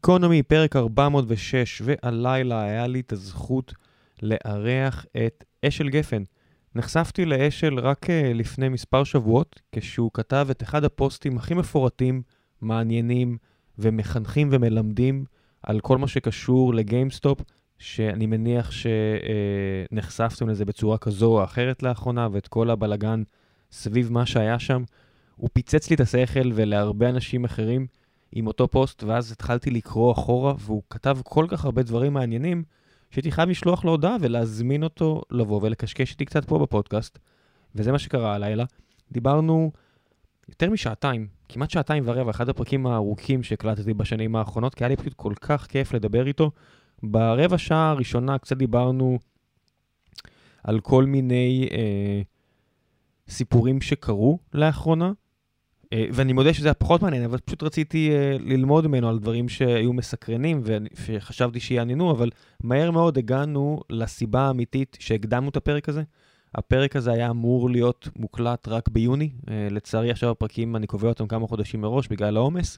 גיקונומי, פרק 406, והלילה היה לי את הזכות לארח את אשל גפן. נחשפתי לאשל רק לפני מספר שבועות, כשהוא כתב את אחד הפוסטים הכי מפורטים, מעניינים ומחנכים ומלמדים על כל מה שקשור לגיימסטופ, שאני מניח שנחשפתם לזה בצורה כזו או אחרת לאחרונה, ואת כל הבלגן סביב מה שהיה שם. הוא פיצץ לי את השכל ולהרבה אנשים אחרים עם אותו פוסט, ואז התחלתי לקרוא אחורה, והוא כתב כל כך הרבה דברים מעניינים, שהייתי חייב לשלוח לו הודעה ולהזמין אותו לבוא ולקשקש איתי קצת פה בפודקאסט, וזה מה שקרה הלילה. דיברנו יותר משעתיים, כמעט שעתיים ורבע, אחד הפרקים הארוכים שהקלטתי בשנים האחרונות, כי היה לי פשוט כל כך כיף לדבר איתו. ברבע שעה הראשונה קצת דיברנו על כל מיני סיפורים שקרו לאחרונה, ואני מודה שזה היה פחות מעניין, אבל פשוט רציתי ללמוד ממנו על דברים שהיו מסקרנים וחשבתי שיעניינו, אבל מהר מאוד הגענו לסיבה האמיתית שהקדמנו את הפרק הזה. הפרק הזה היה אמור להיות מוקלט רק ביוני, לצערי עכשיו הפרקים אני קובע אותם כמה חודשים מראש בגלל העומס,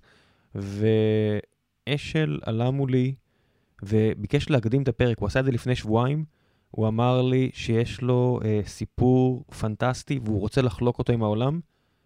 ואשל עלה מולי וביקש להקדים את הפרק, הוא עשה את זה לפני שבועיים, הוא אמר לי שיש לו סיפור פנטסטי והוא רוצה לחלוק אותו עם העולם,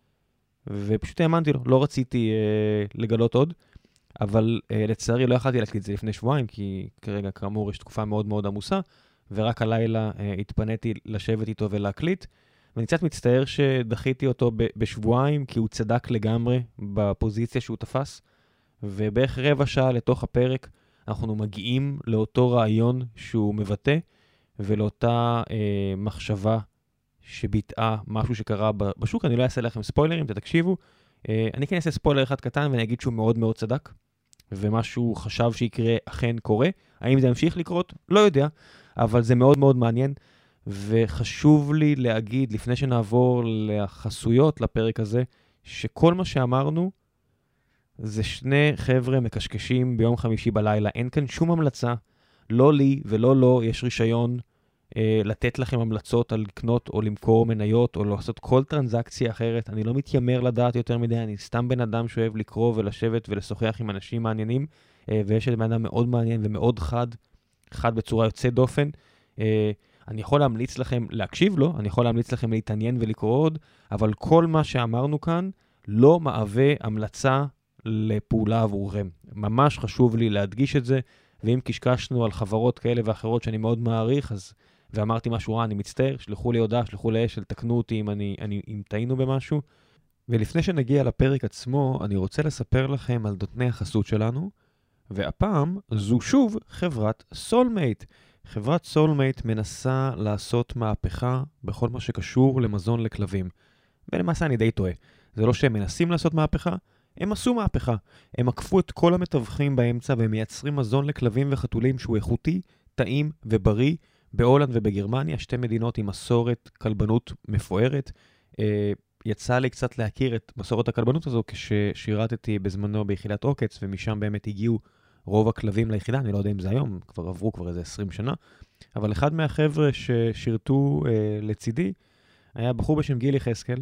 ופשוט האמנתי לו, לא רציתי לגלות עוד, אבל לצערי לא יכלתי להקליט את זה לפני שבועיים, כי כרגע כאמור יש תקופה מאוד מאוד עמוסה, ורק הלילה התפניתי לשבת איתו ולהקליט, ואני קצת מצטער שדחיתי אותו בשבועיים, כי הוא צדק לגמרי בפוזיציה שהוא תפס, ובערך רבע שעה לתוך הפרק אנחנו מגיעים לאותו רעיון שהוא מבטא, ולאותה מחשבה שביטאה משהו שקרה בשוק. אני לא אעשה לכם ספוילרים, תקשיבו. אני כן אעשה ספוילר אחד קטן ואני אגיד שהוא מאוד מאוד צדק, ומשהו חשב שיקרה אכן קורה. האם זה ימשיך לקרות? לא יודע, אבל זה מאוד מאוד מעניין, וחשוב לי להגיד, לפני שנעבור לחסויות לפרק הזה, שכל מה שאמרנו, זה שני חבר'ה מקשקשים ביום חמישי בלילה. אין כאן שום המלצה, לא לי ולא לו יש רישיון לתת לכם המלצות על לקנות או למכור מניות או לעשות כל טרנזקציה אחרת. אני לא מתיימר לדעת יותר מדי, אני סתם בן אדם שאוהב לקרוא ולשבת ולשוחח עם אנשים מעניינים, ויש את בן אדם מאוד מעניין ומאוד חד בצורה יוצאת דופן. אני יכול להמליץ לכם להקשיב לו, אני יכול להמליץ לכם להתעניין ולקרוא עוד, אבל כל מה שאמרנו כאן לא מהווה המלצה לפעולה עבורכם. ממש חשוב לי להדגיש את זה, ואם קשקשנו על חברות כאלה ואחרות שאני מאוד מעריך, ואמרתי משהו רע, אני מצטער, שלחו לי הודעה, שלחו לאשל, תקנו אותי אם טעינו במשהו. ולפני שנגיע לפרק עצמו, אני רוצה לספר לכם על נותני החסות שלנו, והפעם זו שוב חברת סולמייט. חברת סולמייט מנסה לעשות מהפכה בכל מה שקשור למזון לכלבים. ולמעשה אני די טועה. זה לא שהם מנסים לעשות מהפכה, הם עשו מהפכה. הם עקפו את כל המתווכים באמצע והם מייצרים מזון לכלבים וחתולים שהוא איכותי, טעים ובריא בהולנד ובגרמניה, שתי מדינות עם מסורת כלבנות מפוארת. יצא לי קצת להכיר את מסורת הכלבנות הזו כששירתתי בזמנו ביחידת עוקץ, ומשם באמת הגיעו רוב הכלבים ליחידה. אני לא יודע אם זה היום, עברו כבר איזה 20 שנה, אבל אחד מהחבר'ה ששירתו לצידי היה בחור בשם גיל יחזקאל,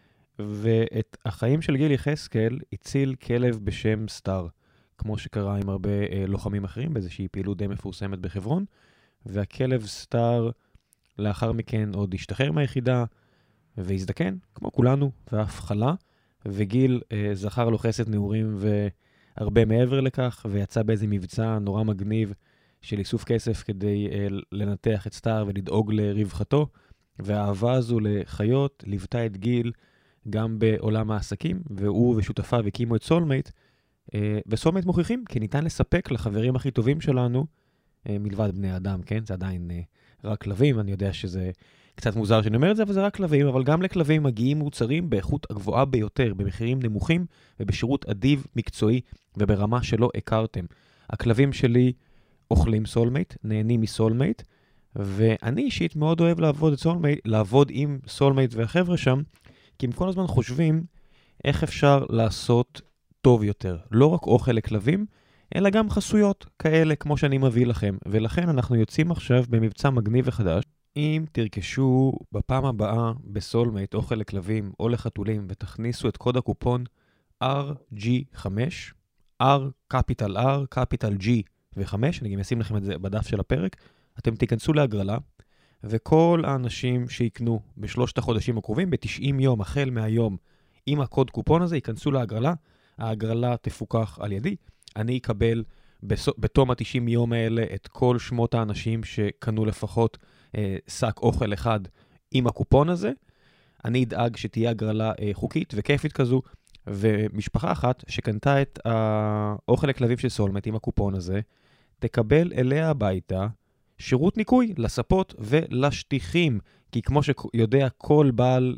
ואת החיים של גיל יחזקאל הציל כלב בשם סטאר, כמו שקרה עם הרבה לוחמים אחרים באיזושהי פעילות די מפורסמת בחברון, והכלב סטאר לאחר מכן עוד השתחרר מהיחידה והזדקן, כמו כולנו, ואף חלה, וגיל זכר לו חסד נעורים והרבה מעבר לכך, ויצא באיזה מבצע נורא מגניב של איסוף כסף כדי לנתח את סטאר ולדאוג לרווחתו, והאהבה הזו לחיות ליוותה את גיל גם בעולם העסקים, והוא ושותפיו הקימו את סולמייט, וסולמייט מוכיחים כי ניתן לספק לחברים הכי טובים שלנו, מלבד בני אדם, כן? זה עדיין רק כלבים, אני יודע שזה קצת מוזר שאני אומר את זה, אבל זה רק כלבים, אבל גם לכלבים מגיעים מוצרים באיכות הגבוהה ביותר, במחירים נמוכים ובשירות אדיב, מקצועי וברמה שלא הכרתם. הכלבים שלי אוכלים סולמייט, נהנים מסולמייט, ואני אישית מאוד אוהב לעבוד עם סולמייט והחבר'ה שם, כי הם כל הזמן חושבים איך אפשר לעשות טוב יותר. לא רק אוכל לכלבים, אלא גם חסויות כאלה כמו שאני מביא לכם. ולכן אנחנו יוצאים עכשיו במבצע מגניב וחדש. אם תרכשו בפעם הבאה בסולמייט אוכל לכלבים או לחתולים ותכניסו את קוד הקופון RG5, capital R, capital G ו5, אני גם אשים לכם את זה בדף של הפרק, אתם תיכנסו להגרלה, וכל האנשים שיקנו בשלושת החודשים הקרובים, ב-90 יום, החל מהיום, עם הקוד קופון הזה, ייכנסו להגרלה, ההגרלה תפוקח על ידי, אני אקבל בתום ה-90 יום האלה את כל שמות האנשים שקנו לפחות שק אוכל אחד עם הקופון הזה, אני אדאג שתהיה הגרלה חוקית וכיפית כזו, ומשפחה אחת שקנתה את האוכל לכלבים של סולמט עם הקופון הזה, תקבל אליה הביתה שירות ניקוי לספות ולשטיחים, כי כמו שיודע כל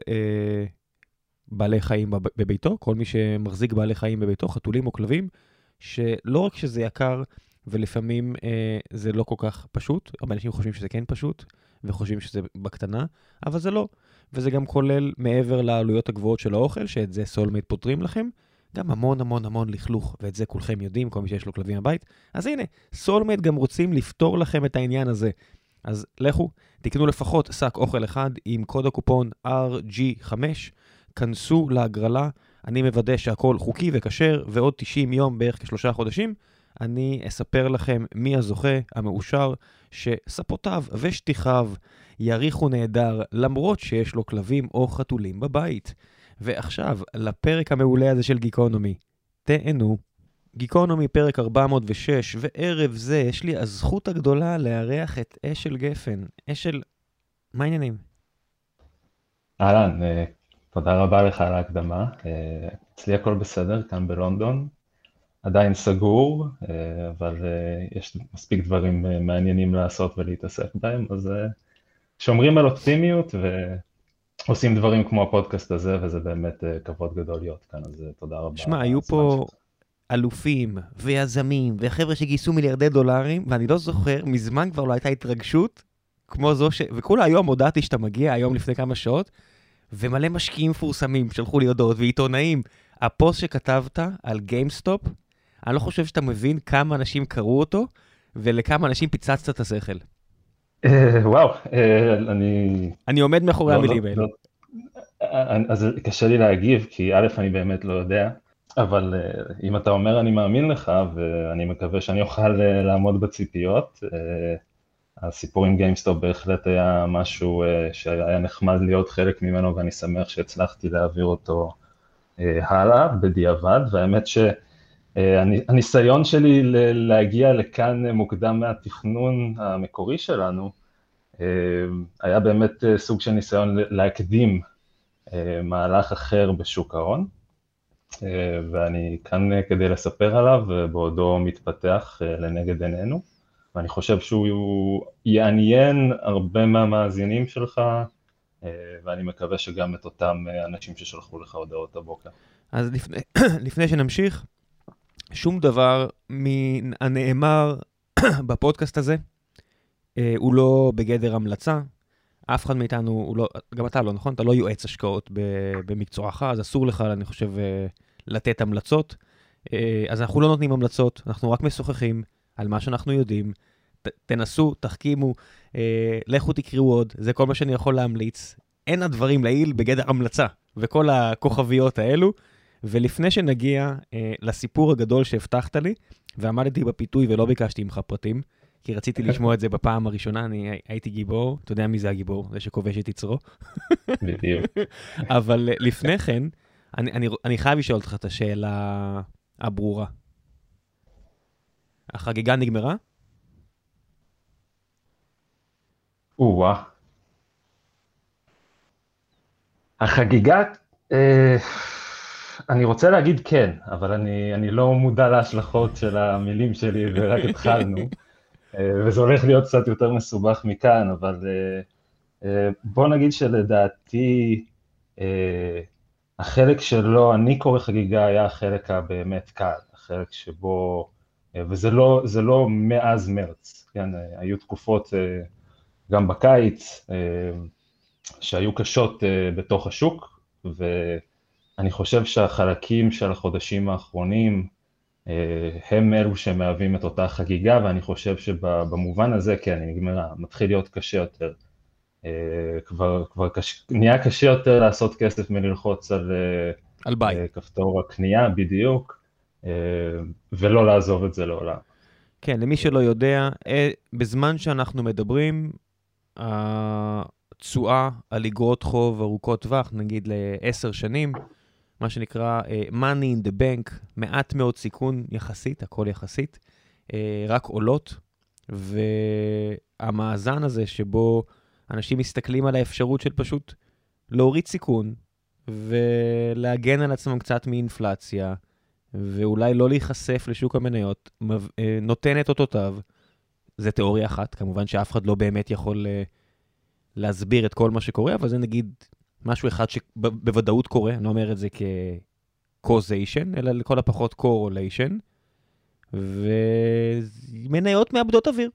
בעלי חיים בביתו, כל מי שמחזיק בעלי חיים בביתו, חתולים או כלבים, שלא רק שזה יקר ולפעמים זה לא כל כך פשוט, הרבה אנשים חושבים שזה כן פשוט, וחושבים שזה בקטנה, אבל זה לא. וזה גם כולל מעבר לעלויות הגבוהות של האוכל, שאת זה סולמט פותרים לכם, גם המון המון המון לכלוך, ואת זה כולכם יודעים, כל מי שיש לו כלבים בבית. אז הנה, סולמט גם רוצים לפתור לכם את העניין הזה. אז לכו, תקנו לפחות שק אוכל אחד עם קוד הקופון RG5, כנסו להגרלה, אני מוודא שהכל חוקי וכשר, ועוד 90 יום, בערך כ3 חודשים, אני אספר לכם מי הזוכה המאושר, שספותיו ושטיחיו יריחו נהדר, למרות שיש לו כלבים או חתולים בבית. ועכשיו, לפרק המעולה הזה של גיקונומי. תהנו. גיקונומי פרק 406, וערב זה יש לי הזכות הגדולה לארח את אשל גפן. אשל, מה העניינים? אהלן, תודה רבה לך על ההקדמה. אצלי הכל בסדר, כאן בלונדון. עדיין סגור, אבל יש מספיק דברים מעניינים לעשות ולהתעסק בהם, אז שומרים על אופטימיות ועושים דברים כמו הפודקאסט הזה, וזה באמת כבוד גדול להיות כאן, אז תודה רבה. שמע, היו פה אלופים ויזמים וחבר'ה שגייסו מיליארדי דולרים, ואני לא זוכר, מזמן כבר לא הייתה התרגשות, כמו זו וכולה היום הודעתי שאתה מגיע, היום לפני כמה שעות, ומלא משקיעים מפורסמים שלחו לי הודעות ועיתונאים. הפוסט שכתבת על גיימסטופ, אני לא חושב שאתה מבין כמה אנשים קראו אותו, ולכמה אנשים פיצצת את השכל. וואו, אני עומד מאחורי המילים האלה. אז קשה לי להגיב, כי א', אני באמת לא יודע, אבל אם אתה אומר אני מאמין לך, ואני מקווה שאני אוכל לעמוד בציפיות, הסיפור עם גיימסטופ בהחלט היה משהו שהיה נחמד להיות חלק ממנו, ואני שמח שהצלחתי להעביר אותו הלאה בדיעבד, והאמת שהניסיון שלי להגיע לכאן מוקדם מהתכנון המקורי שלנו, היה באמת סוג של ניסיון להקדים מהלך אחר בשוק ההון, ואני כאן כדי לספר עליו, ובעודו מתפתח לנגד עינינו. ואני חושב שהוא יעניין הרבה מהמאזינים שלך, ואני מקווה שגם את אותם אנשים ששלחו לך הודעות הבוקר. אז לפני שנמשיך, שום דבר מהנאמר בפודקאסט הזה, הוא לא בגדר המלצה, אף אחד מאיתנו, גם אתה לא, נכון? אתה לא יועץ השקעות במקצועך, אז אסור לך, אני חושב, לתת המלצות. אז אנחנו לא נותנים המלצות, אנחנו רק משוחחים על מה שאנחנו יודעים, תנסו, תחכימו, לכו תקראו עוד, זה כל מה שאני יכול להמליץ. אין הדברים לעיל בגדר המלצה, וכל הכוכביות האלו, ולפני שנגיע לסיפור הגדול שהבטחת לי, ועמדתי בפיתוי ולא ביקשתי ממך פרטים, כי רציתי לשמוע את זה בפעם הראשונה, אני הייתי גיבור, אתה יודע מי זה הגיבור, זה שכובש את יצרו. בדיוק. אבל לפני כן, אני חייב לשאול אותך את השאלה הברורה. החגיגה נגמרה? וואה. החגיגה, אני רוצה להגיד כן, אבל אני לא מודע להשלכות של המילים שלי ורק התחלנו, וזה הולך להיות קצת יותר מסובך מכאן, אבל בוא נגיד שלדעתי, החלק שלו, אני קורא חגיגה, היה החלק הבאמת קל, החלק שבו, וזה לא מאז מרץ, כן, היו תקופות גם בקיץ, שהיו קשות בתוך השוק, ואני חושב שהחלקים של החודשים האחרונים, הם אלו שמהווים את אותה חגיגה, ואני חושב שבמובן הזה, כן, היא נגמרה, מתחיל להיות קשה יותר. כבר נהיה קשה יותר לעשות כסף מללחוץ על בית. כפתור הקנייה, בדיוק. ולא לעזוב את זה לעולם. כן, למי שלא יודע, בזמן שאנחנו מדברים, התשואה על אגרות חוב ארוכות טווח, נגיד ל10 שנים, מה שנקרא money in the bank, מעט מאוד סיכון יחסית, הכל יחסית, רק עולות, והמאזן הזה שבו אנשים מסתכלים על האפשרות של פשוט להוריד סיכון, ולהגן על עצמם קצת מאינפלציה, ואולי לא להיחשף לשוק המניות, נותן את אותותיו. זה תיאוריה אחת, כמובן שאף אחד לא באמת יכול להסביר את כל מה שקורה, אבל זה נגיד משהו אחד שבוודאות קורה, אני לא אומר את זה כ-causation, אלא לכל הפחות correlation, ומניות מאבדות אוויר.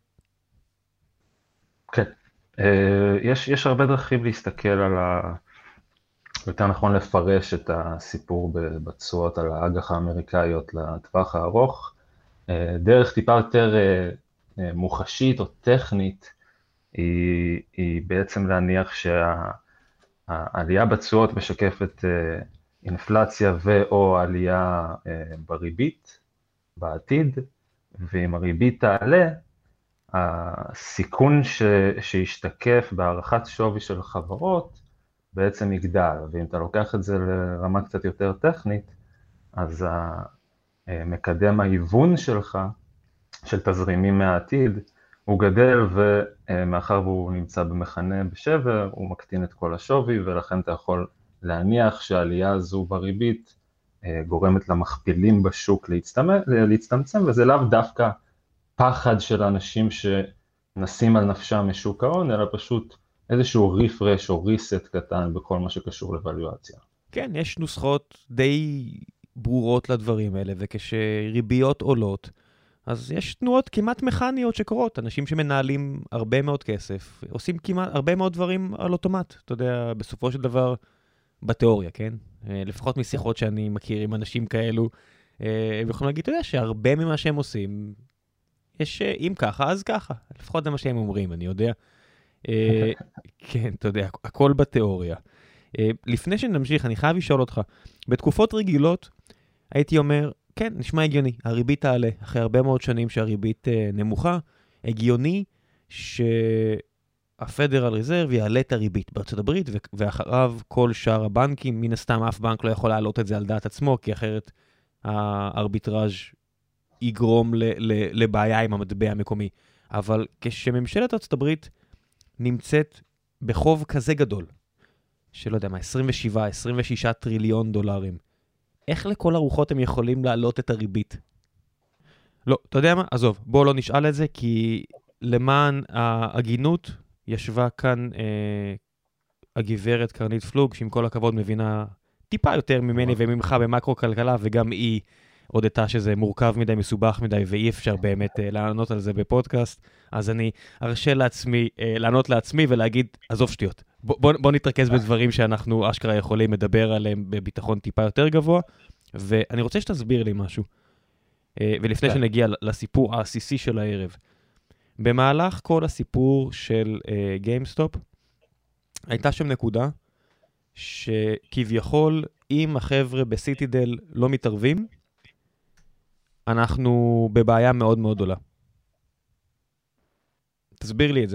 כן. יש הרבה דרכים להסתכל על יותר נכון לפרש את הסיפור בתשואות על האג"ח האמריקאיות לטווח הארוך. דרך טיפה יותר מוחשית או טכנית, היא בעצם להניח שהעלייה בתשואות משקפת אינפלציה או עלייה בריבית בעתיד, ואם הריבית תעלה, הסיכון שישתקף בהערכת שווי של חברות בעצם יגדל, ואם אתה לוקח את זה לרמה קצת יותר טכנית, אז מקדם ההיוון שלך, של תזרימים מהעתיד, הוא גדל, ומאחר והוא נמצא במכנה בשבר, הוא מקטין את כל השווי, ולכן אתה יכול להניח שהעלייה הזו בריבית גורמת למכפילים בשוק להצטמצם, וזה לאו דווקא פחד של אנשים שנסים על נפשם משוק ההון, אלא פשוט איזשהו ריפרש או ריסט קטן בכל מה שקשור לוואלואציה. כן, יש נוסחות די ברורות לדברים האלה, וכשריביות עולות, אז יש תנועות כמעט מכניות שקורות, אנשים שמנהלים הרבה מאוד כסף, עושים כמעט הרבה מאוד דברים על אוטומט, אתה יודע, בסופו של דבר, בתיאוריה, כן? לפחות משיחות שאני מכיר עם אנשים כאלו, הם יכולים להגיד, אתה יודע, שהרבה ממה שהם עושים, יש, אם ככה, אז ככה. לפחות זה מה שהם אומרים, אני יודע. כן, אתה יודע, הכל בתיאוריה. לפני שנמשיך, אני חייב לשאול אותך, בתקופות רגילות, הייתי אומר, כן, נשמע הגיוני, הריבית תעלה, אחרי הרבה מאוד שנים שהריבית נמוכה, הגיוני שהפדרל ריזרב יעלה את הריבית בארצות הברית, ואחריו כל שאר הבנקים, מן הסתם אף בנק לא יכול להעלות את זה על דעת עצמו, כי אחרת הארביטראז' יגרום לבעיה עם המטבע המקומי. אבל כשממשלת ארצות הברית נמצאת בחוב כזה גדול, שלא יודע מה, 26 טריליון דולרים, איך לכל הרוחות הם יכולים להעלות את הריבית? לא, אתה יודע מה? עזוב, בוא לא נשאל את זה, כי למען ההגינות ישבה כאן הגברת קרנית פלוג, שעם כל הכבוד מבינה טיפה יותר ממני וממך במקרו-כלכלה, וגם היא הודתה שזה מורכב מדי, מסובך מדי, ואי אפשר באמת לענות על זה בפודקאסט, אז אני ארשה לעצמי, לענות לעצמי ולהגיד, עזוב שטויות. בוא נתרכז בדברים שאנחנו אשכרה יכולים לדבר עליהם בביטחון טיפה יותר גבוה, ואני רוצה שתסביר לי משהו. ולפני שנגיע לסיפור העסיסי של הערב. במהלך כל הסיפור של גיימסטופ, הייתה שם נקודה שכביכול, אם החבר'ה בסיטידל לא מתערבים, אנחנו בבעיה מאוד מאוד גדולה. תסביר לי את זה.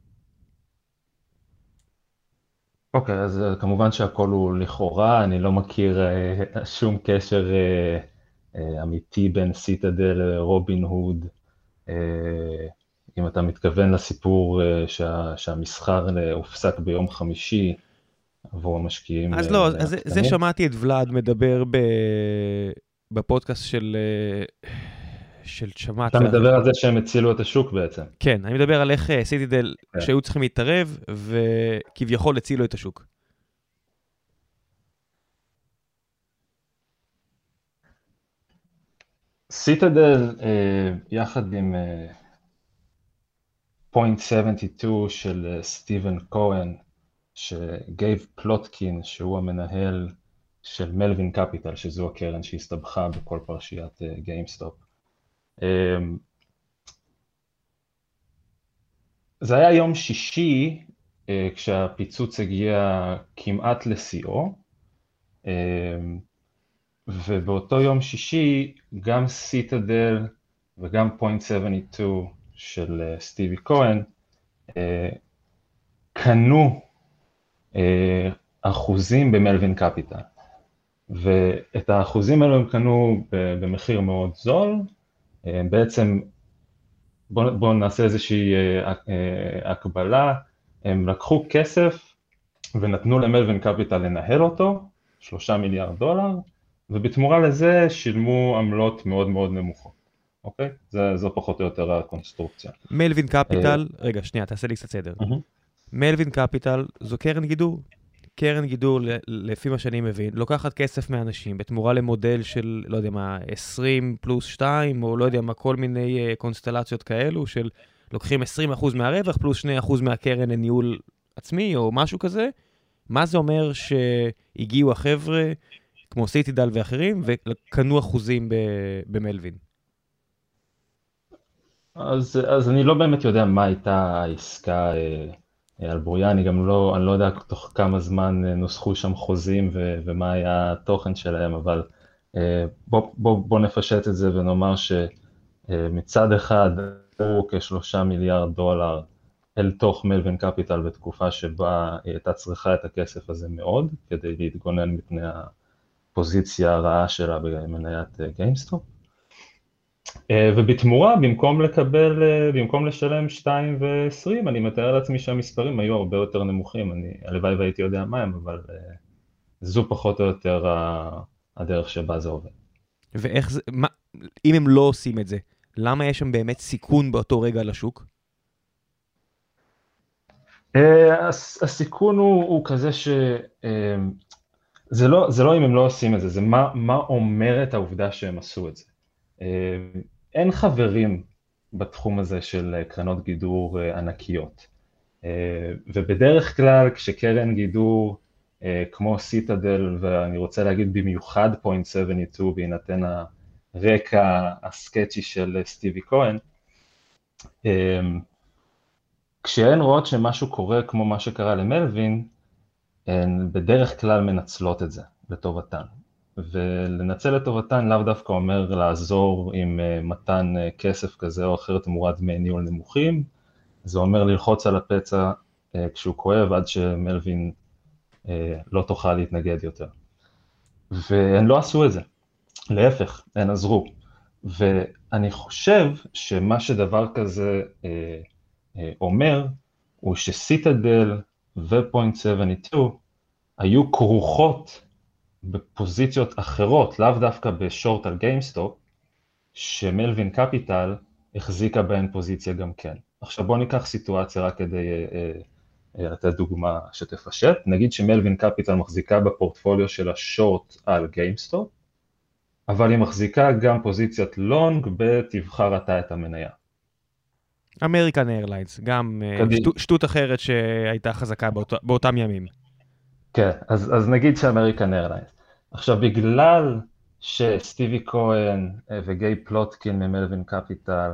אוקיי, אז כמובן שהכל הוא לכאורה, אני לא מכיר שום קשר אמיתי בין סיטדל לרובין הוד. אם אתה מתכוון לסיפור שהמסחר הופסק ביום חמישי עבור המשקיעים. אז לא, זה שמעתי את ולד מדבר בפודקאסט של שמעת. אתה מדבר על זה שהם הצילו את השוק בעצם. כן, אני מדבר על איך סיטידל שהיו צריכים להתערב, וכביכול הצילו את השוק. סיטדל, יחד עם Point 72 של סטיבן כהן, שגייב פלוטקין, שהוא המנהל של מלווין קפיטל, שזו הקרן שהסתבכה בכל פרשיית גיימסטופ. זה היה יום שישי, כשהפיצוץ הגיע כמעט לשיאו, ובאותו יום שישי גם סיטדל וגם פוינט 72 של סטיבי כהן קנו אחוזים במלווין קפיטל. ואת האחוזים האלו הם קנו במחיר מאוד זול. בעצם בואו נעשה איזושהי הקבלה. הם לקחו כסף ונתנו למלווין קפיטל לנהל אותו, $3 מיליארד, ובתמורה לזה שילמו עמלות מאוד מאוד נמוכות. אוקיי? זו פחות או יותר הקונסטרוקציה. מלווין קפיטל, רגע, שנייה, תעשה לי קצת סדר. מלווין קפיטל זו קרן גידור. קרן גידור, לפי מה שאני מבין, לוקחת כסף מאנשים בתמורה למודל של, לא יודע מה, 20 פלוס 2, או לא יודע מה, כל מיני קונסטלציות כאלו, של לוקחים 20% מהרווח, פלוס 2% מהקרן לניהול עצמי, או משהו כזה. מה זה אומר שהגיעו החבר'ה, כמו סיטידל ואחרים, וקנו אחוזים במלווין? אז אני לא באמת יודע מה הייתה העסקה על בוריה, אני לא יודע תוך כמה זמן נוסחו שם חוזים ומה היה התוכן שלהם, אבל בוא נפשט את זה ונאמר שמצד אחד הוא כ$3 מיליארד אל תוך מלווין קפיטל בתקופה שבה היא הייתה צריכה את הכסף הזה מאוד, כדי להתגונן מפני הפוזיציה הרעה שלה במניית גיימסטופ. ובתמורה, במקום לשלם 2.20, אני מתאר לעצמי שהמספרים היו הרבה יותר נמוכים, הלוואי והייתי יודע מה הם, אבל זו פחות או יותר הדרך שבה זה עובד. ואיך זה, אם הם לא עושים את זה, למה יש שם באמת סיכון באותו רגע לשוק? הסיכון הוא כזה זה לא אם הם לא עושים את זה, זה מה אומרת העובדה שהם עשו את זה. אין חברים בתחום הזה של קרנות גידור ענקיות, ובדרך כלל כשקרן גידור כמו סיטדל, ואני רוצה להגיד במיוחד פוינט 72 בהינתן הרקע הסקצ'י של סטיבי כהן, כשהן רואות שמשהו קורה כמו מה שקרה למלווין, הן בדרך כלל מנצלות את זה לטובתן. ולנצל לטובתן לאו דווקא אומר לעזור עם מתן כסף כזה או אחר תמורת דמי ניהול נמוכים, זה אומר ללחוץ על הפצע כשהוא כואב עד שמלווין לא תוכל להתנגד יותר. והן לא עשו את זה, להפך, הן עזרו. ואני חושב שמה שדבר כזה אומר, הוא שסיטדל ופוינט 72 היו כרוכות בפוזיציות אחרות, לאו דווקא בשורט על גיימסטופ, שמלווין קפיטל החזיקה בהן פוזיציה גם כן. עכשיו בואו ניקח סיטואציה רק כדי לתת דוגמה שתפשט. נגיד שמלווין קפיטל מחזיקה בפורטפוליו של השורט על גיימסטופ, אבל היא מחזיקה גם פוזיציית לונג בתבחר אתה את המניה. אמריקן איירליינס, גם שטות אחרת שהייתה חזקה באותם ימים. כן, אז נגיד שאמריקן איירליינס. עכשיו, בגלל שסטיבי כהן וגיי פלוטקין ממלווין קפיטל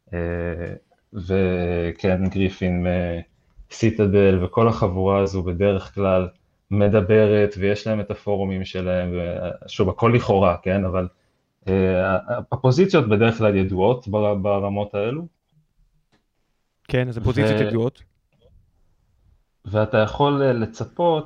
וקרן גריפין מסיטדל וכל החבורה הזו בדרך כלל מדברת ויש להם את הפורומים שלהם, שוב, הכל לכאורה, כן, אבל הפוזיציות בדרך כלל ידועות ברמות האלו. כן, אז הפוזיציות ידועות. ואתה יכול לצפות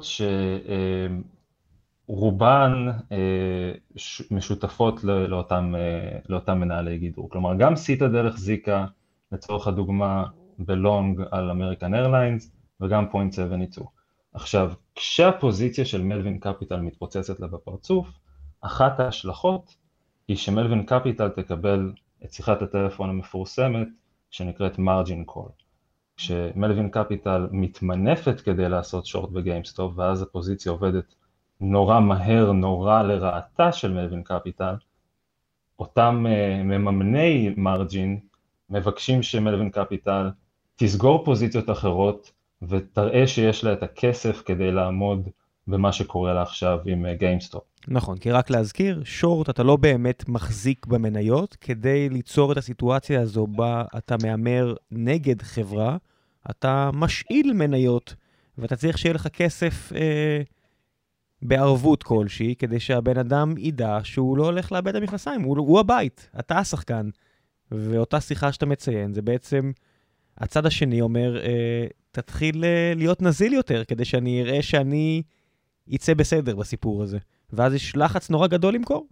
שרובן משותפות לאותם מנהלי גידור. כלומר, גם סיטדל החזיקה לצורך הדוגמה בלונג על אמריקן איירליינס וגם פוינט 72. עכשיו, כשהפוזיציה של מלווין קפיטל מתפוצצת לה בפרצוף, אחת ההשלכות היא שמלווין קפיטל תקבל את שיחת הטלפון המפורסמת שנקראת מרג'ין קול. כשמלווין קפיטל מתמנפת כדי לעשות שורט בגיימסטופ, ואז הפוזיציה עובדת נורא מהר, נורא לרעתה של מלווין קפיטל, אותם מממני מרג'ין מבקשים שמלווין קפיטל תסגור פוזיציות אחרות, ותראה שיש לה את הכסף כדי לעמוד במה שקורה לה עכשיו עם גיימסטופ. נכון, כי רק להזכיר, שורט אתה לא באמת מחזיק במניות, כדי ליצור את הסיטואציה הזו בה אתה מאמר נגד חברה, אתה משאיל מניות, ואתה צריך שיהיה לך כסף בערבות כלשהי, כדי שהבן אדם ידע שהוא לא הולך לאבד את המכנסיים, הוא הבית, אתה השחקן. ואותה שיחה שאתה מציין, זה בעצם, הצד השני אומר, תתחיל להיות נזיל יותר, כדי שאני אראה שאני יצא בסדר בסיפור הזה. ואז יש לחץ נורא גדול למכור.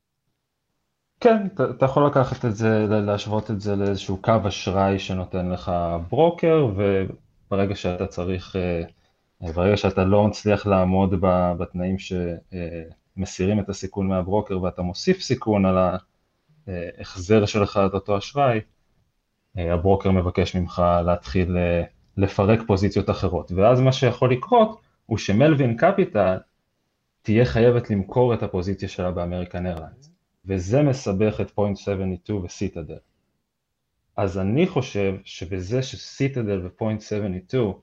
כן, אתה יכול לקחת את זה, להשוות את זה לאיזשהו קו אשראי שנותן לך ברוקר, וברגע שאתה צריך, ברגע שאתה לא מצליח לעמוד בתנאים שמסירים את הסיכון מהברוקר, ואתה מוסיף סיכון על ההחזר שלך את אותו אשראי, הברוקר מבקש ממך להתחיל לפרק פוזיציות אחרות. ואז מה שיכול לקרות, הוא שמלווין קפיטל תהיה חייבת למכור את הפוזיציה שלה באמריקן איירליינס. וזה מסבך את פוינט 72 וסיטדל. אז אני חושב שבזה שסיטדל ופוינט 72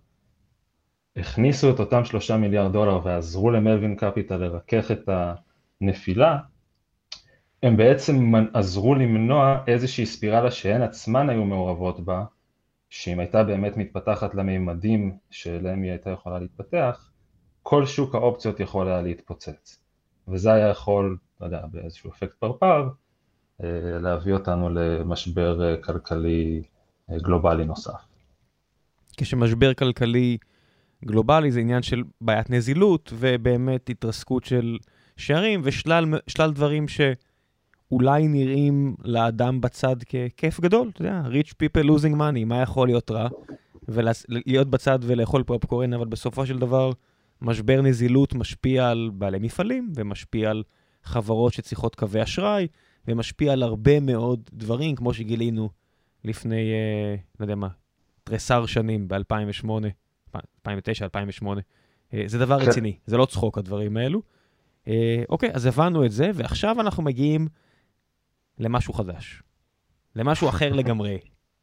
הכניסו את אותם $3 מיליארד ועזרו למלווין קפיטל לרכך את הנפילה, הם בעצם עזרו למנוע איזושהי ספירלה שהן עצמן היו מעורבות בה, שאם הייתה באמת מתפתחת לממדים שלהם היא הייתה יכולה להתפתח, כל שוק האופציות יכול היה להתפוצץ. וזה היה יכול, לא יודע, באיזשהו אפקט פרפר, להביא אותנו למשבר כלכלי גלובלי נוסף. כשמשבר כלכלי גלובלי זה עניין של בעיית נזילות, ובאמת התרסקות של שערים, ושלל דברים שאולי נראים לאדם בצד ככיף גדול, אתה יודע, rich people losing money, מה יכול להיות רע, ולהיות בצד ולאכול פופקורן, אבל בסופו של דבר, משבר נזילות משפיע על בעלי מפעלים, ומשפיע על חברות שצריכות קווי אשראי, ומשפיע על הרבה מאוד דברים, כמו שגילינו לפני, לא יודע מה, תרסר שנים ב-2008, 2009, 2008. זה דבר רציני, זה לא צחוק הדברים האלו. אוקיי, אז הבנו את זה, ועכשיו אנחנו מגיעים למשהו חדש. למשהו אחר לגמרי.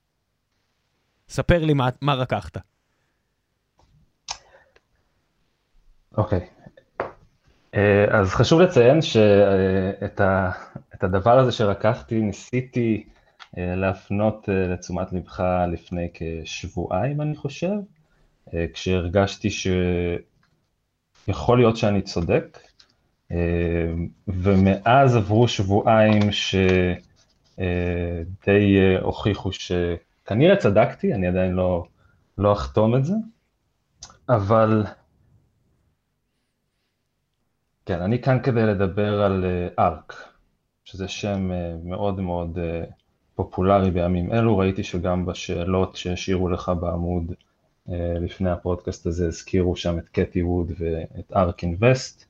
ספר לי מה רקחת. אוקיי. אז חשוב לציין שאת הדבר הזה שרקחתי ניסיתי להפנות לתשומת לבך לפני כשבועיים, אני חושב, כשהרגשתי שיכול להיות שאני צודק, ומאז עברו שבועיים שדי הוכיחו שכנראה צדקתי, אני עדיין לא אחתום את זה, אבל כן, אני כאן כדי לדבר על ארק, שזה שם מאוד מאוד פופולרי בימים אלו, ראיתי שגם בשאלות שהשאירו לך בעמוד לפני הפודקאסט הזה, הזכירו שם את קטי ווד ואת ארק אינבסט.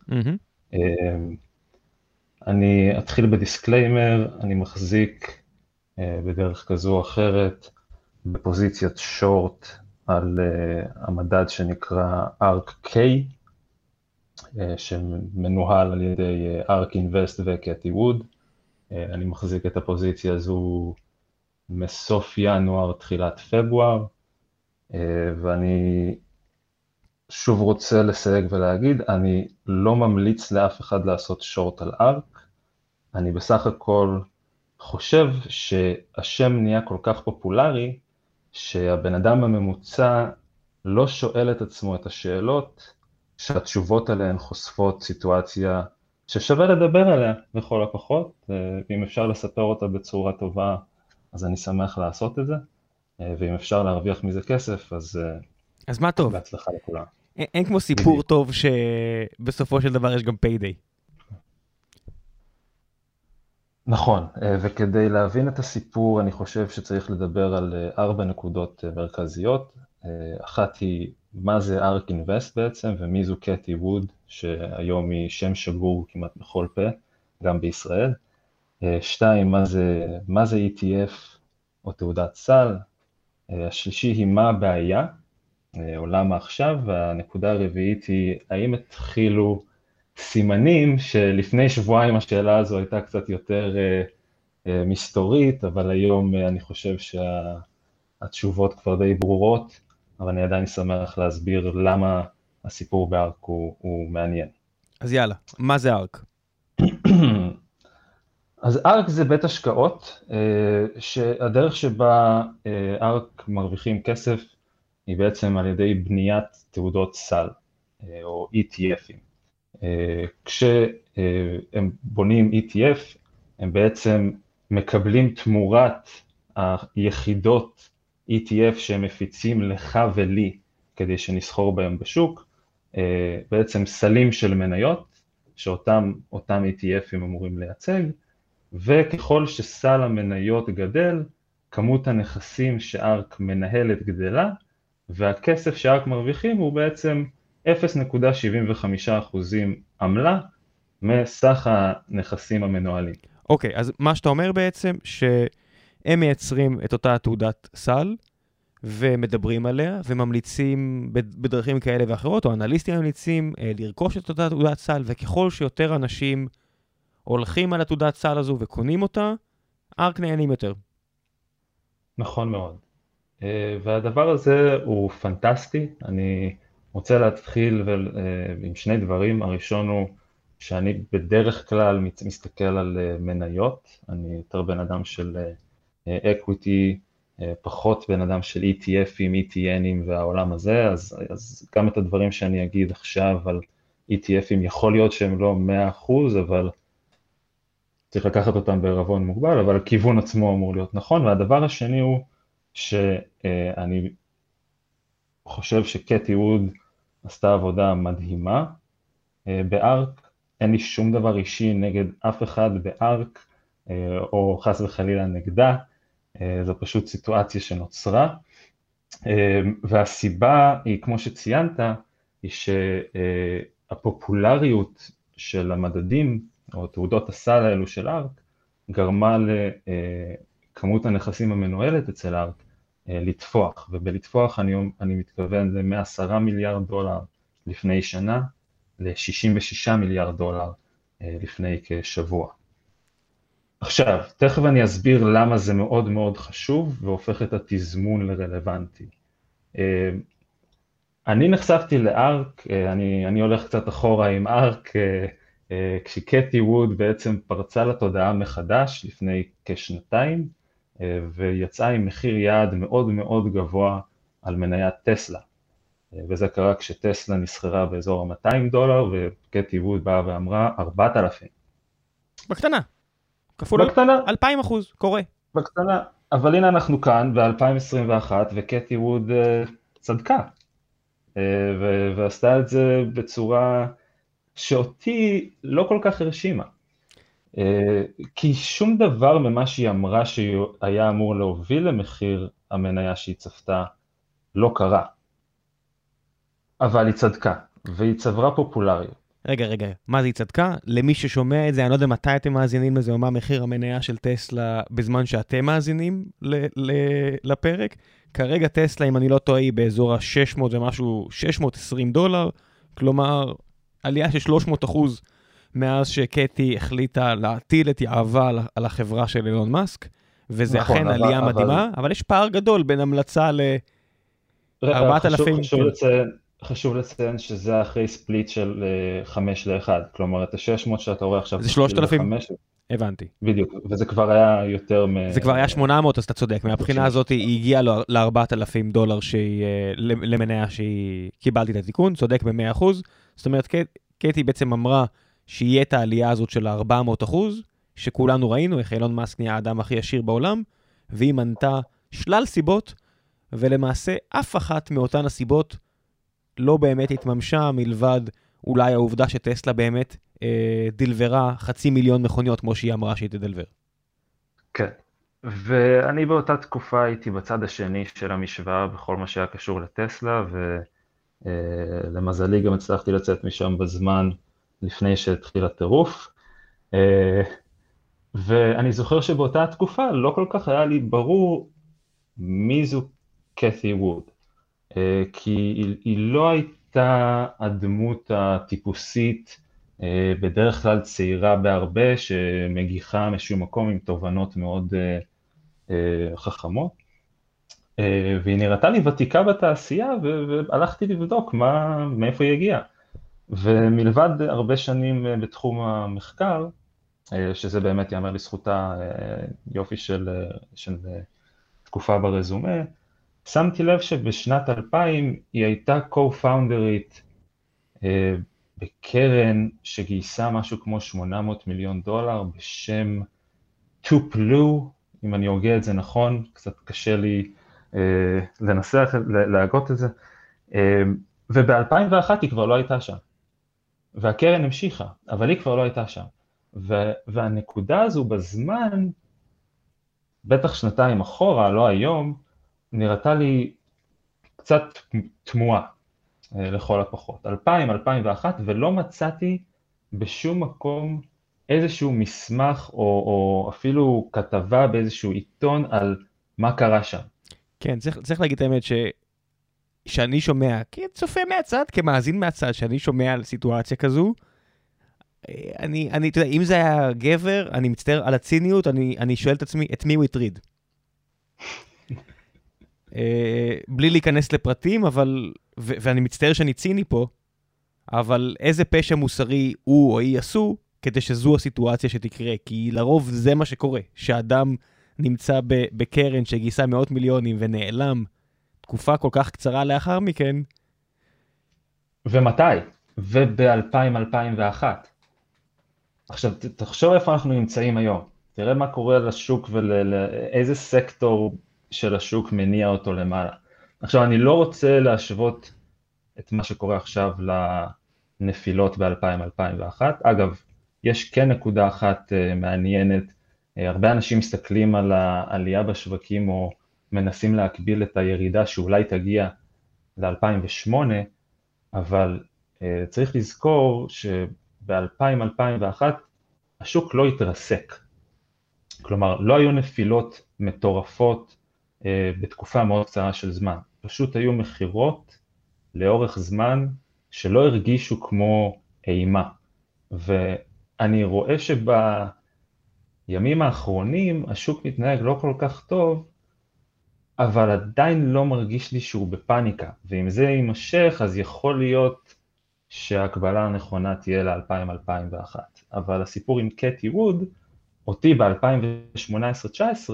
אני אתחיל בדיסקליימר, אני מחזיק בדרך כזו או אחרת בפוזיציית שורט על המדד שנקרא ארק K, שמנוהל על ידי ארק אינבסט וקטי ווד. אני מחזיק את הפוזיציה הזו מסוף ינואר, תחילת פברואר, ואני שוב רוצה לסייג ולהגיד, אני לא ממליץ לאף אחד לעשות שורט על ארק, אני בסך הכל חושב שהשם נהיה כל כך פופולרי, שהבן אדם הממוצע לא שואל את עצמו את השאלות, שהתשובות עליהן חושפות סיטואציה ששווה לדבר עליה לכל הפחות, ואם אפשר לספר אותה בצורה טובה, אז אני שמח לעשות את זה, ואם אפשר להרוויח מזה כסף, אז מה טוב? בהצלחה לכולם. אין כמו סיפור טוב שבסופו של דבר יש גם פיידיי. נכון, וכדי להבין את הסיפור אני חושב שצריך לדבר על 4 נקודות מרכזיות. אחת היא מה זה ארק אינבסט בעצם ומי זו קטי ווד, שהיום היא שם שגור כמעט בכל פה, גם בישראל. 2, מה זה ETF או תעודת סל. השלישי היא מה הבעיה, או למה עכשיו, והנקודה הרביעית היא האם התחילו סימנים שלפני שבועיים השאלה הזו הייתה קצת יותר מסתורית, אבל היום אני חושב שהתשובות כבר די ברורות, אבל אני עדיין שמח להסביר למה הסיפור בארק הוא מעניין. אז יאללה, מה זה ארק? אז ארק זה בית השקעות, שהדרך שבה ארק מרוויחים כסף היא בעצם על ידי בניית תעודות סל, או ETFים. כשהם בונים ETF, הם בעצם מקבלים תמורת היחידות ETF שהם מפיצים לך ולי, כדי שנסחור בהם בשוק, בעצם סלים של מניות, שאותם ETFים אמורים לייצג, וככל שסל המניות גדל, כמות הנכסים שארק מנהלת גדלה, והכסף שארק מרוויחים הוא בעצם 0.75% עמלה מסך הנכסים המנוהלים. אוקיי, אז מה שאתה אומר בעצם, שהם מייצרים את אותה תעודת סל, ומדברים עליה, וממליצים בדרכים כאלה ואחרות, או אנליסטים ממליצים לרכוש את אותה תעודת סל, וככל שיותר אנשים הולכים על התעודת סל הזו וקונים אותה, ארק נהנים יותר. נכון מאוד. והדבר הזה הוא פנטסטי. אני רוצה להתחיל עם שני דברים. הראשון הוא שאני בדרך כלל מסתכל על מניות. אני יותר בן אדם של equity, פחות בן אדם של ETFים, ETNים והעולם הזה, אז גם את הדברים שאני אגיד עכשיו על ETFים, יכול להיות שהם לא 100%, אבל צריך לקחת אותם בערבון מוגבל, אבל הכיוון עצמו אמור להיות נכון. והדבר השני הוא שאני חושב שקטי ווד עשתה עבודה מדהימה בארק. אין לי שום דבר אישי נגד אף אחד בארק, או חס וחלילה נגדה, זו פשוט סיטואציה שנוצרה, והסיבה היא, כמו שציינת, היא שהפופולריות של המדדים, או תעודות הסל האלו של ארק, גרמה לכמות הנכסים המנוהלת אצל ארק לתפוח, ובלתפוח אני מתכוון ל-110 מיליארד דולר לפני שנה, ל-66 מיליארד דולר לפני כשבוע. עכשיו, תכף אני אסביר למה זה מאוד מאוד חשוב והופך את התזמון לרלוונטי. אני נחשפתי לארק, אני הולך קצת אחורה עם ארק, כשקטי ווד בעצם פרצה לתודעה מחדש לפני כשנתיים, ויצאה עם מחיר יעד מאוד מאוד גבוה על מניית טסלה. וזה קרה כשטסלה נסחרה באזור $200, וקטי ווד באה ואמרה 4,000. בקטנה. כפול בקטנה. 2,000%, קורה. בקטנה. אבל הנה אנחנו כאן ב-2021, וקטי ווד צדקה. ועשתה את זה בצורה שאותי לא כל כך הרשימה. כי שום דבר ממה שהיא אמרה שהיה אמור להוביל למחיר המניה שהיא צפתה לא קרה. אבל היא צדקה, והיא צברה פופולריות. רגע, מה זה היא צדקה? למי ששומע את זה, אני לא יודע מתי אתם מאזינים לזה, או מה מחיר המניה של טסלה בזמן שאתם מאזינים לפרק. כרגע טסלה, אם אני לא טועה, היא באזור ה-600 ומשהו, $620, כלומר, עלייה של 300% מאז שקטי החליטה להטיל את יעבה על החברה של אילון מאסק, וזה נכון, אכן עלייה מדהימה, אבל יש פער גדול בין המלצה ל-4,000. חשוב לציין שזה אחרי ספליט של 5-1, כלומר את ה-600 שאתה רואה עכשיו. זה 3,000, הבנתי. בדיוק, וזה כבר היה יותר זה כבר היה 800, אז אתה צודק, מהבחינה הזאת היא הגיעה ל-4,000 דולר למניה שהיא קיבלתי את התיקון, צודק ב-100%, זאת אומרת, קטי בעצם אמרה שיהיה את העלייה הזאת של 400%, שכולנו ראינו, איך אילון מאסק נהיה האדם הכי עשיר בעולם, והיא מנתה שלל סיבות, ולמעשה אף אחת מאותן הסיבות לא באמת התממשה, מלבד אולי העובדה שטסלה באמת דלברה 500,000 מכוניות, כמו שהיא אמרה שהיא תדלבר. כן, ואני באותה תקופה הייתי בצד השני של המשוואה, בכל מה שהיה קשור לטסלה, ולמזלי גם הצלחתי לצאת משם בזמן, לפני שהתחיל הטירוף, ואני זוכר שבאותה תקופה לא כל כך היה לי ברור מי זו קת'י ווד, כי היא לא הייתה הדמות הטיפוסית, בדרך כלל צעירה בהרבה, שמגיחה משום מקום עם תובנות מאוד חכמות, והיא נראתה לי ותיקה בתעשייה, והלכתי לבדוק מאיפה היא הגיעה. ומלבד הרבה שנים בתחום המחקר, שזה באמת יאמר לזכותה יופי של תקופה ברזומה, שמתי לב שבשנת 2000 היא הייתה co-founderית בקרן שגייסה משהו כמו $800 מיליון בשם טופלו, אם אני הוגה את זה נכון, קצת קשה לי לנסח, להגות את זה, וב-2001 היא כבר לא הייתה שם, והקרן המשיכה, אבל היא כבר לא הייתה שם, והנקודה הזו בזמן, בטח שנתיים אחורה, לא היום, נראתה לי קצת תמוהה, לכל הפחות, 2000, 2001, ולא מצאתי בשום מקום איזשהו מסמך או אפילו כתבה באיזשהו עיתון על מה קרה שם. כן, צריך להגיד את האמת שאני שומע, כצופה מהצד, כמאזין מהצד, שאני שומע על סיטואציה כזו, אתה יודע, אם זה היה גבר, אני מצטער על הציניות, אני שואל את עצמי, את מי הוא הטריד? בלי להיכנס לפרטים, ואני מצטער שאני ציני פה, אבל איזה פשע מוסרי הוא או היא עשו, כדי שזו הסיטואציה שתקרה, כי לרוב זה מה שקורה, שאדם נמצא בקרן שגייסה מאות מיליונים ונעלם תקופה כל כך קצרה לאחר מכן. ומתי? וב-2000-2001. עכשיו, תחשוב איפה אנחנו נמצאים היום. תראה מה קורה לשוק ולאיזה סקטור של השוק מניע אותו למעלה. עכשיו, אני לא רוצה להשוות את מה שקורה עכשיו לנפילות ב-2000-2001. אגב, יש כן נקודה אחת מעניינת. הרבה אנשים מסתכלים על העלייה בשווקים או מנסים להקביל את הירידה שאולי תגיע ל-2008, אבל צריך לזכור שב-2000-2001 השוק לא התרסק. כלומר, לא היו נפילות מטורפות בתקופה מאוד קצרה של זמן. פשוט היו מחירות לאורך זמן שלא הרגישו כמו אימה. ואני רואה שבימים האחרונים השוק מתנהג לא כל כך טוב, אבל עדיין לא מרגיש לי שהוא בפאניקה. ואם זה יימשך, אז יכול להיות שההקבלה הנכונה תהיה ל-2000-2001. אבל הסיפור עם קטי ווד, אותי ב-2018-2019,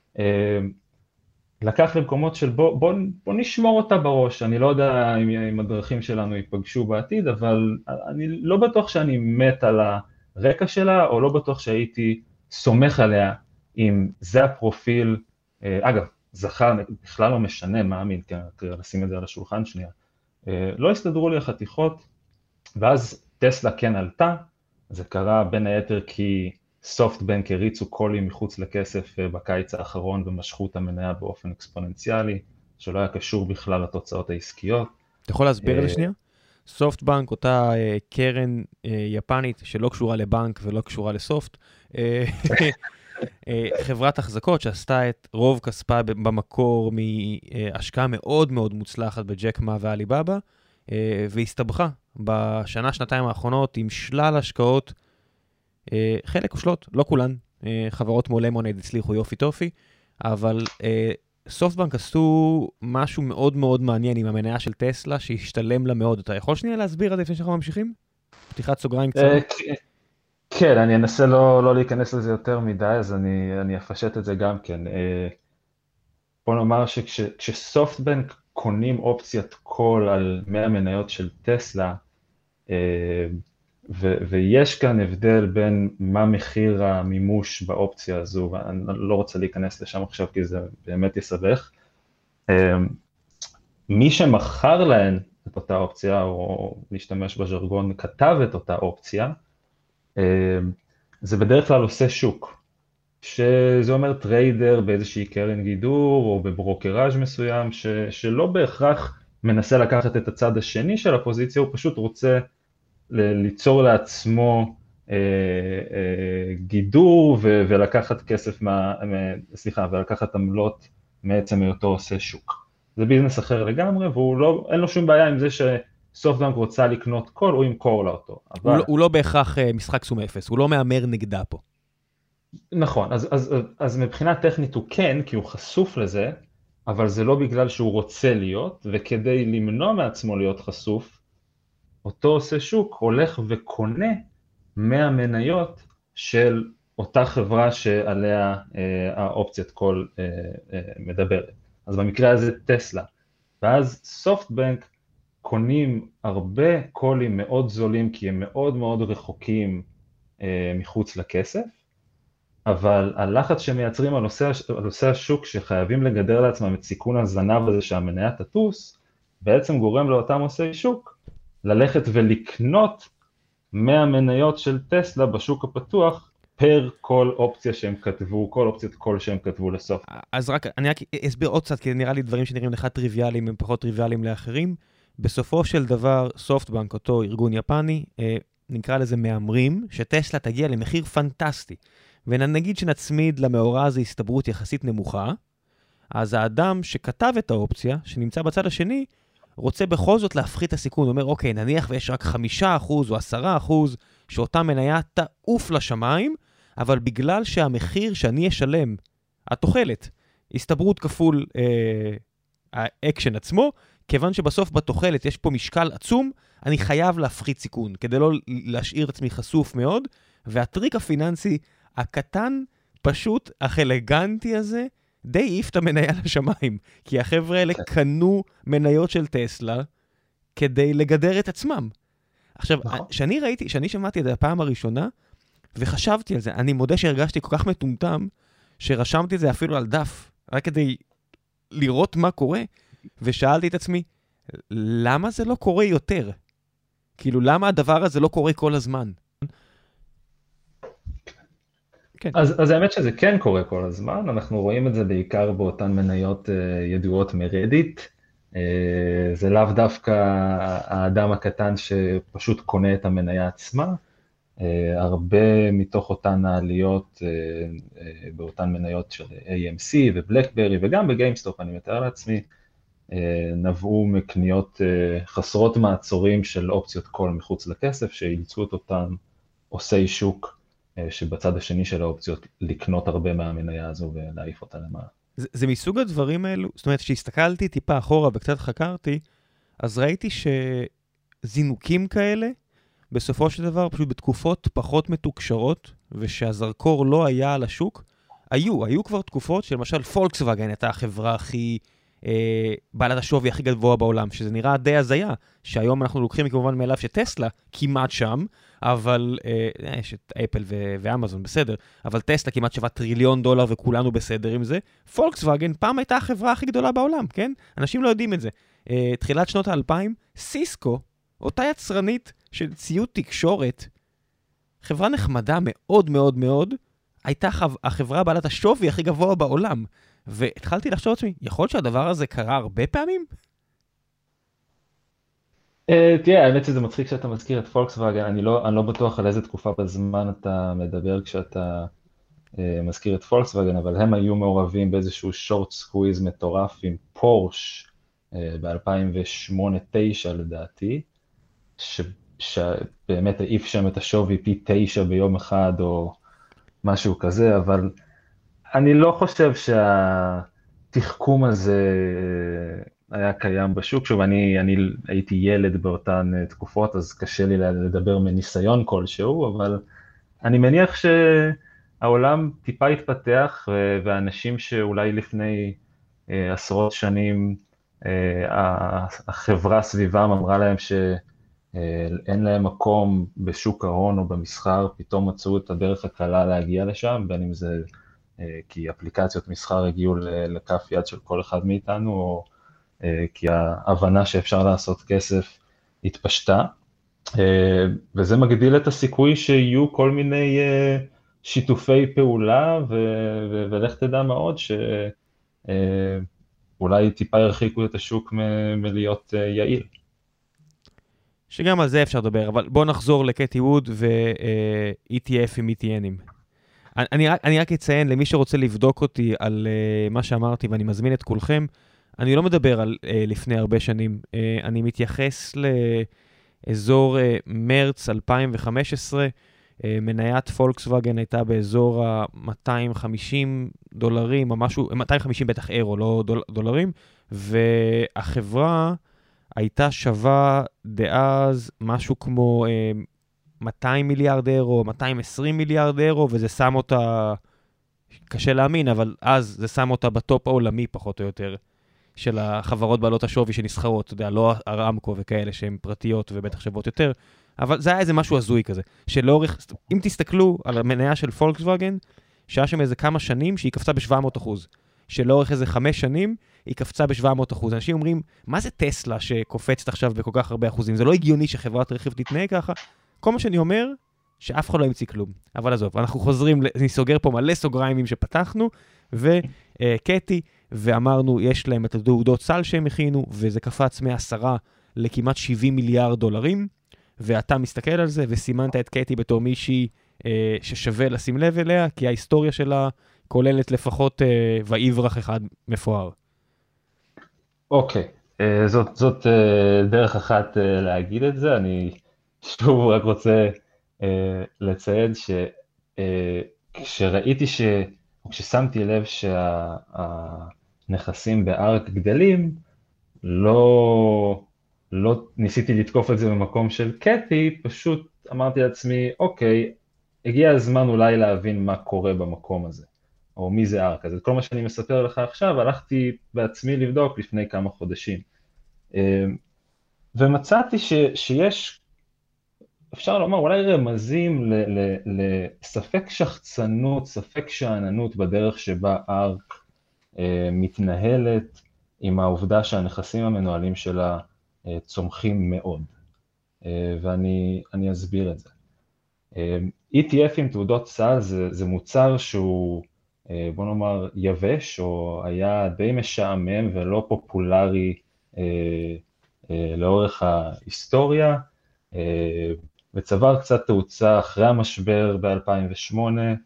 לקח למקומות של בוא נשמור אותה בראש. אני לא יודע אם הדרכים שלנו ייפגשו בעתיד, אבל אני לא בטוח שאני מת על הרקע שלה, או לא בטוח שהייתי סומך עליה אם זה הפרופיל. אגב, זכר בכלל לא משנה, מאמין, לשים את זה על השולחן שנייה. לא הסתדרו לי החתיכות, ואז טסלה כן עלתה. זה קרה בין היתר כי סופטבנק הריצו קולים מחוץ לכסף בקיץ האחרון ומשכו את המניה באופן אקספוננציאלי, שלא היה קשור בכלל לתוצאות העסקיות. אתה יכול להסביר את זה שנייה? סופטבנק, אותה קרן יפנית שלא קשורה לבנק ולא קשורה לסופט, חברת החזקות שעשתה את רוב כספה במקור מהשקעה מאוד מאוד מוצלחת בג'ק מה ואליבאבא, והסתבכה בשנה, שנתיים האחרונות עם שלל השקעות, חלק כושלות, לא כולן, חברות כמו למונייד הצליחו יופי טופי, אבל סופטבנק עשו משהו מאוד מאוד מעניין עם המניה של טסלה שהשתלם לה מאוד. אתה יכול שנייה להסביר את זה לפני שאנחנו ממשיכים? פתיחת סוגריים קצרה. כן, אני אנסה לא להיכנס לזה יותר מדי, אז אני אפשט את זה גם כן. בוא נאמר שכשסופטבנק קונים אופציית קול על 100 מניות של טסלה, ויש כאן הבדל בין מה מחיר המימוש באופציה הזו, ואני לא רוצה להיכנס לשם עכשיו כי זה באמת יסבך. מי שמכר להן את אותה אופציה, או להשתמש בז'רגון, כתב את אותה אופציה, זה בדרך כלל עושה שוק, שזה אומר טריידר באיזושהי קרן גידור, או בברוקראז' מסוים, שלא בהכרח מנסה לקחת את הצד השני של הפוזיציה, הוא פשוט רוצה ליצור לעצמו גידור ולקחת כסף ולקחת עמלות מעצם היותו עושה שוק. זה ביזנס אחר לגמרי, ואין לו שום בעיה עם זה שסופטבנק רוצה לקנות קול, הוא ימכור לה אותו. הוא לא בהכרח משחק סום אפס, הוא לא מאמר נגדה פה. נכון, אז מבחינה טכנית הוא כן, כי הוא חשוף לזה, אבל זה לא בגלל שהוא רוצה להיות, וכדי למנוע מעצמו להיות חשוף, אותו עושה שוק הולך וקונה מהמניות של אותה חברה שעליה האופציית קול מדברת. אז במקרה הזה טסלה. ואז סופטבנק קונים הרבה קולים מאוד זולים, כי הם מאוד מאוד רחוקים מחוץ לכסף, אבל הלחץ שמייצרים על נושא השוק, שחייבים לגדר לעצמם את סיכון הזנב הזה שהמניה תטוס, בעצם גורם לאותם עושי שוק ללכת ולקנות 100 מניות של טסלה בשוק הפתוח, פר כל אופציה שהם כתבו, כל אופציית קול שהם כתבו לסוף. אז אני רק אסביר עוד קצת, כי נראה לי דברים שנראים לך טריוויאליים הם פחות טריוויאליים לאחרים. בסופו של דבר, סופטבנק, אותו ארגון יפני, נקרא לזה מאמרים, שטסלה תגיע למחיר פנטסטי. ונגיד שנצמיד למאורע הזה הסתברות יחסית נמוכה, אז האדם שכתב את האופציה, שנמצא בצד השני, רוצה בכל זאת להפחית את הסיכון. הוא אומר, אוקיי, נניח ויש רק 5% או 10% שאותה מניה תעוף לשמיים, אבל בגלל שהמחיר שאני אשלם, התוחלת, הסתברות כפול האקשן עצמו, כיוון שבסוף בתוחלת יש פה משקל עצום, אני חייב להפחית סיכון, כדי לא להשאיר את עצמי חשוף מאוד, והטריק הפיננסי הקטן, פשוט, אך אלגנטי הזה, די העיף את המניה לשמיים, כי החבר'ה האלה קנו מניות של טסלה, כדי לגדר את עצמם. עכשיו, שאני שמעתי את זה הפעם הראשונה, וחשבתי על זה, אני מודה שהרגשתי כל כך מטומטם, שרשמתי את זה אפילו על דף, רק כדי לראות מה קורה, ושאלתי את עצמי, למה זה לא קורה יותר? כאילו, למה הדבר הזה לא קורה כל הזמן? כן. אז האמת שזה כן קורה כל הזמן, אנחנו רואים את זה בעיקר באותן מניות ידועות מרדיט, זה לאו דווקא האדם הקטן שפשוט קונה את המניה עצמה, הרבה מתוך אותן העליות באותן מניות של AMC ובלקברי וגם בגיימסטופ, אני מתאר לעצמי, נבעו מקניות חסרות מעצורים של אופציות קול מחוץ לכסף, שאילצו את אותם עושי שוק שבצד השני של האופציות לקנות הרבה מהמניה הזו ולהעיף אותה למעלה. זה מסוג הדברים האלו, זאת אומרת שהסתכלתי טיפה אחורה וקצת חקרתי, אז ראיתי שזינוקים כאלה, בסופו של דבר פשוט בתקופות פחות מתוקשרות, ושהזרקור לא היה על השוק, היו כבר תקופות שלמשל פולקסווגן הייתה החברה הכי בעלת השווי הכי גבוה בעולם, שזה נראה די הזיה, שהיום אנחנו לוקחים כמובן מאליו שטסלה כמעט שם, אבל יש את אפל ואמזון בסדר, אבל טסלה כמעט $7 טריליון וכולנו בסדר עם זה. פולקסווגן פעם הייתה החברה הכי גדולה בעולם, כן? אנשים לא יודעים את זה. תחילת שנות ה-2000, סיסקו, אותה יצרנית של ציוד תקשורת, חברה נחמדה מאוד מאוד מאוד, הייתה החברה בעלת השווי הכי גבוה בעולם. והתחלתי לחשוב עצמי, יכול להיות שהדבר הזה קרה הרבה פעמים? תראה, האמת שזה מצחיק שאתה מזכיר את פולקסווגן, אני לא בטוח על איזה תקופה בזמן אתה מדבר כשאתה מזכיר את פולקסווגן, אבל הם היו מעורבים באיזשהו שורט סקוויז מטורף עם פורש ב-2008-2009 לדעתי, שבאמת העיף שם את השווי פי 9 ביום אחד או משהו כזה, אבל אני לא חושב שהתחכום הזה היה קיים בשוק. שוב, אני הייתי ילד באותן תקופות, אז קשה לי לדבר מניסיון כלשהו, אבל אני מניח שהעולם טיפה התפתח, ואנשים שאולי לפני עשרות שנים, החברה סביבם אמרה להם שאין להם מקום בשוק ההון או במסחר, פתאום מצאו את הדרך הקלה להגיע לשם, בין אם זה כי אפליקציות מסחר הגיעו לכף יד של כל אחד מאיתנו, או כי ההבנה שאפשר לעשות כסף התפשטה, וזה מגדיל את הסיכוי שיהיו כל מיני שיתופי פעולה, ולך תדע מאוד שאולי טיפה ירחיקו את השוק מלהיות יעיל. שגם על זה אפשר לדבר, אבל בואו נחזור לקטי ווד ו-ETF עם ETN'ים. אני רק אציין למי שרוצה לבדוק אותי על מה שאמרתי, ואני מזמין את כולכם, אני לא מדבר על לפני הרבה שנים, אני מתייחס לאזור מרץ 2015, מניית פולקסווגן הייתה באזור ה-$250 או משהו, 250 בטח אירו, לא דולרים, והחברה הייתה שווה דאז משהו כמו 200 מיליארד אירו, 220 מיליארד אירו, וזה שם אותה, קשה להאמין, אבל אז זה שם אותה בטופ העולמי פחות או יותר. של החברות בעלות השווי שנסחרות, אתה יודע, לא הרמקו וכאלה שהן פרטיות ובטח שוות יותר, אבל זה היה איזה משהו הזוי כזה, שלאורך, אם תסתכלו על המניה של פולקסווגן, שהיה שם איזה כמה שנים שהיא קפצה ב-700%, שלאורך איזה 5 שנים היא קפצה ב-700%. אנשים אומרים, מה זה טסלה שקופצת עכשיו בכל כך הרבה אחוזים? זה לא הגיוני שחברת רכב תתנהג ככה. כל מה שאני אומר, שאף אחד לא ימציא כלום. אבל עזוב, אנחנו חוזרים, אני סוגר פה מלא סוגריים שפתחנו, וקטי, ואמרנו, יש להם את התעודות סל שהם הכינו, וזה קפץ מ10 לכמעט 70 מיליארד דולרים, ואתה מסתכל על זה, וסימנת את קטי בתור מישהי ששווה לשים לב אליה, כי ההיסטוריה שלה כוללת לפחות ויברח אחד מפואר. אוקיי, זאת דרך אחת להגיד את זה. אני שוב רק רוצה לציין שכשראיתי כששמתי לב שהנכסים בארק גדלים, לא ניסיתי לתקוף את זה במקום של קטי, פשוט אמרתי לעצמי, אוקיי, הגיע הזמן אולי להבין מה קורה במקום הזה, או מי זה ארק. אז את כל מה שאני מספר לך עכשיו, הלכתי בעצמי לבדוק לפני כמה חודשים. ומצאתי שיש, אפשר לומר, אולי רמזים לספק שחצנות, ספק שעננות בדרך שבה ארק מתנהלת, עם העובדה שהנכסים המנוהלים שלה צומחים מאוד. ואני אסביר את זה. ETF עם תעודות סל זה מוצר שהוא, בוא נאמר, יבש, או היה די משעמם ולא פופולרי לאורך ההיסטוריה, וצבר קצת תאוצה אחרי המשבר ב-2008,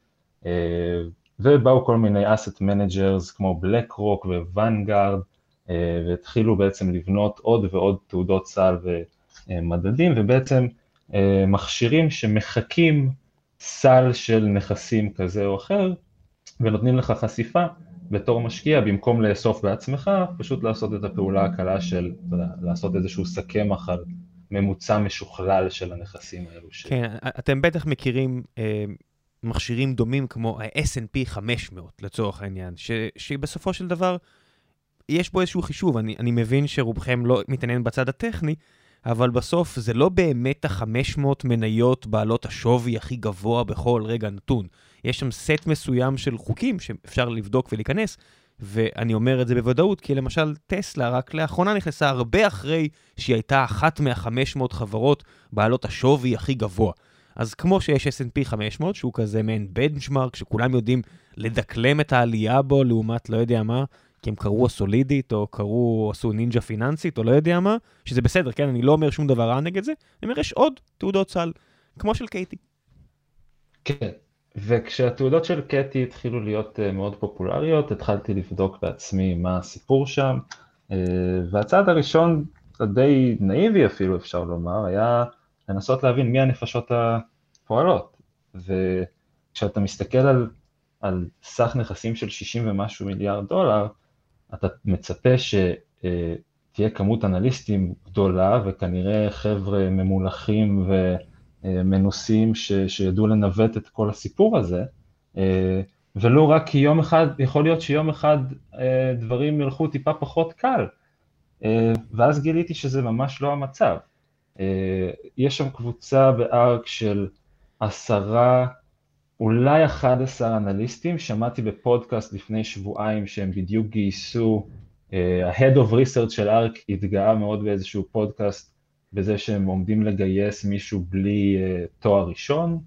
ובאו כל מיני asset managers כמו BlackRock וVanguard, והתחילו בעצם לבנות עוד ועוד תעודות סל ומדדים, ובעצם מכשירים שמחקים סל של נכסים כזה או אחר, ונותנים לך חשיפה בתור משקיע, במקום לאסוף בעצמך, פשוט לעשות את הפעולה הקלה של, לעשות איזשהו סכמח על ממוצע משוכלל של הנכסים האלו. כן, אתם בטח מכירים מכשירים דומים כמו ה-S&P 500 לצורך העניין, שבסופו של דבר יש בו איזשהו חישוב. אני מבין שרובכם לא מתעניין בצד הטכני, אבל בסוף זה לא באמת ה-500 מניות בעלות השווי הכי גבוה בכל רגע נתון. יש שם סט מסוים של חוקים שאפשר לבדוק ולהיכנס, ואני אומר את זה בוודאות, כי למשל טסלה רק לאחרונה נכנסה הרבה אחרי שהיא הייתה אחת מה-500 חברות בעלות השווי הכי גבוה. אז כמו שיש S&P 500, שהוא כזה מעין בנצ'מרק, שכולם יודעים לדקלם את העלייה בו, לעומת לא יודע מה, כי הם קראו הסולידית, או עשו נינג'ה פיננסית, או לא יודע מה, שזה בסדר, כן? אני לא אומר שום דבר רע נגד זה, אני אומר, יש עוד תעודות סל, כמו של קייטי. כן, וכשהתעודות של קטי התחילו להיות מאוד פופולריות, התחלתי לבדוק בעצמי מה הסיפור שם, והצעד הראשון, די נאיבי אפילו אפשר לומר, היה לנסות להבין מי הנפשות הפועלות. וכשאתה מסתכל על סך נכסים של 60 ומשהו מיליארד דולר, אתה מצפה שתהיה כמות אנליסטים גדולה, וכנראה חבר'ה ממולחים ומנוסים שידעו לנווט את כל הסיפור הזה, ולא רק כי יום אחד, יכול להיות שיום אחד דברים ילכו טיפה פחות קל, ואז גיליתי שזה ממש לא המצב. יש שם קבוצה בארק של 10, אולי 11 אנליסטים. שמעתי בפודקאסט לפני שבועיים שהם בדיוק גייסו, ה-Head of Research של ארק התגאה מאוד באיזשהו פודקאסט, בזה שהם עומדים לגייס מישהו בלי תואר ראשון,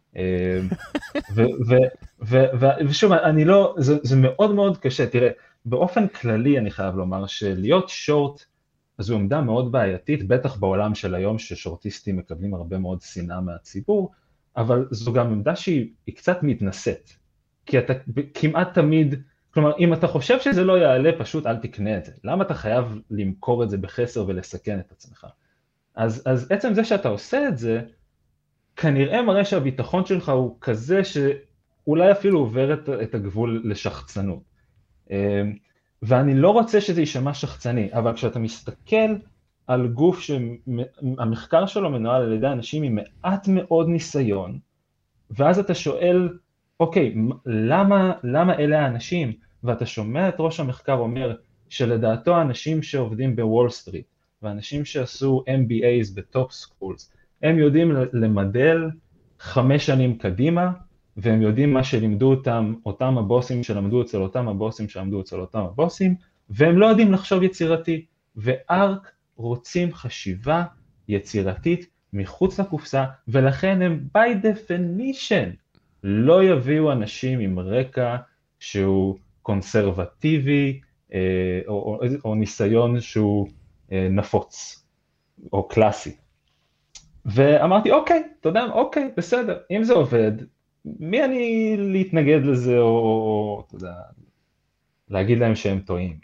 ושוב, אני לא, זה מאוד מאוד קשה. תראה, באופן כללי אני חייב לומר שלהיות שורט, זו עמדה מאוד בעייתית, בטח בעולם של היום ששורטיסטים מקבלים הרבה מאוד שנאה מהציבור, אבל זו גם עמדה שהיא קצת מתנשאת, כי אתה כמעט תמיד, כלומר, אם אתה חושב שזה לא יעלה, פשוט אל תקנה את זה. למה אתה חייב למכור את זה בחסר ולסכן את עצמך? אז עצם זה שאתה עושה את זה, כנראה מראה שהביטחון שלך הוא כזה שאולי אפילו עובר את הגבול לשחצנות. ואני לא רוצה שזה יישמע שחצני, אבל כשאתה מסתכל על גוף שהמחקר שלו מנוהל על ידי אנשים עם מעט מאוד ניסיון, ואז אתה שואל, אוקיי, למה אלה האנשים? ואתה שומע את ראש המחקר אומר שלדעתו אנשים שעובדים בוול סטריט, ואנשים שעשו MBAs בטופ סקולס, הם יודעים למדל 5 שנים קדימה, והם יודעים מה שלימדו אותם הבוסים שלמדו אצל אותם הבוסים שלמדו אצל אותם הבוסים, והם לא יודעים לחשוב יצירתי, וארק רוצים חשיבה יצירתית מחוץ לקופסה, ולכן הם by definition לא יביאו אנשים עם רקע שהוא קונסרבטיבי, או ניסיון שהוא נפוץ, או קלאסי. ואמרתי, אוקיי, אתה יודע, אוקיי, בסדר, אם זה עובד, מי אני להתנגד לזה, או אתה יודע, להגיד להם שהם טועים.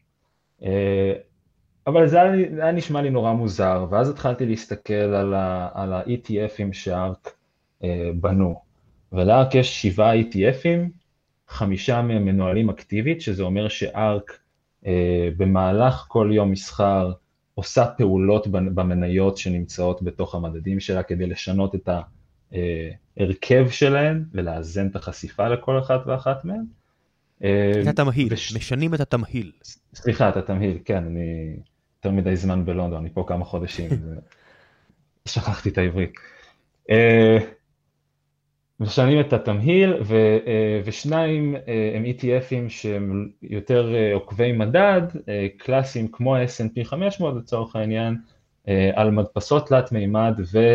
אבל זה היה נשמע לי נורא מוזר, ואז התחלתי להסתכל על ה-ETFים שארק בנו. ולארק יש 7 ETFים, 5 מהם מנוהלים אקטיבית, שזה אומר שארק במהלך כל יום מסחר עושה פעולות במניות שנמצאות בתוך המדדים שלה, כדי לשנות את ההרכב שלהן ולאזן את החשיפה לכל אחת ואחת מהן. את התמהיל, משנים את התמהיל. סליחה, את התמהיל, כן, אני יותר מדי זמן בלונדון, אני פה כמה חודשים, שכחתי את העברית. משנים את התמהיל, ושניים הם ETFים שהם יותר עוקבי מדד, קלאסיים כמו ה-S&P 500 לצורך העניין, על מדפסות תלת מימד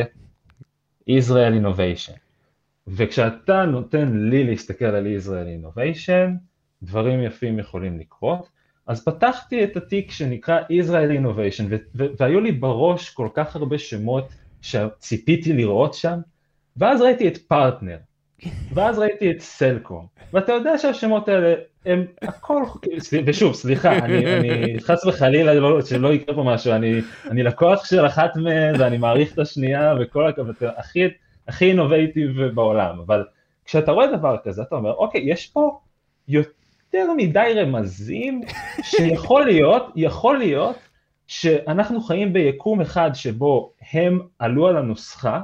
ו-Israel Innovation. וכשאתה נותן לי להסתכל על Israel Innovation, דברים יפים יכולים לקרות, אז פתחתי את התיק שנקרא Israel Innovation, והיו לי בראש כל כך הרבה שמות שציפיתי לראות שם, ואז ראיתי את פרטנר, ואז ראיתי את סלקום, ואתה יודע שהשמות האלה הם הכל, ושוב, סליחה, אני חס וחלילה שלא יקרה פה משהו, אני לקוח של אחת מהן, ואני מעריך את השנייה, וכל הכי אינובייטיב בעולם, אבל כשאתה רואה דבר כזה, אתה אומר, אוקיי, יש פה יותר מדי רמזים, שיכול להיות שאנחנו חיים ביקום אחד שבו הם עלו על הנוסחה,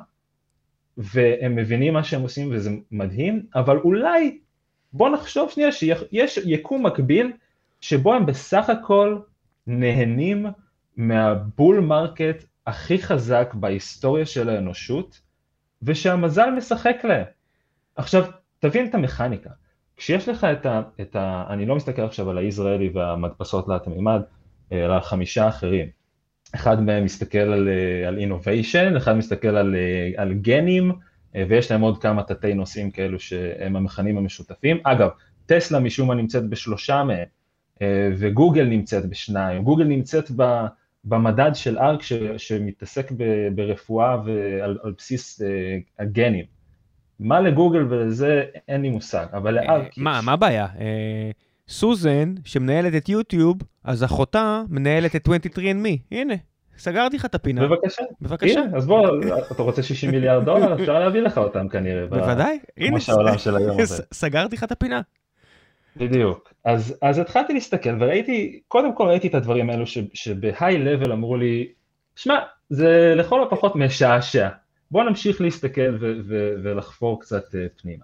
והם מבינים מה שהם עושים וזה מדהים, אבל אולי בוא נחשוב שנייה שיש יקום מקביל, שבו הם בסך הכל נהנים מהבול מרקט הכי חזק בהיסטוריה של האנושות, ושהמזל משחק להם. עכשיו, תבין את המכניקה. כשיש לך אני לא מסתכל עכשיו על הישראלי והמדפסות תלת מימד, אלא על 5 אחרים. אחד מהם מסתכל על innovation, אחד מסתכל על גנים, ויש להם עוד כמה תתי נושאים כאלו שהם המכנים המשותפים. אגב, טסלה משום מה נמצאת ב3 מהם, וגוגל נמצאת ב2, גוגל נמצאת במדד של ארק שמתעסק ברפואה ועל בסיס הגנים. מה לגוגל ולזה אין לי מושג, אבל לארק... מה הבעיה? סוזן, שמנהלת את יוטיוב, אז אחותה מנהלת את 23andMe. הנה, סגרתי לך את הפינה. בבקשה. הנה, אז בוא, אתה רוצה 60 מיליארד דולר, אפשר להביא לך אותם כנראה. בוודאי, הנה. ממש העולם של היום הזה. סגרתי לך את הפינה. בדיוק. אז התחלתי להסתכל, קודם כל ראיתי את הדברים האלו, שבהיי לבל אמרו לי, שמע, זה לכל הפחות משעשע. בוא נמשיך להסתכל ולחפור קצת פנימה.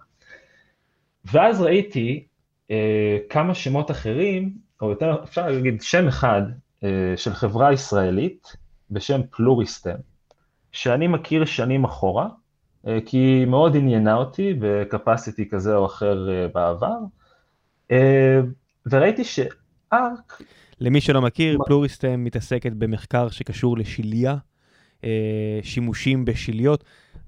ואז ראיתי, כמה שמות אחרים, או יותר אפשר להגיד שם אחד של חברה ישראלית בשם פלוריסטם, שאני מכיר שנים אחורה, כי היא מאוד עניינה אותי בקפסיטי כזה או אחר בעבר, וראיתי שארק... למי שלא מכיר, פלוריסטם מתעסקת במחקר שקשור לשיליה, שימושים בשיליות,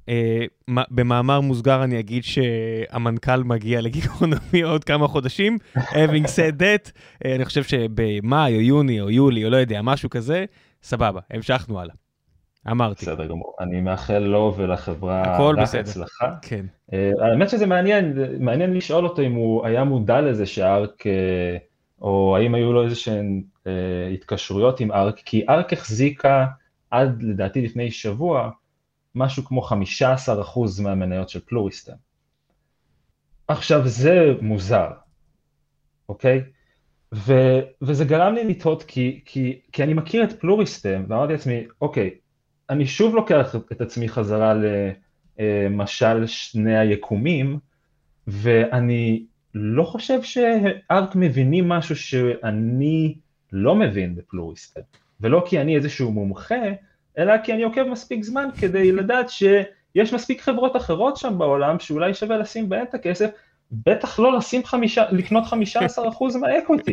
במאמר מוסגר אני אגיד שהמנכ"ל מגיע לגיקונומי עוד כמה חודשים, having said that, אני חושב שבמאי או יוני או יולי או לא יודע, משהו כזה, סבבה, המשכנו הלאה. אמרתי. בסדר גמור, אני מאחל לו ולחברה רק הצלחה. כן. האמת שזה מעניין לשאול אותו אם הוא היה מודע לזה שארק, או האם היו לו איזשהן התקשרויות עם ארק, כי ארק החזיקה עד לדעתי לפני שבוע, משהו כמו 15% מהמניות של פלוריסטם. עכשיו זה מוזר, אוקיי? וזה גרם לי לטעות, כי אני מכיר את פלוריסטם, ואמרתי לעצמי, אוקיי, אני שוב לוקח את עצמי חזרה למשל שני היקומים, ואני לא חושב שארק מבינים משהו שאני לא מבין בפלוריסטם, ולא כי אני איזשהו מומחה, אלא כי אני עוקב מספיק זמן כדי לדעת שיש מספיק חברות אחרות שם בעולם, שאולי שווה לשים בהן את הכסף, בטח לא לקנות 15% מהאקוויטי.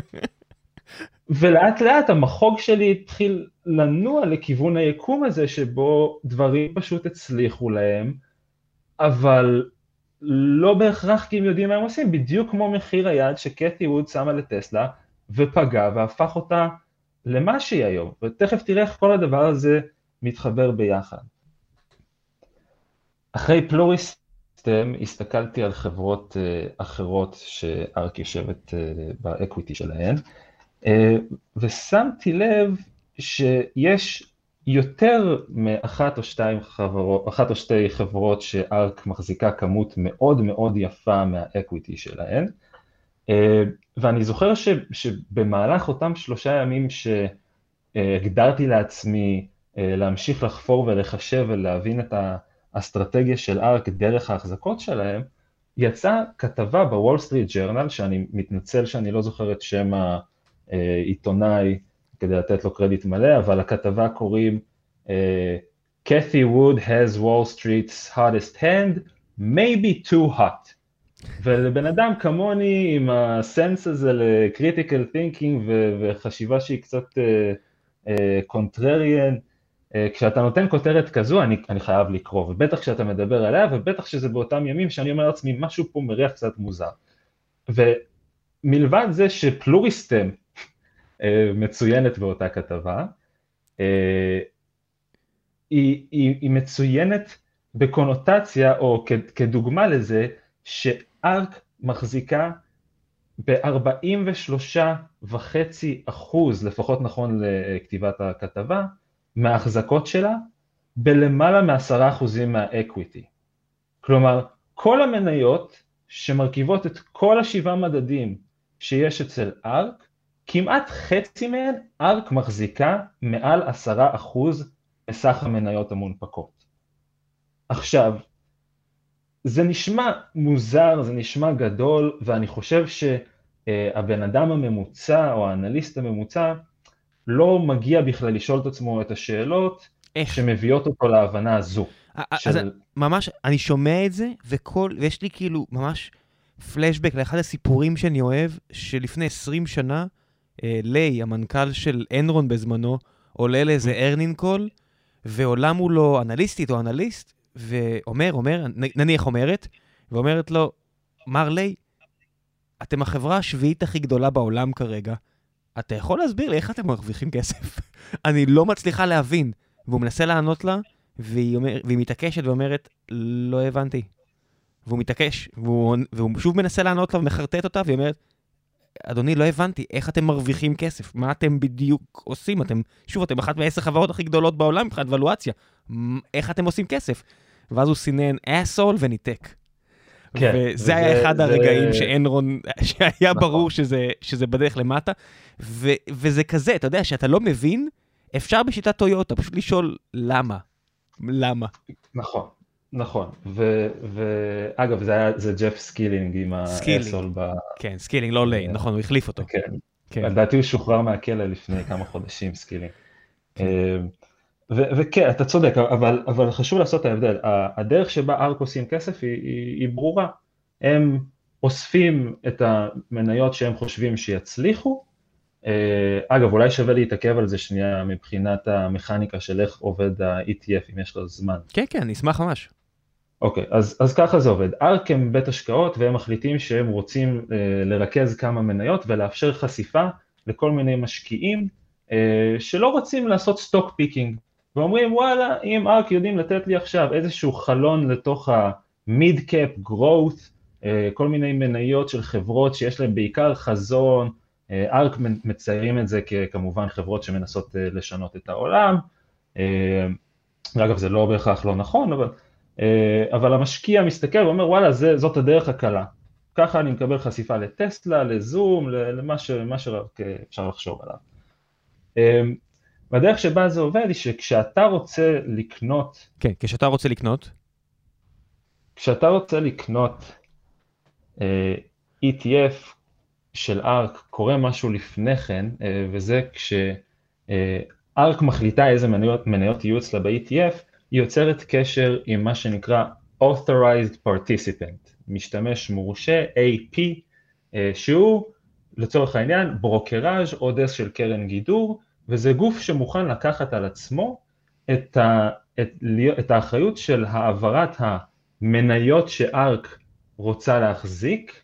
ולאט לאט המחוג שלי התחיל לנוע לכיוון היקום הזה, שבו דברים פשוט הצליחו להם, אבל לא בהכרח כי הם יודעים מה הם עושים, בדיוק כמו מחיר היד שקתי ווד שמה לטסלה, ופגע והפך אותה למה שהיא היום, ותכף תראה איך כל הדבר הזה מתחבר ביחד. אחרי פלוריסטם הסתכלתי על חברות אחרות שארק יושבת באקוויטי שלהן, ושמתי לב שיש יותר מאחת או שתי חברות שארק מחזיקה כמות מאוד מאוד יפה מהאקוויטי שלהן, ואני זוכר שבמהלך אותם 3 ימים שהגדרתי לעצמי להמשיך לחפור ולחשב ולהבין את האסטרטגיה של ארק דרך ההחזקות שלהם, יצאה כתבה בוול סטריט ג'ורנל, שאני מתנצל שאני לא זוכר את שם העיתונאי כדי לתת לו קרדיט מלא, אבל הכתבה קוראים Cathy Wood has Wall Street's hottest hand, maybe too hot. ולבן אדם כמוני עם הסנס הזה לקריטיקל תינקינג וחשיבה שהיא קצת קונטרריאן, כשאתה נותן כותרת כזו אני חייב לקרוא, ובטח כשאתה מדבר עליה, ובטח שזה באותם ימים שאני אומר לעצמי משהו פה מריח קצת מוזר. ומלבד זה שפלוריסטם מצוינת באותה כתבה, היא מצוינת בקונוטציה או כדוגמה לזה שארק מחזיקה ב-43.5%, לפחות נכון לכתיבת הכתבה, מההחזקות שלה, בלמעלה מ10% מהאקוויטי. כלומר, כל המניות שמרכיבות את כל 7 מדדים שיש אצל ארק, כמעט חצי מהן ארק מחזיקה מעל 10% מסך המניות המונפקות. עכשיו, זה נשמע מוזר, זה נשמע גדול, ואני חושב שהבן אדם הממוצע או האנליסט הממוצע לא מגיע בכלל לשאול את עצמו את השאלות שמביאות אותו להבנה הזו. אז ממש, אני שומע את זה, ויש לי כאילו ממש פלשבק לאחד הסיפורים שאני אוהב, שלפני 20 שנה, לי, המנכ"ל של אנרון בזמנו, עולה לאיזה ארנינג קול, ועולה מולו אנליסטית או אנליסט, נניח אומרת, ואומרת לו, מר לי, אתם החברה השביעית הכי גדולה בעולם כרגע, אתה יכול להסביר לי איך אתם מרוויחים כסף? אני לא מצליחה להבין. והוא מנסה לענות לה, והיא מתעקשת ואומרת, לא הבנתי. והוא מתעקש, והוא שוב מנסה לענות לה ומחרטט אותה, והיא אומרת, אדוני, לא הבנתי, איך אתם מרוויחים כסף? מה אתם בדיוק עושים? אתם אחת מ10 חברות הכי גדולות בעולם מבחינת ולואציה. איך אתם עושים כסף? ואז הוא סינן אסול וניתק. כן, וזה היה אחד הרגעים שאנרון, שהיה ברור שזה בדרך למטה, וזה כזה, אתה יודע, שאתה לא מבין, אפשר בשיטת טויוטה, פשוט לשאול למה. למה? נכון, ואגב, זה ג'ף סקילינג עם האסול. כן, סקילינג, לא לי, נכון, הוא החליף אותו. כן, לדעתי הוא שוחרר מהכלא לפני כמה חודשים, סקילינג. וכן, אתה צודק, אבל חשוב לעשות את ההבדל. הדרך שבה ארק עושים כסף היא ברורה. הם אוספים את המניות שהם חושבים שיצליחו. אגב, אולי שווה להתעכב על זה שנייה מבחינת המכניקה של איך עובד ה-ETF, אם יש לו זמן. כן, אני אשמח ממש. אוקיי, אז ככה זה עובד. ארק הם בית השקעות והם מחליטים שהם רוצים לרכז כמה מניות ולאפשר חשיפה לכל מיני משקיעים שלא רוצים לעשות סטוק פיקינג. ואומרים, וואלה, אם ארק יודעים לתת לי עכשיו איזשהו חלון לתוך ה-mid-cap growth, כל מיני מניות של חברות שיש להן בעיקר חזון, ארק מציירים את זה כמובן חברות שמנסות לשנות את העולם, אגב זה לא בהכרח לא נכון, אבל המשקיע מסתכל ואומר, וואלה, זאת הדרך הקלה, ככה אני מקבל חשיפה לטסלה, לזום, למה שרק אפשר לחשוב עליו. והדרך שבה זה עובד היא שכשאתה רוצה לקנות... כן, כשאתה רוצה לקנות... כשאתה רוצה לקנות ETF של ארק קורה משהו לפני כן, וזה כשארק מחליטה איזה מניות יהיו אצלה ב-ETF, היא יוצרת קשר עם מה שנקרא Authorized Participant, משתמש מורשה, AP, שהוא לצורך העניין ברוקראז' או דסק של קרן גידור, וזה גוף שמוכן לקחת על עצמו את האחריות של העברת המניות שארק רוצה להחזיק,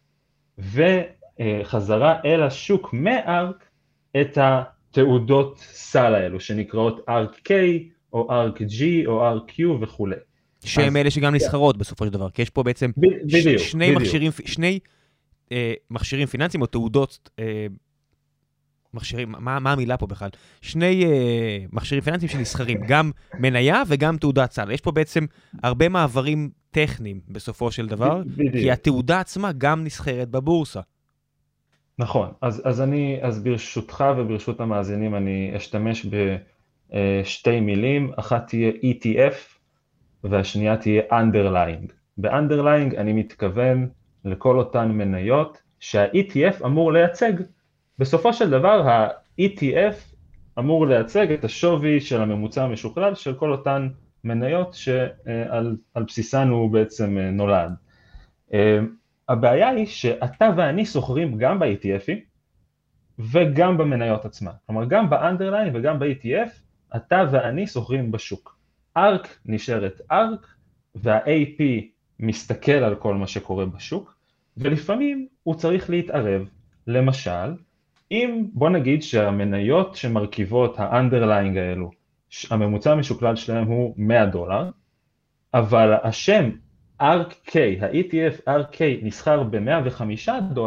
וחזרה אל השוק מארק את התעודות סל האלו, שנקראות ARK-K או ARK-G או ARK-Q וכו'. שהם אלה שגם נסחרות בסופו של דבר, כי יש פה בעצם שני מכשירים פיננסיים או תעודות, מכשירים, מה המילה פה בכלל? שני מכשירים פיננסיים שנסחרים, גם מניה וגם תעודת סל. יש פה בעצם הרבה מעברים טכניים בסופו של דבר, כי התעודה עצמה גם נסחרת בבורסה. נכון, אז ברשותך וברשות המאזינים אני אשתמש בשתי מילים, אחת תהיה ETF והשנייה תהיה underlying. ב-underlying אני מתכוון לכל אותן מניות שה-ETF אמור לייצג. בסופו של דבר ה-ETF אמור לייצג את השווי של הממוצע המשוקלל של כל אותן מניות שעל בסיסן הוא בעצם נולד. הבעיה היא שאתה ואני סוחרים גם ב-ETFים וגם במניות עצמה. כלומר, גם ב-underline וגם ב-ETF, אתה ואני סוחרים בשוק. ARK נשארת ARK, וה-AP מסתכל על כל מה שקורה בשוק, ולפעמים הוא צריך להתערב. למשל, אם בוא נגיד שהמניות שמרכיבות ה-underlying האלו, הממוצע המשוקלל שלהם הוא $100, אבל השם ARK-K, ה-ETF ARK-K נסחר ב-$105,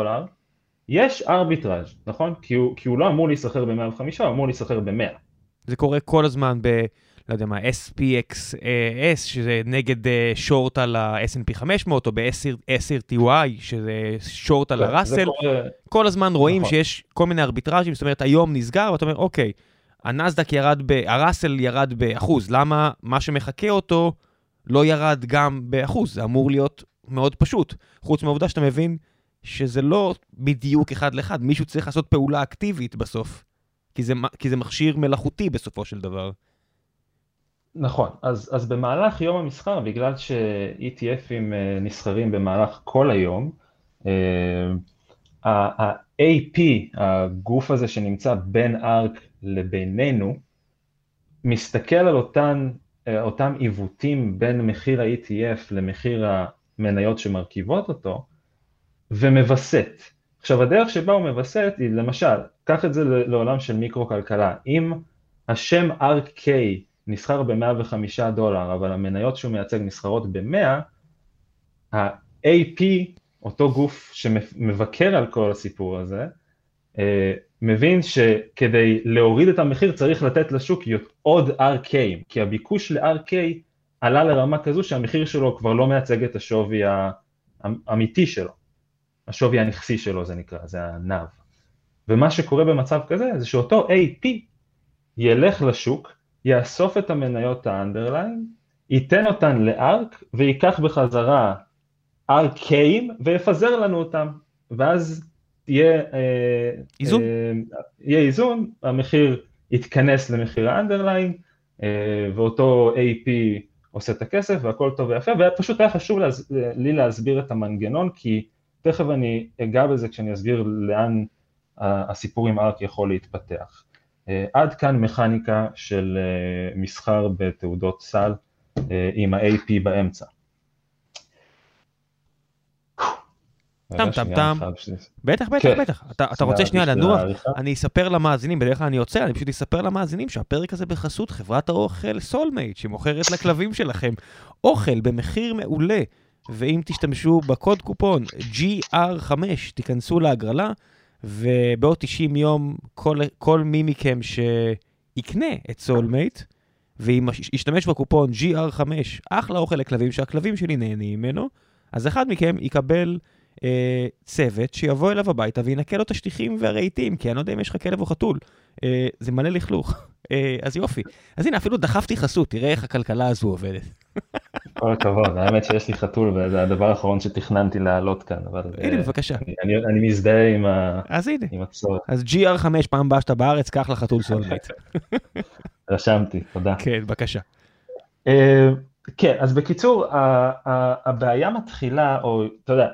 יש ארביטראז', נכון? כי הוא לא אמור להיסחר ב-105, הוא אמור להיסחר ב-100. זה קורה כל הזמן לא יודע מה, SPXS, שזה נגד שורט על ה-S&P 500, או ב-10TY, שזה שורט על הראסל. כל הזמן רואים שיש כל מיני ארביטראז'ים, זאת אומרת, היום נסגר, ואתה אומר, אוקיי, הנסדק ירד הראסל ירד באחוז, למה מה שמחכה אותו לא ירד גם באחוז? זה אמור להיות מאוד פשוט. חוץ מהעובדה שאתה מבין שזה לא בדיוק אחד לאחד, מישהו צריך לעשות פעולה אקטיבית בסוף, כי זה מכשיר מלאכותי בסופו של דבר. נכון, אז במהלך יום המסחר, בגלל ש-ETFים נסחרים במהלך כל היום, ה-AP, הגוף הזה שנמצא בין ARK לבינינו, מסתכל על אותם עיוותים בין מחיר ה-ETF למחיר המניות שמרכיבות אותו, ומבסט. עכשיו, הדרך שבה הוא מבסט היא, למשל, קח את זה לעולם של מיקרו-כלכלה, אם השם ARK-K נסחר ב-$105, אבל המניות שהוא מייצג נסחרות ב-100, ה-AP, אותו גוף שמבקר על כל הסיפור הזה, מבין שכדי להוריד את המחיר צריך לתת לשוק עוד RK, כי הביקוש ל-RK עלה לרמה כזו שהמחיר שלו כבר לא מייצג את השווי האמיתי שלו, השווי הנכסי שלו זה נקרא, זה הנב. ומה שקורה במצב כזה זה שאותו AP ילך לשוק, יאסוף את המניות האנדרליין, ייתן אותן לארק ויקח בחזרה ארקיים ויפזר לנו אותם, ואז יהיה איזון, המחיר יתכנס למחיר האנדרליין, ואותו AP עושה את הכסף והכל טוב ויפה, ופשוט היה חשוב לי להסביר את המנגנון, כי תכף אני אגע בזה כשאני אסביר לאן הסיפור עם ארק יכול להתפתח. עד כאן מכניקה של מסחר בתעודות סל עם ה-AP באמצע. טם. בטח. אתה רוצה שנייה לנוח? אני אספר למאזינים, בדרך כלל אני יוצא, אני פשוט אספר למאזינים שהפרק הזה בחסות חברת האוכל סולמייט, שמוכרת לכלבים שלכם אוכל במחיר מעולה, ואם תשתמשו בקוד קופון GR5, תיכנסו להגרלה, ובעוד 90 יום כל מי מכם שיקנה את סולמייט, ואם ישתמש בקופון GR5, אחלה אוכל לכלבים שהכלבים שלי נהנים ממנו, אז אחד מכם יקבל צוות שיבוא אליו הביתה וינקה לו את השטיחים והרהיטים, כי אני לא יודע אם יש לך כלב או חתול, זה מלא לכלוך, אז יופי. אז הנה, אפילו דחפתי חסות, תראה איך הכלכלה הזו עובדת. כל הכבוד, האמת שיש לי חתול וזה הדבר האחרון שתכננתי להעלות כאן, אבל הנה, בבקשה. אני מזדהה אז הנה. עם הצורך. אז GR5 פעם הבאה שאתה בארץ, קח לחתול סולמייט. רשמתי, תודה. כן, בבקשה. כן, אז בקיצור, הבעיה מתחילה, או אתה יודע,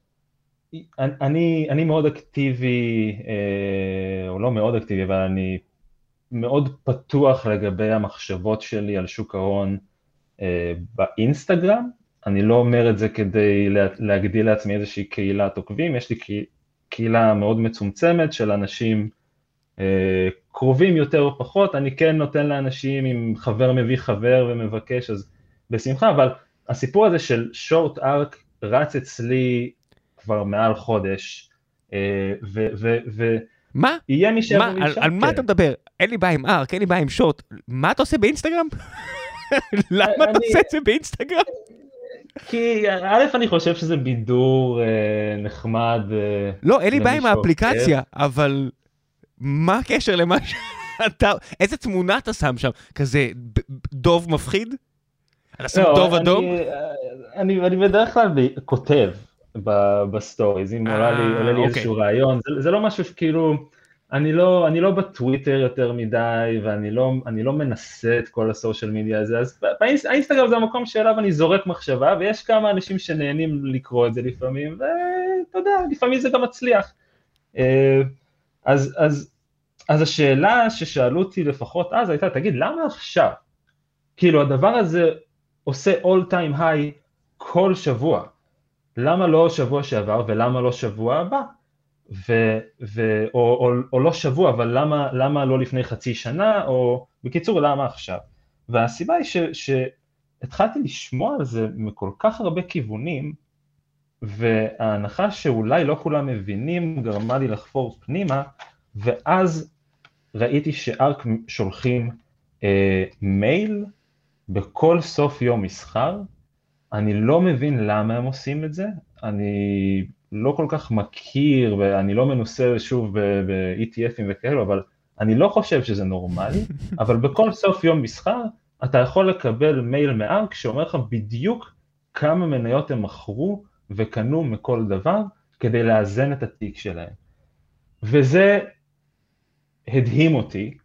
אני מאוד אקטיבי, או לא מאוד אקטיבי, אבל אני מאוד פתוח לגבי המחשבות שלי על שוק ההון באינסטגרם. אני לא אומר את זה כדי להגדיל לעצמי איזושהי קהילת עוקבים, יש לי קהילה מאוד מצומצמת של אנשים קרובים יותר או פחות, אני כן נותן לאנשים אם חבר מביא חבר ומבקש, אז בשמחה, אבל הסיפור הזה של שורט ארק רץ אצלי כבר מעל חודש, מה? יהיה מי שיבוא משם. על מה אתה מדבר? אין לי בעיה עם ארק, אין לי בעיה עם שוט. מה אתה עושה באינסטגרם? למה אתה עושה את זה באינסטגרם? כי א', אני חושב שזה בידור נחמד. לא, אין לי בעיה עם האפליקציה, אבל מה הקשר למה שאתה... איזה תמונה אתה שם שם? כזה דוב מפחיד? אתה שם דוב אדום? אני בדרך כלל כותב בסטוריז, אם עולה לי איזשהו רעיון, זה לא משהו שכאילו, אני לא בטוויטר יותר מדי, ואני לא מנסה את כל הסושיאל מדיה הזה, אז האינסטגרם זה המקום שאליו אני זורק מחשבה, ויש כמה אנשים שנהנים לקרוא את זה לפעמים, ואתה יודע, לפעמים זה גם מצליח. אז השאלה ששאלו אותי לפחות אז הייתה, תגיד, למה עכשיו? כאילו הדבר הזה עושה all time high כל שבוע, למה לא שבוע שעבר ולמה לא שבוע הבא? או לא שבוע, אבל למה לא לפני חצי שנה, או בקיצור, למה עכשיו? והסיבה היא שהתחלתי לשמוע על זה מכל כך הרבה כיוונים, וההנחה שאולי לא כולם מבינים גרמה לי לחפור פנימה, ואז ראיתי שארק שולחים מייל בכל סוף יום מסחר, אני לא מבין למה הם עושים את זה, אני לא כל כך מכיר, ואני לא מנוסה שוב ב-ETFים וכאלו, אבל אני לא חושב שזה נורמלי, אבל בכל סוף יום מסחר, אתה יכול לקבל מייל מארק שאומר לך בדיוק כמה מניות הם מכרו וקנו מכל דבר, כדי לאזן את התיק שלהם. וזה הדהים אותי,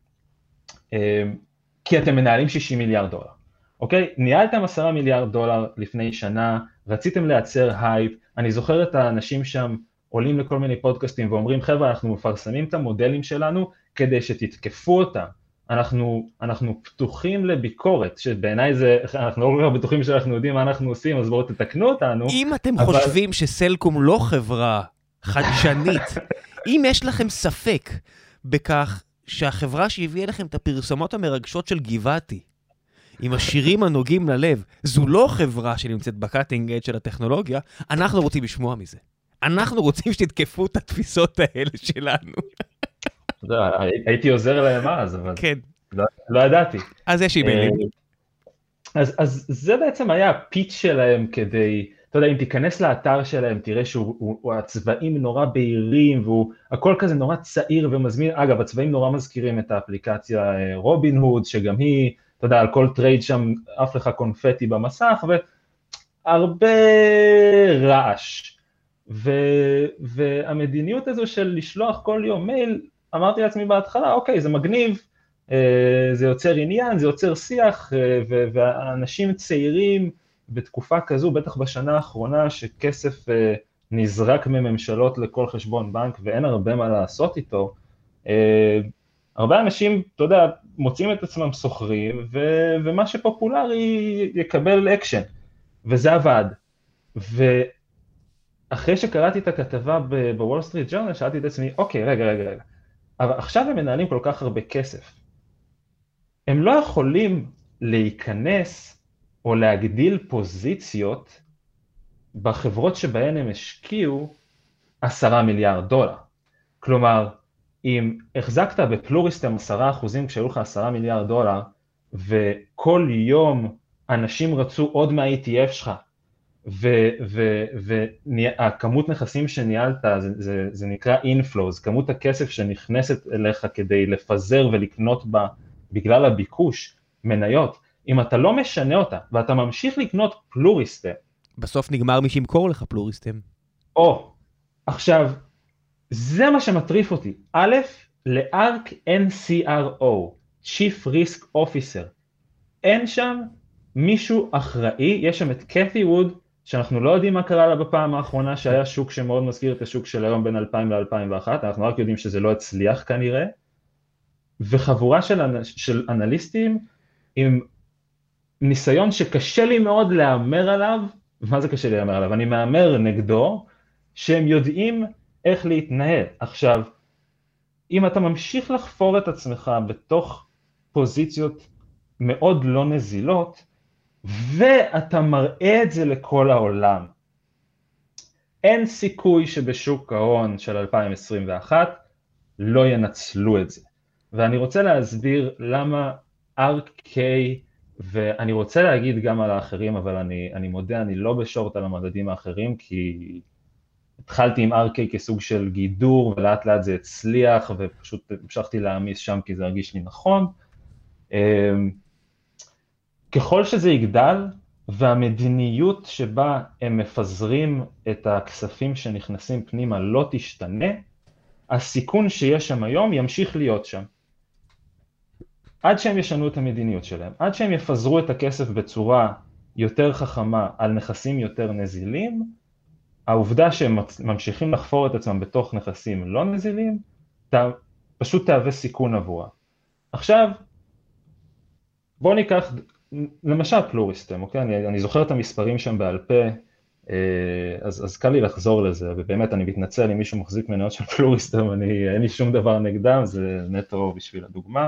כי אתם מנהלים 60 מיליארד דולר. אוקיי? ניהלתם 10 מיליארד דולר לפני שנה, רציתם לייצר הייפ, אני זוכר את האנשים שם עולים לכל מיני פודקאסטים ואומרים, חבר'ה, אנחנו מפרסמים את המודלים שלנו כדי שתתקפו אותם, אנחנו פתוחים לביקורת, שבעיניי זה, אנחנו לא כל כך בטוחים שאנחנו יודעים מה אנחנו עושים, אז בואו תתקנו אותנו. אם אתם חושבים שסלקום לא חברה חדשנית, אם יש לכם ספק בכך שהחברה שהביאה לכם את הפרסומות המרגשות של גבעתי, עם השירים הנוגעים ללב, זו לא חברה שנמצאת בקאטינג אדג' של הטכנולוגיה, אנחנו רוצים לשמוע מזה. אנחנו רוצים שתתקפו את התפיסות האלה שלנו. הייתי עוזר להם אז, אבל כן. לא ידעתי. אז יש אימיילים. אז זה בעצם היה הפיץ' שלהם כדי, אתה יודע, אם תיכנס לאתר שלהם, תראה שהצבעים נורא בהירים, והכל כזה נורא צעיר ומזמין, אגב, הצבעים נורא מזכירים את האפליקציה רובין הוד, שגם היא, אתה יודע, על כל טרייד שם עף לך קונפטי במסך, והרבה רעש. והמדיניות הזו של לשלוח כל יום מייל, אמרתי לעצמי בהתחלה, אוקיי, זה מגניב, זה יוצר עניין, זה יוצר שיח, והאנשים צעירים בתקופה כזו, בטח בשנה האחרונה, שכסף נזרק מממשלות לכל חשבון בנק, ואין הרבה מה לעשות איתו, הרבה אנשים, אתה יודע, מוצאים את עצמם סוחרים, ומה שפופולרי יקבל אקשן, וזה עבד. ואחרי שקראתי את הכתבה בוול סטריט ג'ורנל, שאלתי את עצמי, אוקיי, רגע, אבל עכשיו הם מנהלים כל כך הרבה כסף. הם לא יכולים להיכנס או להגדיל פוזיציות בחברות שבהן הם השקיעו 10 מיליארד דולר. כלומר, אם החזקת בפלוריסטם 10% כשהיו לך 10 מיליארד דולר, וכל יום אנשים רצו עוד מה-ETF שלך, והכמות נכסים שניהלת, זה נקרא inflows, כמות הכסף שנכנסת אליך כדי לפזר ולקנות בה, בגלל הביקוש, מניות, אם אתה לא משנה אותה, ואתה ממשיך לקנות פלוריסטם, בסוף נגמר מי שימכור לך פלוריסטם. עכשיו, זה מה שמטריף אותי. א', לארק אין CRO, Chief Risk Officer. אין שם מישהו אחראי, יש שם את קתי ווד, שאנחנו לא יודעים מה קרה לה בפעם האחרונה, שהיה שוק שמאוד מזכיר את השוק של היום בין 2000 ל-2001, אנחנו רק יודעים שזה לא הצליח כנראה, וחבורה של אנליסטים עם ניסיון שקשה לי מאוד להאמר עליו. מה זה קשה לי להאמר עליו? אני מאמר נגדו, שהם יודעים איך להתנהל. עכשיו, אם אתה ממשיך לחפור את עצמך בתוך פוזיציות מאוד לא נזילות, ואתה מראה את זה לכל העולם, אין סיכוי שבשוק ההון של 2021 לא ינצלו את זה. ואני רוצה להסביר למה RK, ואני רוצה להגיד גם על האחרים, אבל אני מודה, אני לא בשורט על המדדים האחרים, כי התחלתי עם RK כסוג של גידור, ולאט לאט זה הצליח, ופשוט המשכתי להעמיס שם כי זה הרגיש לי נכון. ככל שזה יגדל, והמדיניות שבה הם מפזרים את הכספים שנכנסים פנימה לא תשתנה, הסיכון שיש שם היום ימשיך להיות שם. עד שהם ישנו את המדיניות שלהם, עד שהם יפזרו את הכסף בצורה יותר חכמה על נכסים יותר נזילים, העובדה שהם ממשיכים לחפור את עצמם בתוך נכסים לא נזילים, פשוט תהווה סיכון עבורה. עכשיו, בואו ניקח למשל פלוריסטם, אוקיי? אני זוכר את המספרים שם בעל פה, אז קל לי לחזור לזה, ובאמת אני מתנצל אם מישהו מחזיק מניות של פלוריסטם, אין לי שום דבר נגדם, זה נטו בשביל הדוגמה.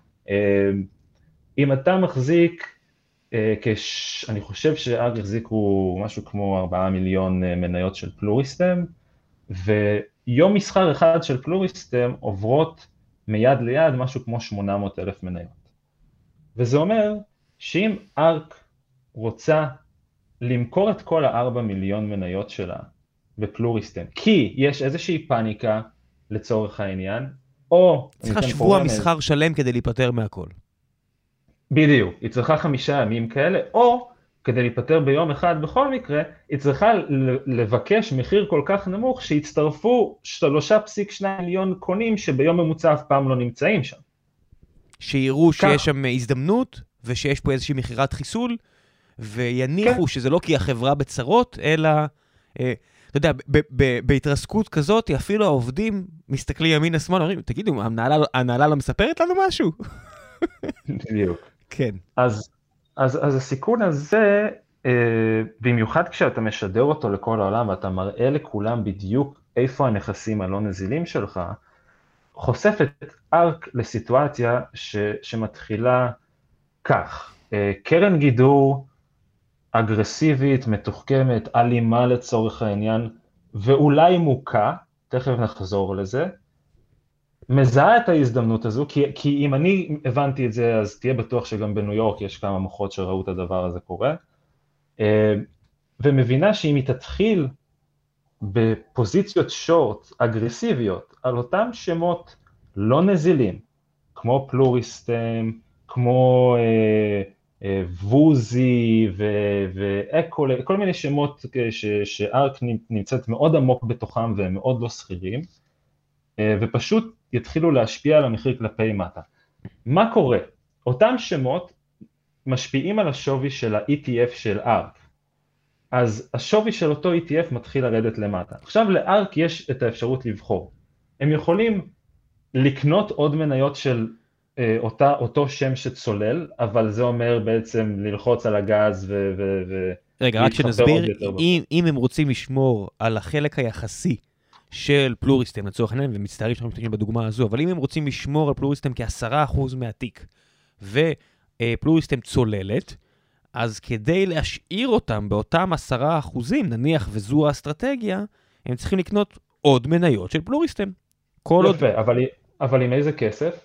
אם אתה מחזיק, אני חושב שאג החזיקו משהו כמו 4 מיליון מניות של פלוריסטם, ויום מסחר אחד של פלוריסטם עוברות מיד ליד משהו כמו 800,000 מניות. וזה אומר שאם ארק רוצה למכור את כל 4 מיליון מניות שלה בפלוריסטם, כי יש איזושהי פאניקה לצורך העניין, או... צריכה שבוע מסחר שלם כדי להיפטר מהכל. בדיוק, היא צריכה 5 ימים כאלה, או כדי להיפטר ביום אחד בכל מקרה, היא צריכה לבקש מחיר כל כך נמוך שיצטרפו 3.2 מיליון קונים שביום ממוצע אף פעם לא נמצאים שם. שיראו שיש שם הזדמנות, ושיש פה איזושהי מחירת חיסול, ויניחו שזה לא כי החברה בצרות, אלא, אתה יודע, בהתרסקות כזאת, אפילו העובדים מסתכלים ימין השמאל, אומרים, תגידו, הנהלה לא מספרת לנו משהו? בדיוק. כן. אז הסיכון הזה, במיוחד כשאתה משדר אותו לכל העולם, ואתה מראה לכולם בדיוק איפה הנכסים הלא נזילים שלך, חושף את ארק לסיטואציה שמתחילה כך, קרן גידור אגרסיבית, מתוחכמת, אלימה לצורך העניין, ואולי מוכה, תכף נחזור לזה, מזהה את ההזדמנות הזו, כי אם אני הבנתי את זה, אז תהיה בטוח שגם בניו יורק יש כמה מוחות שראו את הדבר הזה קורה, ומבינה שאם היא תתחיל בפוזיציות שורט אגרסיביות, על אותם שמות לא נזילים, כמו פלוריסטם, כמו ווזי ואקו, כל מיני שמות שארק נמצאת מאוד עמוק בתוכם והם מאוד לא סחירים, ופשוט יתחילו להשפיע על המחיר כלפי מטה. מה קורה? אותם שמות משפיעים על השווי של ה-ETF של ארק. אז השווי של אותו ETF מתחיל לרדת למטה. עכשיו לארק יש את האפשרות לבחור. הם יכולים לקנות עוד מניות של אותו שם שצולל, אבל זה אומר בעצם ללחוץ על הגז רגע, רק שנסביר, אם הם רוצים לשמור על החלק היחסי של פלוריסטם לצורך העניין, ומצטערים שאנחנו מסתכלים בדוגמה הזו, אבל אם הם רוצים לשמור על פלוריסטם כ10% מהתיק, ופלוריסטם צוללת, אז כדי להשאיר אותם באותם 10%, נניח וזו האסטרטגיה, הם צריכים לקנות עוד מניות של פלוריסטם. יפה, אבל עם איזה כסף?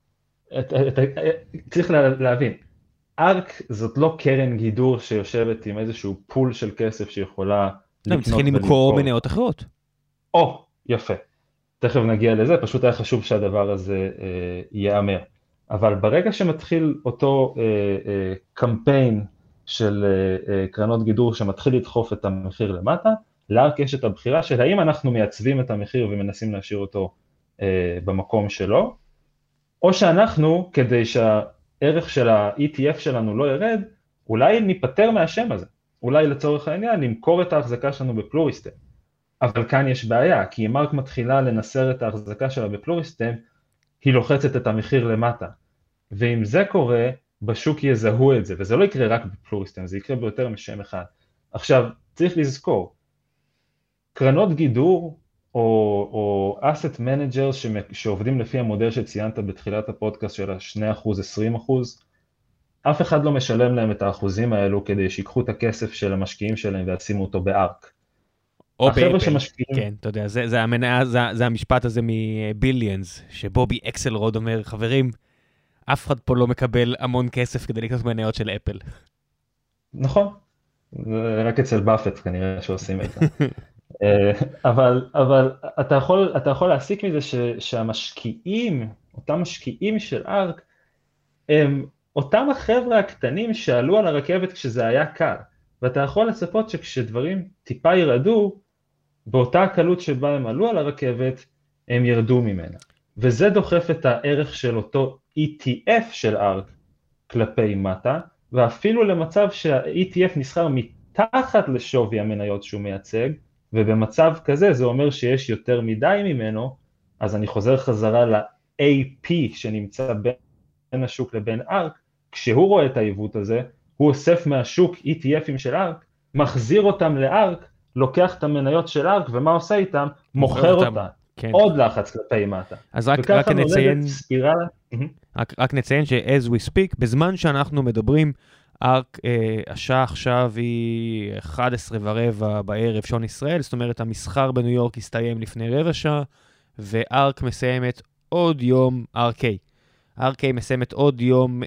צריך להבין, ארק זאת לא קרן גידור שיושבת עם איזשהו פול של כסף שיכולה לקנות. הם צריכים למכור מניות אחרות. יפה. תכף נגיע לזה, פשוט היה חשוב שהדבר הזה ייאמר. אבל ברגע שמתחיל אותו קמפיין של קרנות גידור שמתחיל לדחוף את המחיר למטה, לארק יש את הבחירה של האם אנחנו מייצבים את המחיר ומנסים להשאיר אותו במקום שלו, או שאנחנו, כדי שהערך של ה-ETF שלנו לא ירד, אולי ניפטר מהשם הזה, אולי לצורך העניין נמכור את ההחזקה שלנו בפלוריסטם. אבל כאן יש בעיה, כי אם ארק מתחילה לנסר את ההחזקה שלה בפלוריסטם, היא לוחצת את המחיר למטה. ואם זה קורה, בשוק יזהו את זה, וזה לא יקרה רק בפלוריסטם, זה יקרה ביותר משם אחד. עכשיו, צריך לזכור, קרנות גידור, או asset managers שעובדים לפי המודל שציינת בתחילת הפודקאסט של ה-2%, 20%, אף אחד לא משלם להם את האחוזים האלו כדי שיקחו את הכסף של המשקיעים שלהם וישימו אותו בארק. או באפל, כן, אתה יודע, זה המשפט הזה מביליאנס, שבובי אקסלרוד אומר, חברים, אף אחד פה לא מקבל המון כסף כדי לקנות מניות של אפל. נכון, רק אצל באפט כנראה שעושים את זה. אבל אתה יכול להסיק מזה שהמשקיעים, אותם משקיעים של ארק, הם אותם החבר'ה הקטנים שעלו על הרכבת כשזה היה קל, ואתה יכול לצפות שכשדברים טיפה ירדו, באותה הקלות שבה הם עלו על הרכבת, הם ירדו ממנה. וזה דוחף את הערך של אותו ETF של ארק כלפי מטה, ואפילו למצב שה-ETF נסחר מתחת לשווי המניות שהוא מייצג, ובמצב כזה זה אומר שיש יותר מדי ממנו, אז אני חוזר חזרה ל-AP שנמצא בין השוק לבין ארק, כשהוא רואה את העיוות הזה, הוא אוסף מהשוק ETFים של ארק, מחזיר אותם לארק, לוקח את המניות של ארק, ומה עושה איתם? מוכר אותם. כן. עוד לחץ כלפי מטה. אז רק נציין, רק נציין ש-as we speak, בזמן שאנחנו מדברים, ארק, השעה עכשיו היא 11:15 בערב שעון ישראל, זאת אומרת המסחר בניו יורק הסתיים לפני רבע שעה, וארק מסיימת עוד יום, RK מסיימת עוד יום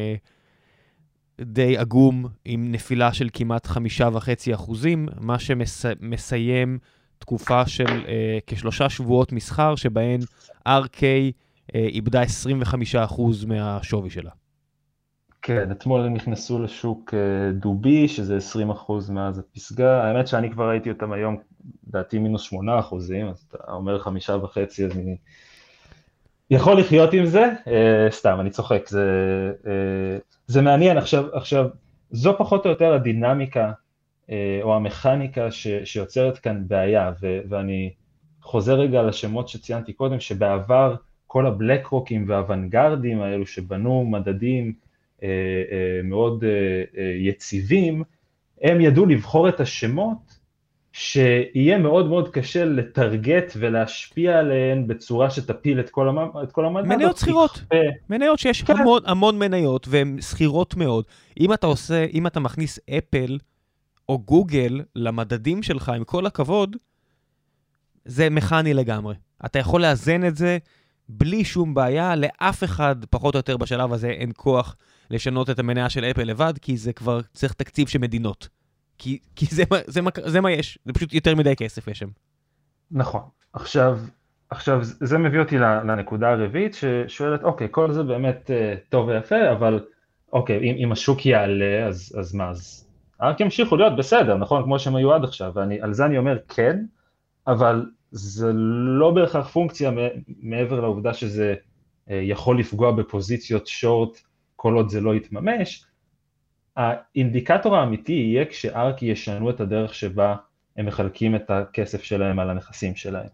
די עגום עם נפילה של כמעט 5.5%, מה שמסיים תקופה של כ3 שבועות מסחר, שבהן RK איבדה 25% מהשווי שלה. כן, אתמול הם נכנסו לשוק דובי, שזה 20% מאז הפסגה. האמת שאני כבר ראיתי אותם היום, דעתי מינוס 8%, אז אתה אומר 5.5, אז אני יכול לחיות עם זה. סתם, אני צוחק, זה מעניין. עכשיו, זו פחות או יותר הדינמיקה, או המכניקה שיוצרת כאן בעיה, ואני חוזר רגע לשמות שציינתי קודם, שבעבר כל הבלק רוקים והוונגרדים האלו שבנו מדדים מאוד יציבים, הם ידעו לבחור את השמות שיהיה מאוד מאוד קשה לטרגט ולהשפיע עליהן בצורה שתפיל את כל המדד. מניות סחירות, מניות שיש המון מניות והן סחירות מאוד. אם אתה מכניס אפל או גוגל למדדים שלך, עם כל הכבוד, זה מכני לגמרי. אתה יכול לאזן את זה בלי שום בעיה, לאף אחד פחות או יותר בשלב הזה אין כוח לשנות את המניה של אפל לבד, כי זה כבר צריך תקציב של מדינות. כי זה מה יש, זה פשוט יותר מדי כסף יש שם. נכון. עכשיו זה מביא אותי לנקודה הרביעית, ששואלת, אוקיי, כל זה באמת טוב ויפה, אבל אוקיי, אם השוק יעלה, אז מה? אז רק ימשיכו להיות בסדר, נכון? כמו שהם היו עד עכשיו, ועל זה אני אומר כן, אבל זה לא בהכרח פונקציה מעבר לעובדה שזה יכול לפגוע בפוזיציות שורט, כל עוד זה לא יתממש. האינדיקטור האמיתי יהיה כשארק ישנו את הדרך שבה הם מחלקים את הכסף שלהם על הנכסים שלהם.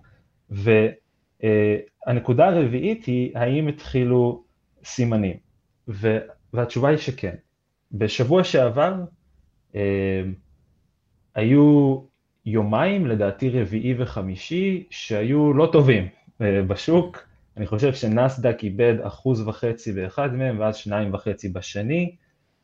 והנקודה הרביעית היא, האם התחילו סימנים? והתשובה היא שכן. בשבוע שעבר היו יומיים, לדעתי רביעי וחמישי, שהיו לא טובים בשוק. אני חושב שנסדק איבד 1.5% באחד מהם, ואז 2.5% בשני.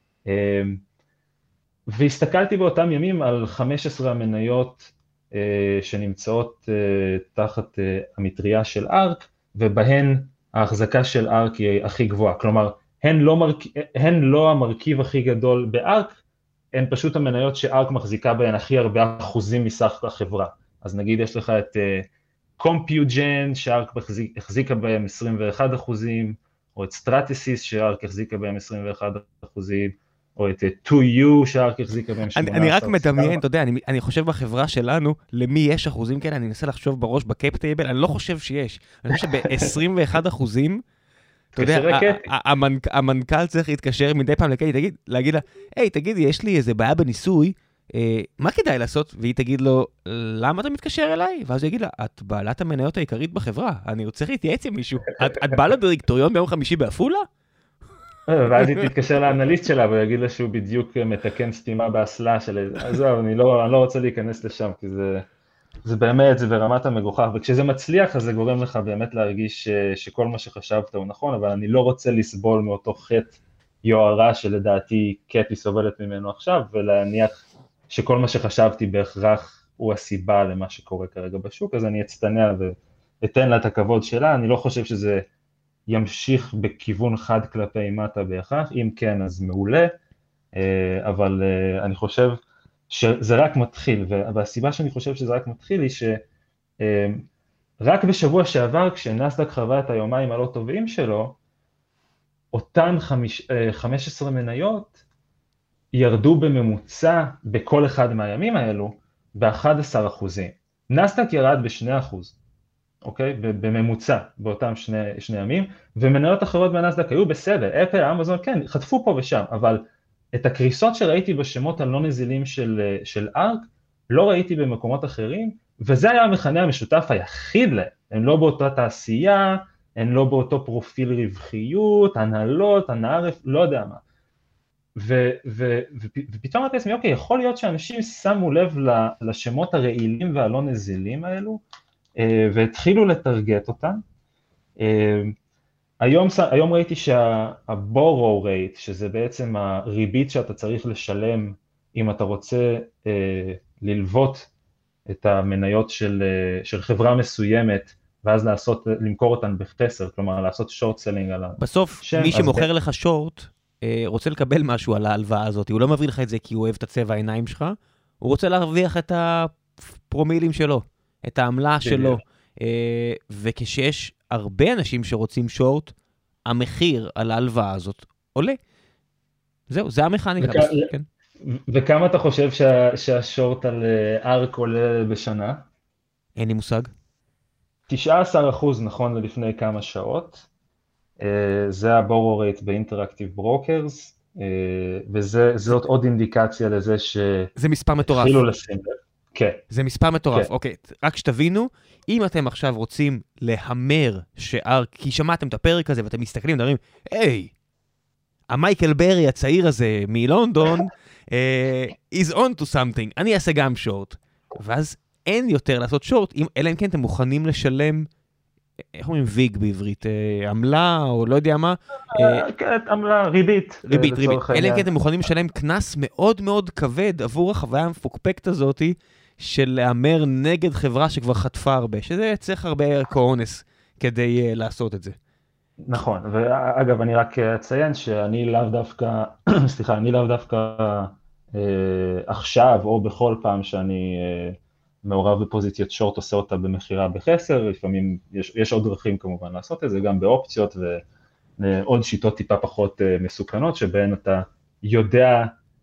והסתכלתי באותם ימים על 15 המניות שנמצאות תחת המטריה של ארק, ובהן ההחזקה של ארק היא הכי גבוהה. כלומר, הן לא המרכיב הכי גדול בארק, הן פשוט המניות שארק מחזיקה בהן הכי הרבה אחוזים מסך החברה. אז נגיד יש לך את CompuGen, שארק החזיקה בהם 21%, או את סטרטיסיס שארק החזיקה בהם 21%, או את 2U שארק החזיקה בהם 18%. אני רק מדמיין, אתה יודע, אני חושב בחברה שלנו, למי יש אחוזים כאלה, אני אנסה לחשוב בראש בקאפ טייבל, אני לא חושב שיש. אני חושב שב-21%, אתה יודע, המנכ"ל צריך להתקשר מדי פעם לקטי, להגיד לה, היי, תגידי, יש לי איזה בעיה בניסוי, מה כדאי לעשות? והיא תגיד לו, למה אתה מתקשר אליי? ואז הוא יגיד לה, את בעלת המניות העיקרית בחברה, אני צריך להתייעץ עם מישהו. את באה לדירקטוריון ביום חמישי באפולה? ואז היא תתקשר לאנליסט שלה ויגיד לה שהוא בדיוק מתקן סתימה באסלה של... אז אני לא רוצה להיכנס לשם, כי זה באמת, זה ברמת המגוחך, וכשזה מצליח, אז זה גורם לך באמת להרגיש שכל מה שחשבת הוא נכון, אבל אני לא רוצה לסבול מאותו חטא יוהרה שלדעתי קטי סובלת ממנו עכשיו, ולהניח שכל מה שחשבתי בהכרח הוא הסיבה למה שקורה כרגע בשוק, אז אני אצטנע ואתן לה את הכבוד שלה, אני לא חושב שזה ימשיך בכיוון חד כלפי מטה בהכרח, אם כן אז מעולה, אבל אני חושב שזה רק מתחיל, והסיבה שאני חושב שזה רק מתחיל היא שרק בשבוע שעבר כשנסדק חווה את היומיים הלא טובים שלו, אותן 15 מניות ירדו בממוצע בכל אחד מהימים האלו ב-11%. נסדק ירד ב2%, אוקיי? בממוצע באותם שני ימים, ומניות אחרות בנסדק היו בסדר, אפל, אמזון, כן, חטפו פה ושם, אבל את הקריסות שראיתי בשמות הלא נזילים של ארק, לא ראיתי במקומות אחרים, וזה היה המכנה המשותף היחיד להם, הם לא באותה תעשייה, הם לא באותו פרופיל רווחיות, הנהלות, הנערף, לא יודע מה. ופתאום אמרתי לעצמי, אוקיי, יכול להיות שאנשים שמו לב לשמות הרעילים והלא נזילים האלו, והתחילו לטרגט אותם. היום ראיתי שה-borrow rate, שזה בעצם הריבית שאתה צריך לשלם אם אתה רוצה ללוות את המניות של חברה מסוימת, ואז למכור אותן בחסר, כלומר לעשות short selling על השם. בסוף, מי שמוכר לך short, רוצה לקבל משהו על ההלוואה הזאת, הוא לא מביא לך את זה כי הוא אוהב את הצבע העיניים שלך, הוא רוצה להרוויח את הפרומילים שלו, את העמלה שלו, וכשיש הרבה אנשים שרוצים שורט, המחיר על ההלוואה הזאת עולה. זהו, זה המכניקה. וכמה אתה חושב שהשורט על ארק עולה בשנה? אין לי מושג. 19% נכון ללפני כמה שעות, זה הבורו רייט באינטראקטיב ברוקרס, וזאת עוד אינדיקציה לזה זה מספר מטורף. התחילו לשים לב. כן. זה מספר מטורף, אוקיי. רק שתבינו, אם אתם עכשיו רוצים להמר שארק, כי שמעתם את הפרק הזה ואתם מסתכלים ודברים, היי, המייקל ברי הצעיר הזה מלונדון, is on to something, אני אעשה גם שורט. ואז אין יותר לעשות שורט, אלא אם כן אתם מוכנים לשלם, איך אומרים ויג בעברית, עמלה או לא יודע מה? עמלה, ריבית. ריבית. אלא אם כן אתם מוכנים לשלם כנס מאוד מאוד כבד עבור החוויה המפוקפקת הזאת, של להמר נגד חברה שכבר חטפה הרבה, שזה צריך הרבה קואונס כדי לעשות את זה. נכון, ואגב אני רק אציין שאני לאו דווקא, סליחה, אני לאו דווקא עכשיו או בכל פעם שאני מעורב בפוזיציית שורט עושה אותה במחירה בחסר, לפעמים יש עוד דרכים כמובן לעשות את זה, גם באופציות ועוד שיטות טיפה פחות מסוכנות, שבהן אתה יודע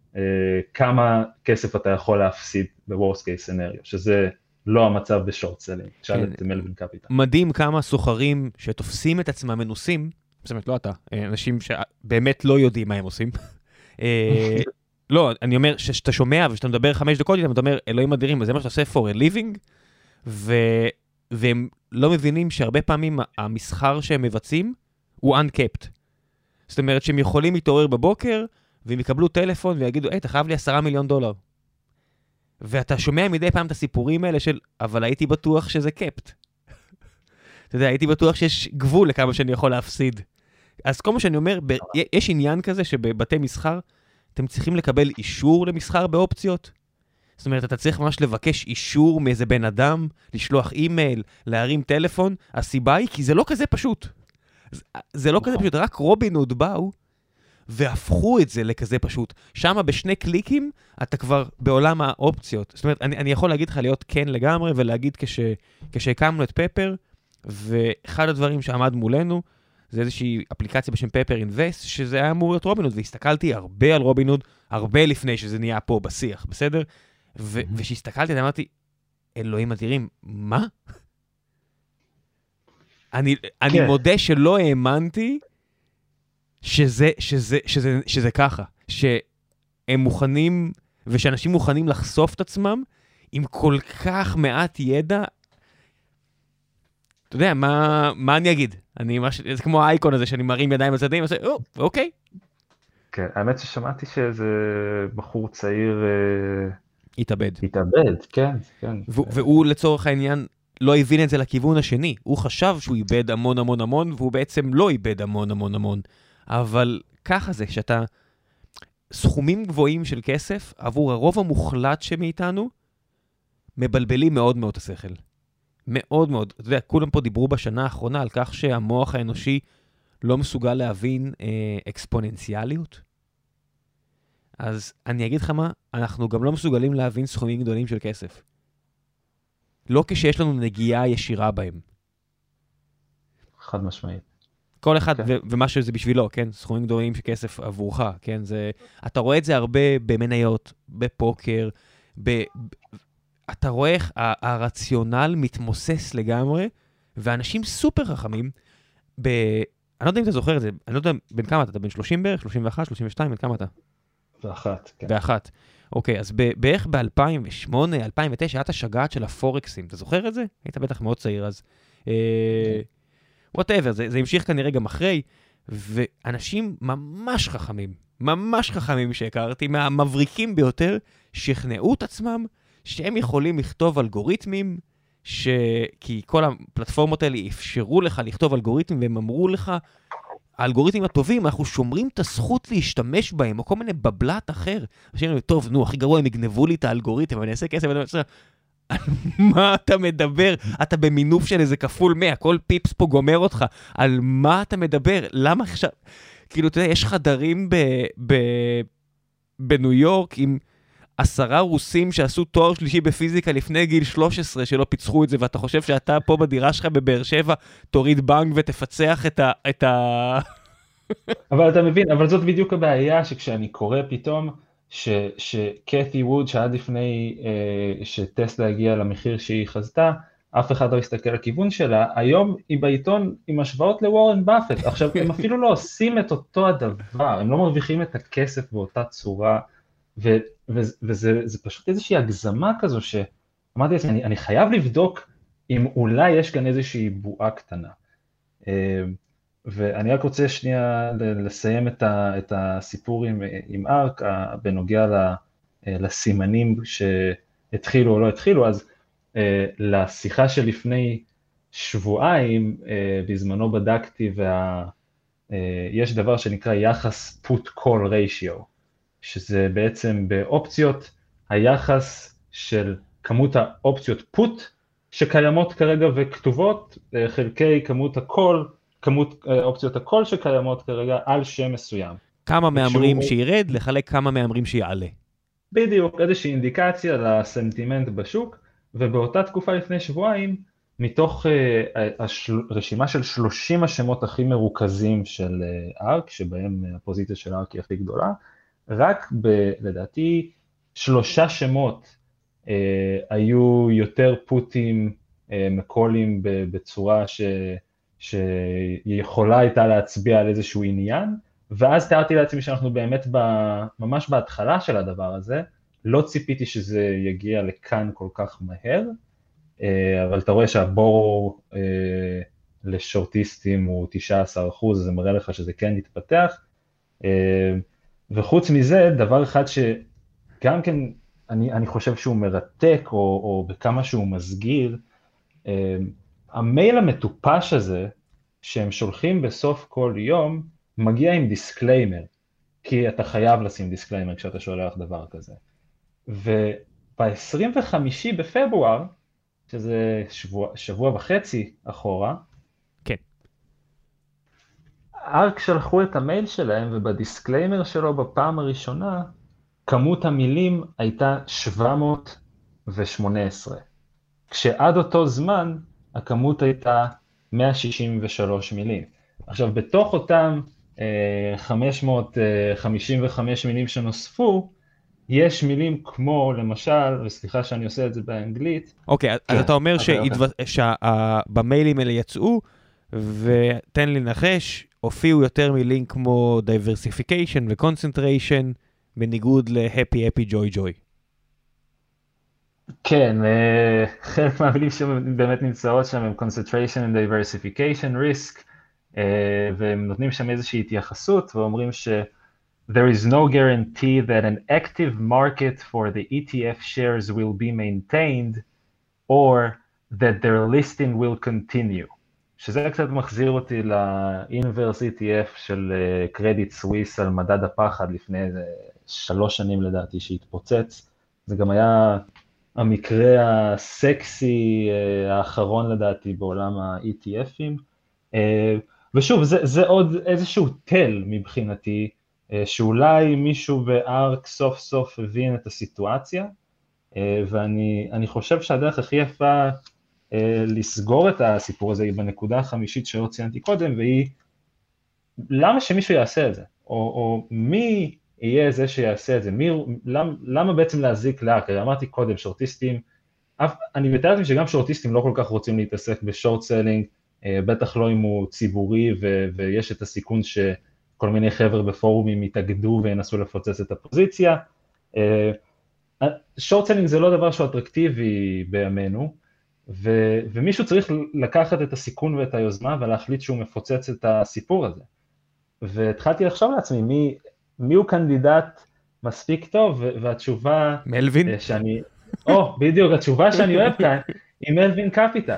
כמה כסף אתה יכול להפסיד ב-worst case scenario, שזה לא המצב בשורט סלינג, שאל את מלווין קפיטל. מדהים כמה סוחרים שתופסים את עצמם מנוסים, זאת אומרת לא אתה, אנשים שבאמת לא יודעים מה הם עושים, לא, אני אומר שאתה שומע ושאתה מדבר 5 דקות, אתה אומר אלוהים אדירים, זה מה שאתה עושה for a living, והם לא מבינים שהרבה פעמים המסחר שהם מבצעים הוא uncapped. זאת אומרת שהם יכולים להתעורר בבוקר, והם יקבלו טלפון ויגידו, אתה חייב לי $10 מיליון. ואתה שומע מדי פעם את הסיפורים האלה של, אבל הייתי בטוח שזה קפט. אתה יודע, הייתי בטוח שיש גבול לכמה שאני יכול להפסיד. אז כל מה שאני אומר, יש עניין כזה שבבתי מסחר, אתם צריכים לקבל אישור למסחר באופציות. זאת אומרת, אתה צריך ממש לבקש אישור מאיזה בן אדם, לשלוח אימייל, להרים טלפון. הסיבה היא כי זה לא כזה פשוט. זה לא כזה פשוט, רק רובינהוד באו, והפכו את זה לכזה פשוט. שמה בשני קליקים, אתה כבר בעולם האופציות. זאת אומרת, אני יכול להגיד לך להיות כן לגמרי, ולהגיד כשהקמנו את פפר, ואחד הדברים שעמד מולנו, זה איזושהי אפליקציה בשם פפר אינבסט, שזה היה אמור להיות רובינהוד, והסתכלתי הרבה על רובינהוד, הרבה לפני שזה נהיה פה בשיח, בסדר? ושהסתכלתי, אמרתי, אלוהים אדירים, מה? אני מודה שלא האמנתי שזה ככה, שהם מוכנים, ושאנשים מוכנים לחשוף את עצמם עם כל כך מעט ידע. אתה יודע, מה אני אגיד? זה כמו האייקון הזה שאני מרים ידיים לצדדים, ועושה, אוקיי. כן, האמת ששמעתי שאיזה בחור צעיר התאבד, כן, כן. והוא לצורך העניין לא הבין את זה לכיוון השני. הוא חשב שהוא איבד המון המון המון, והוא בעצם לא איבד המון המון המון. אבל ככה זה, שאתה סכומים גבוהים של כסף, עבור הרוב המוחלט שמאיתנו, מבלבלים מאוד מאוד השכל. מאוד מאוד. אתה יודע, כולם פה דיברו בשנה האחרונה על כך שהמוח האנושי לא מסוגל להבין אקספוננציאליות. אז אני אגיד לך מה, אנחנו גם לא מסוגלים להבין סכומים גדולים של כסף. לא כשיש לנו נגיעה ישירה בהם. חד משמעית. כל אחד ומה שזה בשבילו, כן? סכומים גדולים של כסף עבורך, כן? אתה רואה את זה הרבה במניות, בפוקר, אתה רואה איך הרציונל מתמוסס לגמרי, ואנשים סופר חכמים, אני לא יודע אם אתה זוכר את זה, אני לא יודע בין כמה אתה בן 30 בערך, 31, 32, בין כמה אתה? באחת, כן. באחת. אוקיי, אז בערך ב-2008, 2009, הייתה שגעת של הפורקסים, אתה זוכר את זה? היית בטח מאוד צעיר אז. whatever, זה המשיך כנראה גם אחרי, ואנשים ממש חכמים שהכרתי, מהמבריקים ביותר, שכנעו את עצמם, שהם יכולים לכתוב אלגוריתמים, כי כל הפלטפורמות האלה אפשרו לך לכתוב אלגוריתמים, והם אמרו לך, האלגוריתמים הטובים, אנחנו שומרים את הזכות להשתמש בהם, או כל מיני בבלת אחר. אנשים טוב, נו, הכי גרוע, הם יגנבו לי את האלגוריתם, ואני אעשה כסף, ואני אומר, על מה אתה מדבר? אתה במינוף של איזה כפול 100, כל פיפס פה גומר אותך. על מה אתה מדבר? למה עכשיו? כאילו, אתה יודע, יש חדרים בניו יורק עם 10 רוסים שעשו תואר שלישי בפיזיקה לפני גיל 13 שלא פיצחו את זה, ואתה חושב שאתה פה בדירה שלך בבאר שבע, תוריד בנק ותפצח את ה... אבל אתה מבין, אבל זאת בדיוק הבעיה, שכשאני קורא פתאום, שקתי ווד, שעד לפני שטסלה הגיעה למחיר שהיא חזתה, אף אחד לא הסתכל לכיוון שלה, היום היא בעיתון עם השוואות לוורן באפט. עכשיו, הם אפילו לא עושים את אותו הדבר, הם לא מרוויחים את הכסף באותה צורה, וזה פשוט איזושהי הגזמה כזו, שאמרתי לעצמי, אני חייב לבדוק אם אולי יש כאן איזושהי בועה קטנה. ואני רק רוצה שנייה לסיים את הסיפור עם ארק, בנוגע לסימנים שהתחילו או לא התחילו, אז לשיחה שלפני שבועיים, בזמנו בדקתי, יש דבר שנקרא יחס put-call ratio, שזה בעצם באופציות, היחס של כמות האופציות put שקיימות כרגע וכתובות, חלקי כמות אופציות הקול שקיימות כרגע על שם מסוים. כמה מאמרים שירד, לחלק כמה מאמרים שיעלה. בדיוק, איזושהי אינדיקציה לסנטימנט בשוק, ובאותה תקופה לפני שבועיים, מתוך רשימה של 30 השמות הכי מרוכזים של ארק, שבהם הפוזיציה של ארק היא הכי גדולה, רק לדעתי 3 שמות היו יותר פוטים מקולים בצורה שיכולה הייתה להצביע על איזשהו עניין, ואז תיארתי לעצמי שאנחנו באמת ממש בהתחלה של הדבר הזה, לא ציפיתי שזה יגיע לכאן כל כך מהר, אבל אתה רואה שהבור לשורטיסטים הוא 19%, זה מראה לך שזה כן יתפתח, וחוץ מזה, דבר אחד שגם כן אני חושב שהוא מרתק, או בכמה שהוא מסגיר, המייל המטופש הזה, שהם שולחים בסוף כל יום, מגיע עם דיסקליימר, כי אתה חייב לשים דיסקליימר כשאתה שולח דבר כזה. וב-25 בפברואר, שזה שבוע וחצי אחורה, כן. ארק שלחו את המייל שלהם, ובדיסקליימר שלו בפעם הראשונה, כמות המילים הייתה 718, כשעד אותו זמן הכמות הייתה 163 מילים. עכשיו, בתוך אותם 555 מילים שנוספו, יש מילים כמו, למשל, וסליחה שאני עושה את זה באנגלית. אוקיי, אז אתה אומר שבמיילים האלה יצאו, ותן לי נחש, הופיעו יותר מילים כמו diversification ו-concentration, בניגוד ל-happy, happy, joy, joy. כן, חלק מהמילים שבאמת נמצאות שם הם concentration and diversification risk, והם נותנים שם איזושהי התייחסות, ואומרים ש there is no guarantee that an active market for the ETF shares will be maintained, or that their listing will continue. שזה קצת מחזיר אותי ל-Inverse ETF של קרדיט סוויס על מדד הפחד לפני 3 שנים לדעתי שהתפוצץ. זה גם היה המקרה הסקסי האחרון לדעתי בעולם ה-ETFים. ושוב, זה עוד איזשהו תל מבחינתי, שאולי מישהו בארק סוף סוף הבין את הסיטואציה, ואני חושב שהדרך הכי יפה לסגור את הסיפור הזה היא בנקודה החמישית שלא ציינתי קודם, והיא למה שמישהו יעשה את זה, או מי יהיה זה שיעשה את זה, למה בעצם להזיק לארק. אמרתי קודם, שורטיסטים, אני מתאר לעצמי שגם שורטיסטים לא כל כך רוצים להתעסק בשורט סלינג, בטח לא אם הוא ציבורי, ויש את הסיכון שכל מיני חבר'ה בפורומים יתאגדו וינסו לפוצץ את הפוזיציה. שורט סלינג זה לא דבר שהוא אטרקטיבי בימינו, ומישהו צריך לקחת את הסיכון ואת היוזמה ולהחליט שהוא מפוצץ את הסיפור הזה. והתחלתי לחשוב לעצמי, מי הוא קנדידט מספיק טוב, והתשובה מלווין? בדיוק, התשובה שאני אוהב כאן, היא מלווין קפיטל,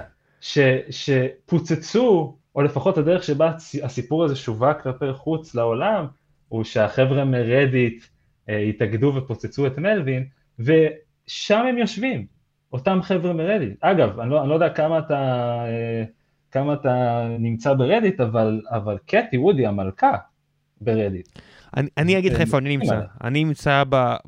שפוצצו, או לפחות הדרך שבה הסיפור הזה שווק כלפי חוץ לעולם, הוא שהחבר'ה מרדיט התאגדו ופוצצו את מלווין, ושם הם יושבים, אותם חבר'ה מרדיט. אגב, אני לא יודע כמה אתה נמצא ברדיט, אבל קטי וודי המלכה ברדיט. אני אגיד לך איפה אני נמצא. אני נמצא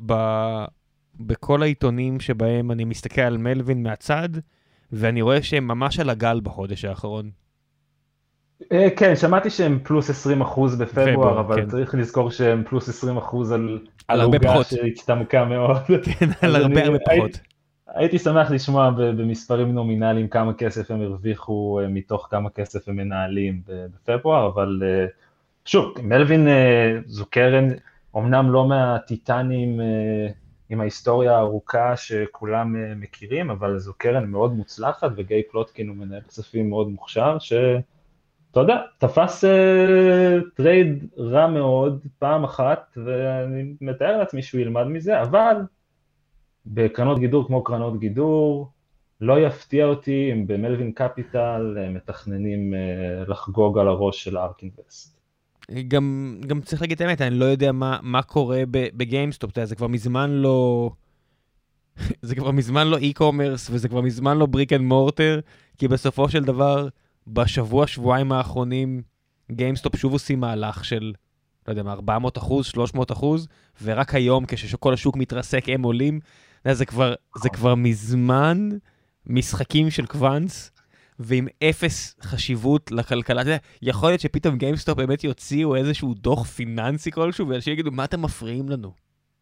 בכל העיתונים שבהם אני מסתכל על מלווין מהצד, ואני רואה שהם ממש על הגל בחודש האחרון. כן, שמעתי שהם פלוס 20% בפברואר, אבל צריך לזכור שהם פלוס 20% על העוגה שהצטמקה מאוד. כן, על הרבה פחות. הייתי שמח לשמוע במספרים נומינליים כמה כסף הם הרוויחו מתוך כמה כסף הם מנהלים בפברואר, אבל שוב, מלווין זו קרן, אמנם לא מהטיטנים עם ההיסטוריה הארוכה שכולם מכירים, אבל זו קרן מאוד מוצלחת, וגיא פלוטקין הוא מנהל כספים מאוד מוכשר, שאתה יודע, תפס טרייד רע מאוד פעם אחת, ואני מתאר לעצמי שהוא ילמד מזה, אבל בקרנות גידור כמו קרנות גידור, לא יפתיע אותי אם במלווין קפיטל מתכננים לחגוג על הראש של ארק אינבסט. גם צריך להגיד את האמת, אני לא יודע מה קורה בגיימסטופ, זה כבר מזמן לא, זה כבר מזמן לא e-commerce, וזה כבר מזמן לא בריק אנד מורטר, כי בסופו של דבר, שבועיים האחרונים, גיימסטופ שוב עושים מהלך של, לא יודע מה, 400%, 300%, ורק היום, כשכל השוק מתרסק, הם עולים, זה כבר מזמן משחקים של קוונס, ועם אפס חשיבות לכלכלה. יכול להיות שפתאום גיימסטופ באמת יוציאו איזשהו דוח פיננסי כלשהו, ואנשים יגידו, מה אתם מפריעים לנו?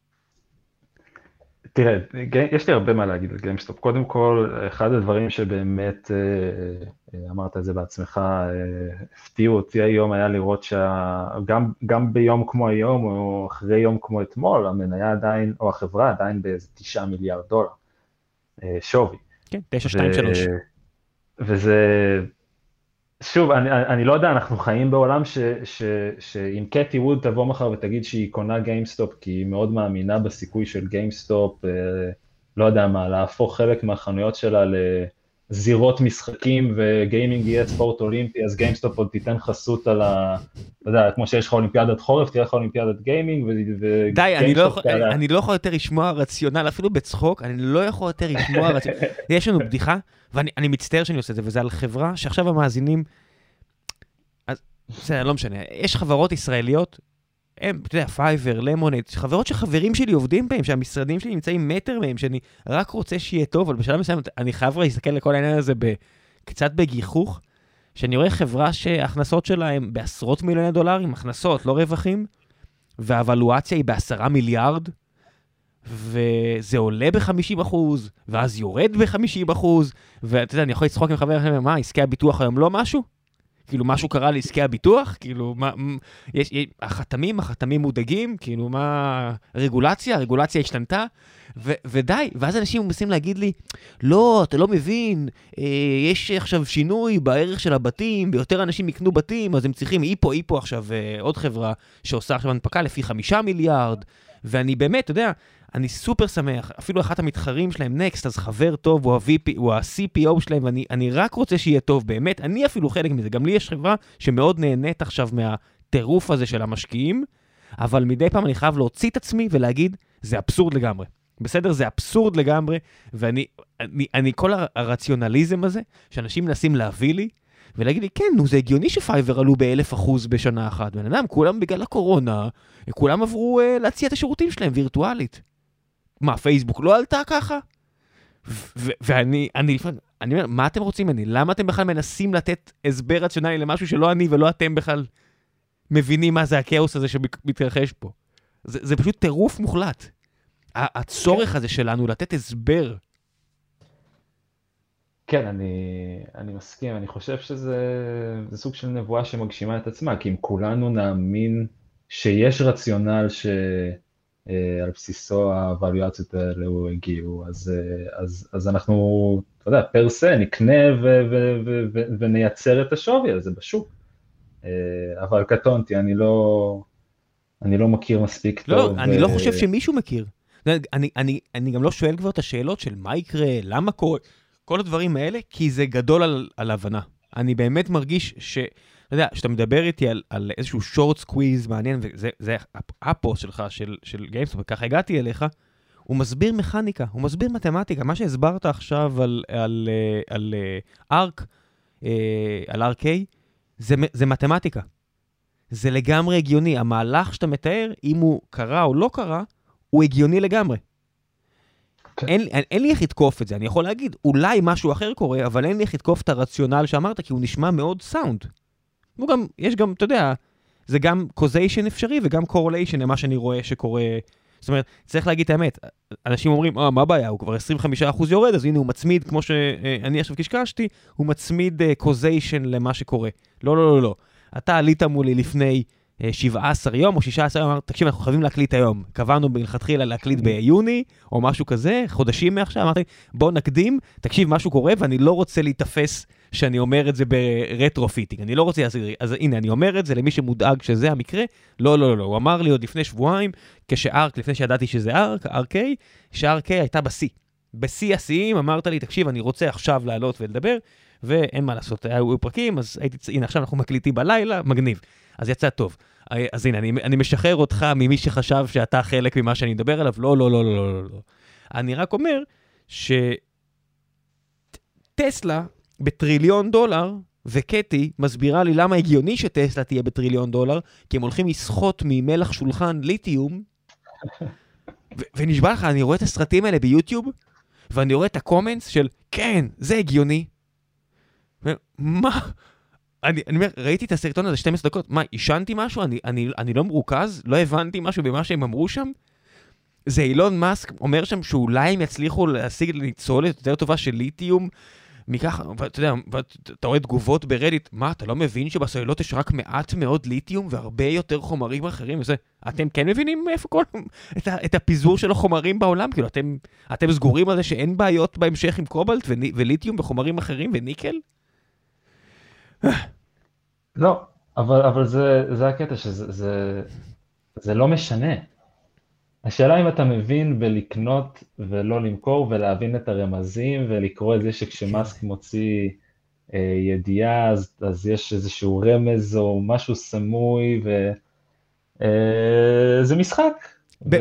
תראה, יש לי הרבה מה להגיד על גיימסטופ. קודם כל, אחד הדברים שבאמת, אמרת את זה בעצמך, הפתיעו אותי היום, היה לראות שגם ביום כמו היום, או אחרי יום כמו אתמול, המניה עדיין, או החברה עדיין באיזה $9 מיליארד שווי. כן, 923. וזה, שוב, אני לא יודע, אנחנו חיים בעולם שאם קטי ווד תבוא מחר ותגיד שהיא קונה גיימסטופ, כי היא מאוד מאמינה בסיכוי של גיימסטופ, לא יודע מה, להפוך חלק מהחנויות שלה לזירות משחקים וגיימינג יהיה ספורט אולימפי, אז גיימסטופ עוד תיתן חסות על אתה יודע, כמו שיש לך אולימפיאדת חורף, תהיה לך אולימפיאדת גיימינג, די, אני לא יכול יותר לשמוע רציונל, אפילו בצחוק, אני לא יכול יותר לשמוע רציונל. יש לנו בדיחה, ואני מצטער שאני עושה את זה, וזה על חברה שעכשיו המאזינים, אז זה לא משנה, יש חברות ישראליות, הם, אתה יודע, פייבר, למונט, חברות שחברים שלי עובדים בהם, שהמשרדים שלי נמצאים מטר מהם, שאני רק רוצה שיהיה טוב, אבל בשלב מסוים אני חייב להסתכל לכל העניין הזה קצת בגיחוך, שאני רואה חברה שההכנסות שלה הם בעשרות מיליוני דולרים, הכנסות, לא רווחים, והאבלואציה היא ב10 מיליארד, וזה עולה ב50%, ואז יורד ב50%, ואתה יודע, אני יכול לצחוק עם חבר אחר, מה, עסקי הביטוח היום לא משהו? כאילו, משהו קרה לעסקי הביטוח? כאילו, מה, החתמים מודאגים? כאילו, מה, הרגולציה השתנתה? ודי, ואז אנשים מנסים להגיד לי, לא, אתה לא מבין, יש עכשיו שינוי בערך של הבתים, ויותר אנשים יקנו בתים, אז הם צריכים, איפו עכשיו עוד חברה שעושה עכשיו הנפקה לפי 5 מיליארד, ואני באמת, אתה יודע, אני סופר שמח, אפילו אחת המתחרים שלהם, נקסט, אז חבר טוב, הוא ה-CPO שלהם, ואני רק רוצה שיהיה טוב, באמת, אני אפילו חלק מזה, גם לי יש חברה שמאוד נהנית עכשיו מהטירוף הזה של המשקיעים, אבל מדי פעם אני חייב להוציא את עצמי ולהגיד, זה אבסורד לגמרי. בסדר? זה אבסורד לגמרי, ואני כל הרציונליזם הזה, שאנשים מנסים להביא לי, ולהגיד לי, כן, זה הגיוני שפייבר עלו ב1,000% בשנה אחת, בן אדם, כולם בגלל הקורונה, כולם עברו להציע את השירותים שלהם וירטואלית. מה, פייסבוק לא עלתה ככה? ואני אומר, מה אתם רוצים ממני? למה אתם בכלל מנסים לתת הסבר רציונלי למשהו שלא אני ולא אתם בכלל מבינים מה זה הכאוס הזה שמתרחש פה? זה פשוט טירוף מוחלט. הצורך הזה שלנו לתת הסבר. כן, אני מסכים, אני חושב שזה סוג של נבואה שמגשימה את עצמה, כי אם כולנו נאמין שיש רציונל שעל בסיסו הוואליואציות האלו הגיעו, אז אנחנו, אתה יודע, פרסה, נקנה ונייצר את השווי הזה בשוק. אבל קטונתי, אני לא מכיר מספיק טוב. לא, אני לא חושב שמישהו מכיר. אני גם לא שואל כבר את השאלות של מה יקרה, למה קורה, כל הדברים האלה, כי זה גדול על הבנה. אני באמת מרגיש אתה יודע, שאתה מדבר איתי על איזשהו שורט סקוויז מעניין, וזה הפוסט שלך, של גיימסטופ, וככה הגעתי אליך, הוא מסביר מכניקה, הוא מסביר מתמטיקה, מה שהסברת עכשיו על ארק, על RK, זה מתמטיקה. זה לגמרי הגיוני. המהלך שאתה מתאר, אם הוא קרה או לא קרה, הוא הגיוני לגמרי. אין לי איך לתקוף את זה, אני יכול להגיד, אולי משהו אחר קורה, אבל אין לי איך לתקוף את הרציונל שאמרת, כי הוא נשמע מאוד סאונד. יש גם, אתה יודע, זה גם causation אפשרי, וגם correlation למה שאני רואה שקורה. זאת אומרת, צריך להגיד את האמת, אנשים אומרים, מה הבעיה, הוא כבר 25% יורד, אז הנה הוא מצמיד, כמו שאני עכשיו קשקשתי, הוא מצמיד causation למה שקורה. לא. אתה עלית מולי לפני 17 יום או 16 יום, אמרת, תקשיב, אנחנו חייבים להקליט היום. קבענו מלכתחילה להקליט ביוני, או משהו כזה, חודשים מעכשיו, אמרתי, בוא נקדים, תקשיב, משהו קורה, ואני לא רוצה להתאפס שאני אומר את זה ברטרופיטינג. אני לא רוצה לעשות, אז הנה, אני אומר את זה למי שמודאג שזה המקרה. לא. הוא אמר לי עוד לפני שבועיים, כשארק, לפני שידעתי שזה ארק, RK, ש-RK הייתה בשיא השיאים, אמרת לי, תקשיב, אני רוצה עכשיו לעלות ולדבר, ואין מה לעשות, היו פרקים, אז הנה, עכשיו אנחנו מקליטים בלילה, מגניב. אז יצא טוב. אז הנה, אני משחרר אותך ממי שחשב שאתה חלק ממה שאני מדבר עליו. לא. אני רק אומר שטסלה בטריליון דולר, וקטי מסבירה לי למה הגיוני שטסלה תהיה בטריליון דולר, כי הם הולכים לשחות ממלח שולחן ליתיום, ונשבע לך, אני רואה את הסרטים האלה ביוטיוב, ואני רואה את הקומנטס של, כן, זה הגיוני. מה? אני אומר, ראיתי את הסרטון הזה 12 דקות, מה, ישנתי משהו? אני לא מרוכז? לא הבנתי משהו במה שהם אמרו שם? זה אילון מאסק אומר שם שאולי הם יצליחו להשיג ניצולת יותר טובה של ליתיום, מכך, ואתה יודע, אתה רואה תגובות ברדיט, מה, אתה לא מבין שבסוללות יש רק מעט מאוד ליתיום והרבה יותר חומרים אחרים וזה? אתם כן מבינים איפה את הפיזור של החומרים בעולם? כאילו, אתם סגורים על זה שאין בעיות בהמשך עם קובלט וליתיום וחומרים אחרים וניקל? לא, אבל זה הקטע שזה לא משנה. השאלה אם אתה מבין בלקנות ולא למכור ולהבין את הרמזים ולקרוא את זה שכשמאסק מוציא ידיעה אז יש איזשהו רמז או משהו סמוי וזה משחק.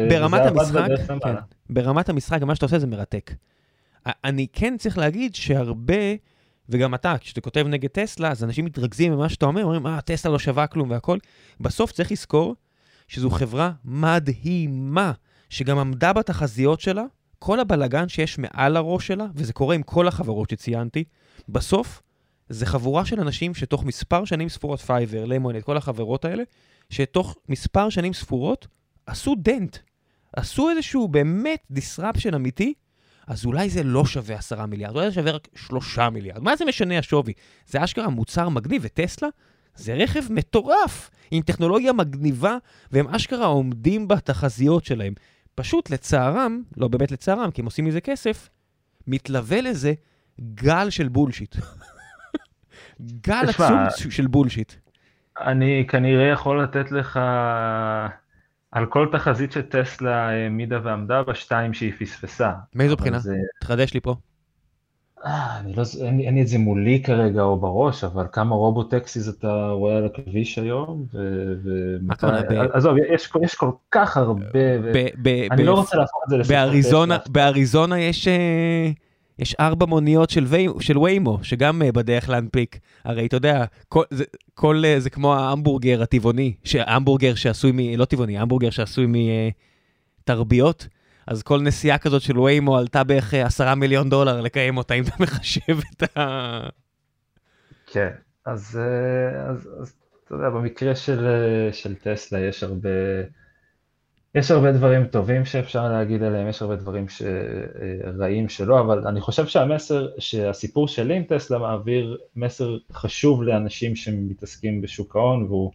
ברמת המשחק, מה שאתה עושה זה מרתק. אני כן צריך להגיד שהרבה, וגם אתה, כשאתה כותב נגד טסלה, אז אנשים מתרכזים במה שאתה אומר, אומרים, טסלה לא שווה כלום והכל. בסוף צריך לזכור שזו חברה מדהימה, שגם עמדה בתחזיות שלה, כל הבלגן שיש מעל הראש שלה, וזה קורה עם כל החברות שציינתי, בסוף זה חבורה של אנשים שתוך מספר שנים ספורות, פייבר, למונייד, כל החברות האלה, שתוך מספר שנים ספורות עשו דנט, עשו איזשהו באמת דיסרפשן אמיתי, אז אולי זה לא שווה 10 מיליארד, אולי זה שווה רק 3 מיליארד. מה זה משנה השווי? זה אשכרה מוצר מגניב, וטסלה זה רכב מטורף, עם טכנולוגיה מגניבה, והם אשכרה עומדים בתחזיות שלהם. פשוט לצערם, לא באמת לצערם, כי הם עושים מזה כסף, מתלווה לזה גל של בולשיט. גל עצום של בולשיט. אני כנראה יכול לתת לך על כל תחזית שטסלה העמידה ועמדה בשתיים שהיא פספסה. מאיזו בחינה? תחדש לי פה. אין לי את זה מולי כרגע או בראש, אבל כמה רובוטקסיס אתה רואה על הכביש היום, עזוב, יש כל כך הרבה, אני לא רוצה להפוך את זה לספר. באריזונה יש 4 מוניות של ויימו, שגם בדרך להנפיק. הרי אתה יודע, זה כמו ההמבורגר הטבעוני, ההמבורגר שעשוי לא טבעוני, ההמבורגר שעשוי מתרביות, אז כל נסיעה כזאת של ויימו עלתה בערך $10 מיליון לקיים אותה, אם אתה מחשב את ה... כן, אז אתה יודע, במקרה של טסלה יש הרבה דברים טובים שאפשר להגיד עליהם, יש הרבה דברים רעים שלא, אבל אני חושב שהסיפור שלי עם טסלה מעביר מסר חשוב לאנשים שמתעסקים בשוק ההון, והוא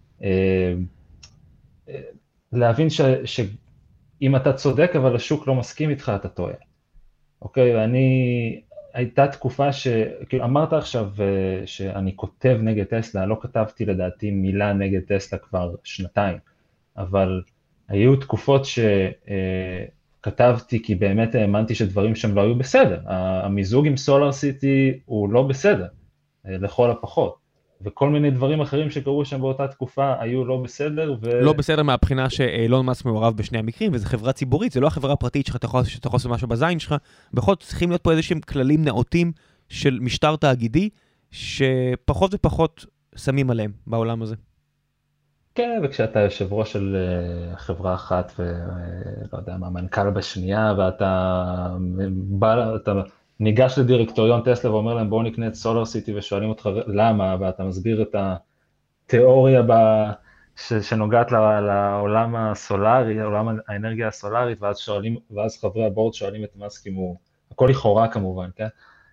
להבין אם אתה צודק, אבל השוק לא מסכים איתך, אתה טועה. אוקיי, הייתה תקופה כאילו אמרת עכשיו שאני כותב נגד טסלה, לא כתבתי לדעתי מילה נגד טסלה כבר 2 אבל היו תקופות שכתבתי כי באמת האמנתי שדברים שם לא היו בסדר. המיזוג עם סולר סיטי הוא לא בסדר, לכל הפחות. וכל מיני דברים אחרים שקרו שם באותה תקופה היו לא בסדר. לא בסדר מהבחינה שאילון מאסק מעורב בשני המקרים, וזו חברה ציבורית, זה לא החברה הפרטית שלך, שאתה יכול לעשות משהו בזין שלך. בכל זאת צריכים להיות פה איזשהם כללים נאותים של משטר תאגידי, שפחות ופחות שמים עליהם בעולם הזה. כן, וכשאתה יושב ראש של חברה אחת, ולא יודע מה, מנכ"ל בשנייה, ואתה ניגש לדירקטוריון טסלה ואומר להם בואו נקנה את סולר סיטי ושואלים אותך למה, ואתה מסביר את התיאוריה שנוגעת לעולם הסולארי, לעולם האנרגיה הסולארית, ואז חברי הבורד שואלים את מאסק אם הוא, הכל לכאורה כמובן, כן?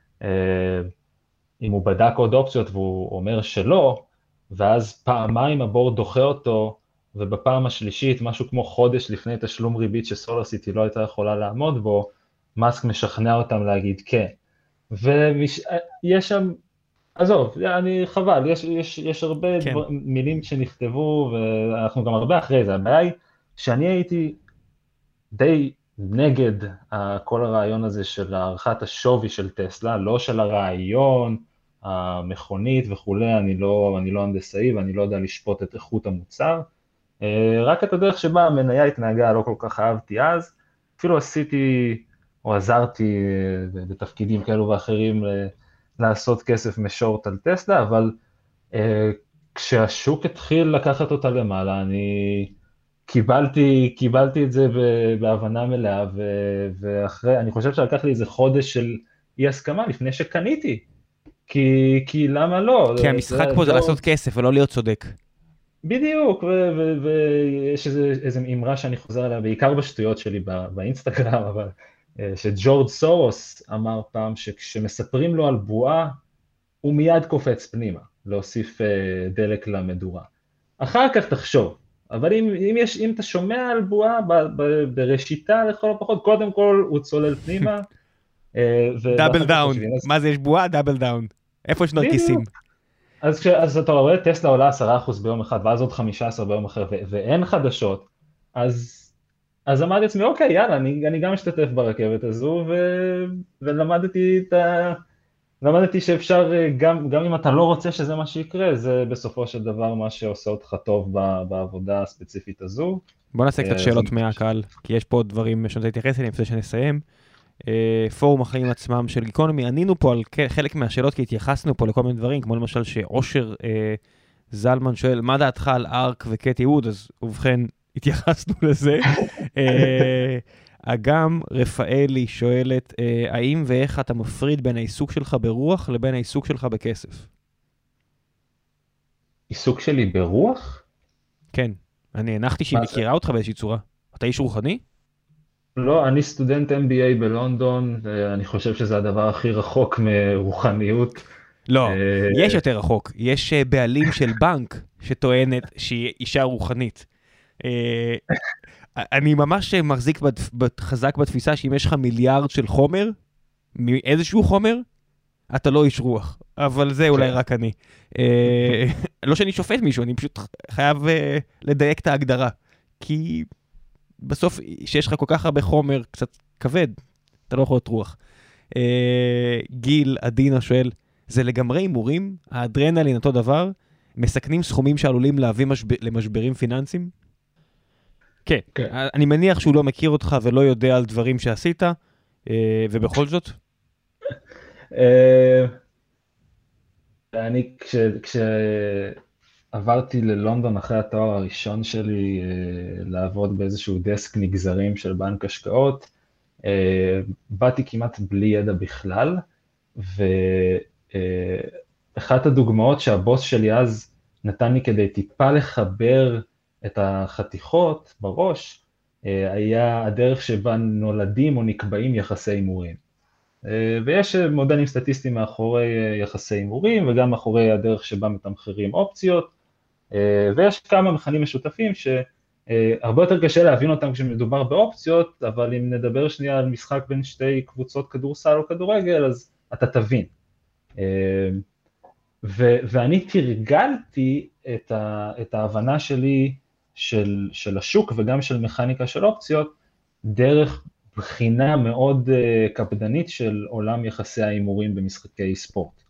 אם הוא בדק עוד אופציות והוא אומר שלא, ואז פעמיים הבורד דוחה אותו, ובפעם השלישית, משהו כמו חודש לפני תשלום ריבית שסולר סיטי לא הייתה יכולה לעמוד בו, מאסק משכנע אותם להגיד כן. ויש שם, עזוב, חבל, יש הרבה כן. מילים שנכתבו, ואנחנו גם הרבה אחרי זה. הבעיה היא שאני הייתי די נגד כל הרעיון הזה של הערכת השווי של טסלה, לא של הרעיון, המכונית וכולי, אני לא הנדסאי ואני לא יודע לשפוט את איכות המוצר, רק את הדרך שבה המניה התנהגה לא כל כך אהבתי אז, אפילו עשיתי או עזרתי בתפקידים כאלו ואחרים לעשות כסף משורט על טסלה, אבל כשהשוק התחיל לקחת אותה למעלה, אני קיבלתי את זה בהבנה מלאה, ואחרי, אני חושב שלקח לי איזה חודש של אי הסכמה לפני שקניתי, כי למה לא? כי המשחק פה זה לעשות כסף ולא להיות צודק. בדיוק, ויש איזו אמרה שאני חוזר עליה, בעיקר בשטויות שלי באינסטגרם, אבל שג'ורג' סורוס אמר פעם שכשמספרים לו על בועה, הוא מיד קופץ פנימה, להוסיף דלק למדורה. אחר כך תחשוב, אבל אם אתה שומע על בועה בראשיתה לכל הפחות, קודם כל הוא צולל פנימה. דאבל דאון, מה זה יש בועה? דאבל דאון. איפה יש נרקיסים? אז אתה רואה, טסלה עולה 10% ביום אחד, ואז עוד 15 ביום אחר, ואין חדשות, אז אמרתי לעצמי, אוקיי, יאללה, אני גם משתתף ברכבת הזו, ולמדתי שאפשר, גם אם אתה לא רוצה שזה מה שיקרה, זה בסופו של דבר מה שעושה אותך טוב בעבודה הספציפית הזו. בוא נעשה קצת שאלות מהקהל, כי יש פה עוד דברים שאני רוצה להתייחס אליהם, לפני שנסיים. פורום החיים עצמם של גיקונומי, ענינו פה על חלק מהשאלות, כי התייחסנו פה לכל מיני דברים, כמו למשל שאושר זלמן שואל, מה דעתך על ארק וקטי ווד? אז ובכן, התייחסנו לזה. אגם רפאלי שואלת, האם ואיך אתה מפריד בין העיסוק שלך ברוח לבין העיסוק שלך בכסף? עיסוק שלי ברוח? כן, אני הנחתי שהיא מה זה? מכירה אותך באיזושהי צורה. אתה איש רוחני? לא, אני סטודנט MBA בלונדון, ואני חושב שזה הדבר הכי רחוק מרוחניות. לא, יש אה, יותר רחוק. יש בעלים של בנק שטוענת שהיא אישה רוחנית. אה, אני ממש מחזיק חזק בתפיסה שאם יש לך מיליארד של חומר, מאיזשהו חומר, אתה לא איש רוח. אבל זה אולי כן. רק אני. לא שאני שופט מישהו, אני פשוט חייב לדייק את ההגדרה. כי בסוף, שיש לך כל כך הרבה חומר קצת כבד, אתה לא יכול להיות רוח. גיל עדינה שואל, זה לגמרי הימורים? האדרנלין אותו דבר? מסכנים סכומים שעלולים להביא למשברים פיננסיים? כן, כן. אני מניח שהוא לא מכיר אותך ולא יודע על דברים שעשית, ובכל זאת? אה, אני, כשעברתי ללונדון אחרי התואר הראשון שלי, לעבוד באיזשהו דסק נגזרים של בנק השקעות, באתי כמעט בלי ידע בכלל, ואחת הדוגמאות שהבוס שלי אז נתן לי כדי טיפה לחבר את החתיכות בראש, היה הדרך שבה נולדים או נקבעים יחסי הימורים. ויש מודלים סטטיסטיים מאחורי יחסי הימורים, וגם מאחורי הדרך שבה מתמחרים אופציות, ויש כמה מכנים משותפים שהרבה יותר קשה להבין אותם כשמדובר באופציות, אבל אם נדבר שנייה על משחק בין שתי קבוצות כדורסל או כדורגל, אז אתה תבין. ואני תרגלתי את ההבנה שלי של השוק וגם של מכניקה של אופציות, דרך בחינה מאוד קפדנית של עולם יחסי ההימורים במשחקי ספורט.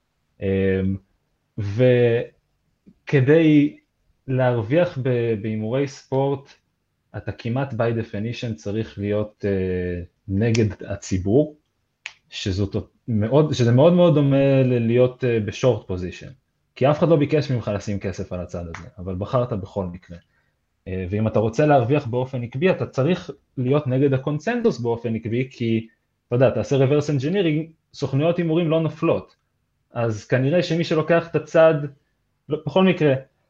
וכדי להרוויח בהימורי ספורט, אתה כמעט by definition צריך להיות נגד הציבור, שזה מאוד מאוד דומה להיות בשורט פוזישן, כי אף אחד לא ביקש ממך לשים כסף על הצד הזה, אבל בחרת בכל מקרה. ואם אתה רוצה להרוויח באופן עקבי, אתה צריך להיות נגד הקונצנזוס באופן עקבי, כי אתה יודע, תעשה reverse engineering, סוכנויות הימורים לא נופלות, אז כנראה שמי שלוקח את הצד, בכל מקרה,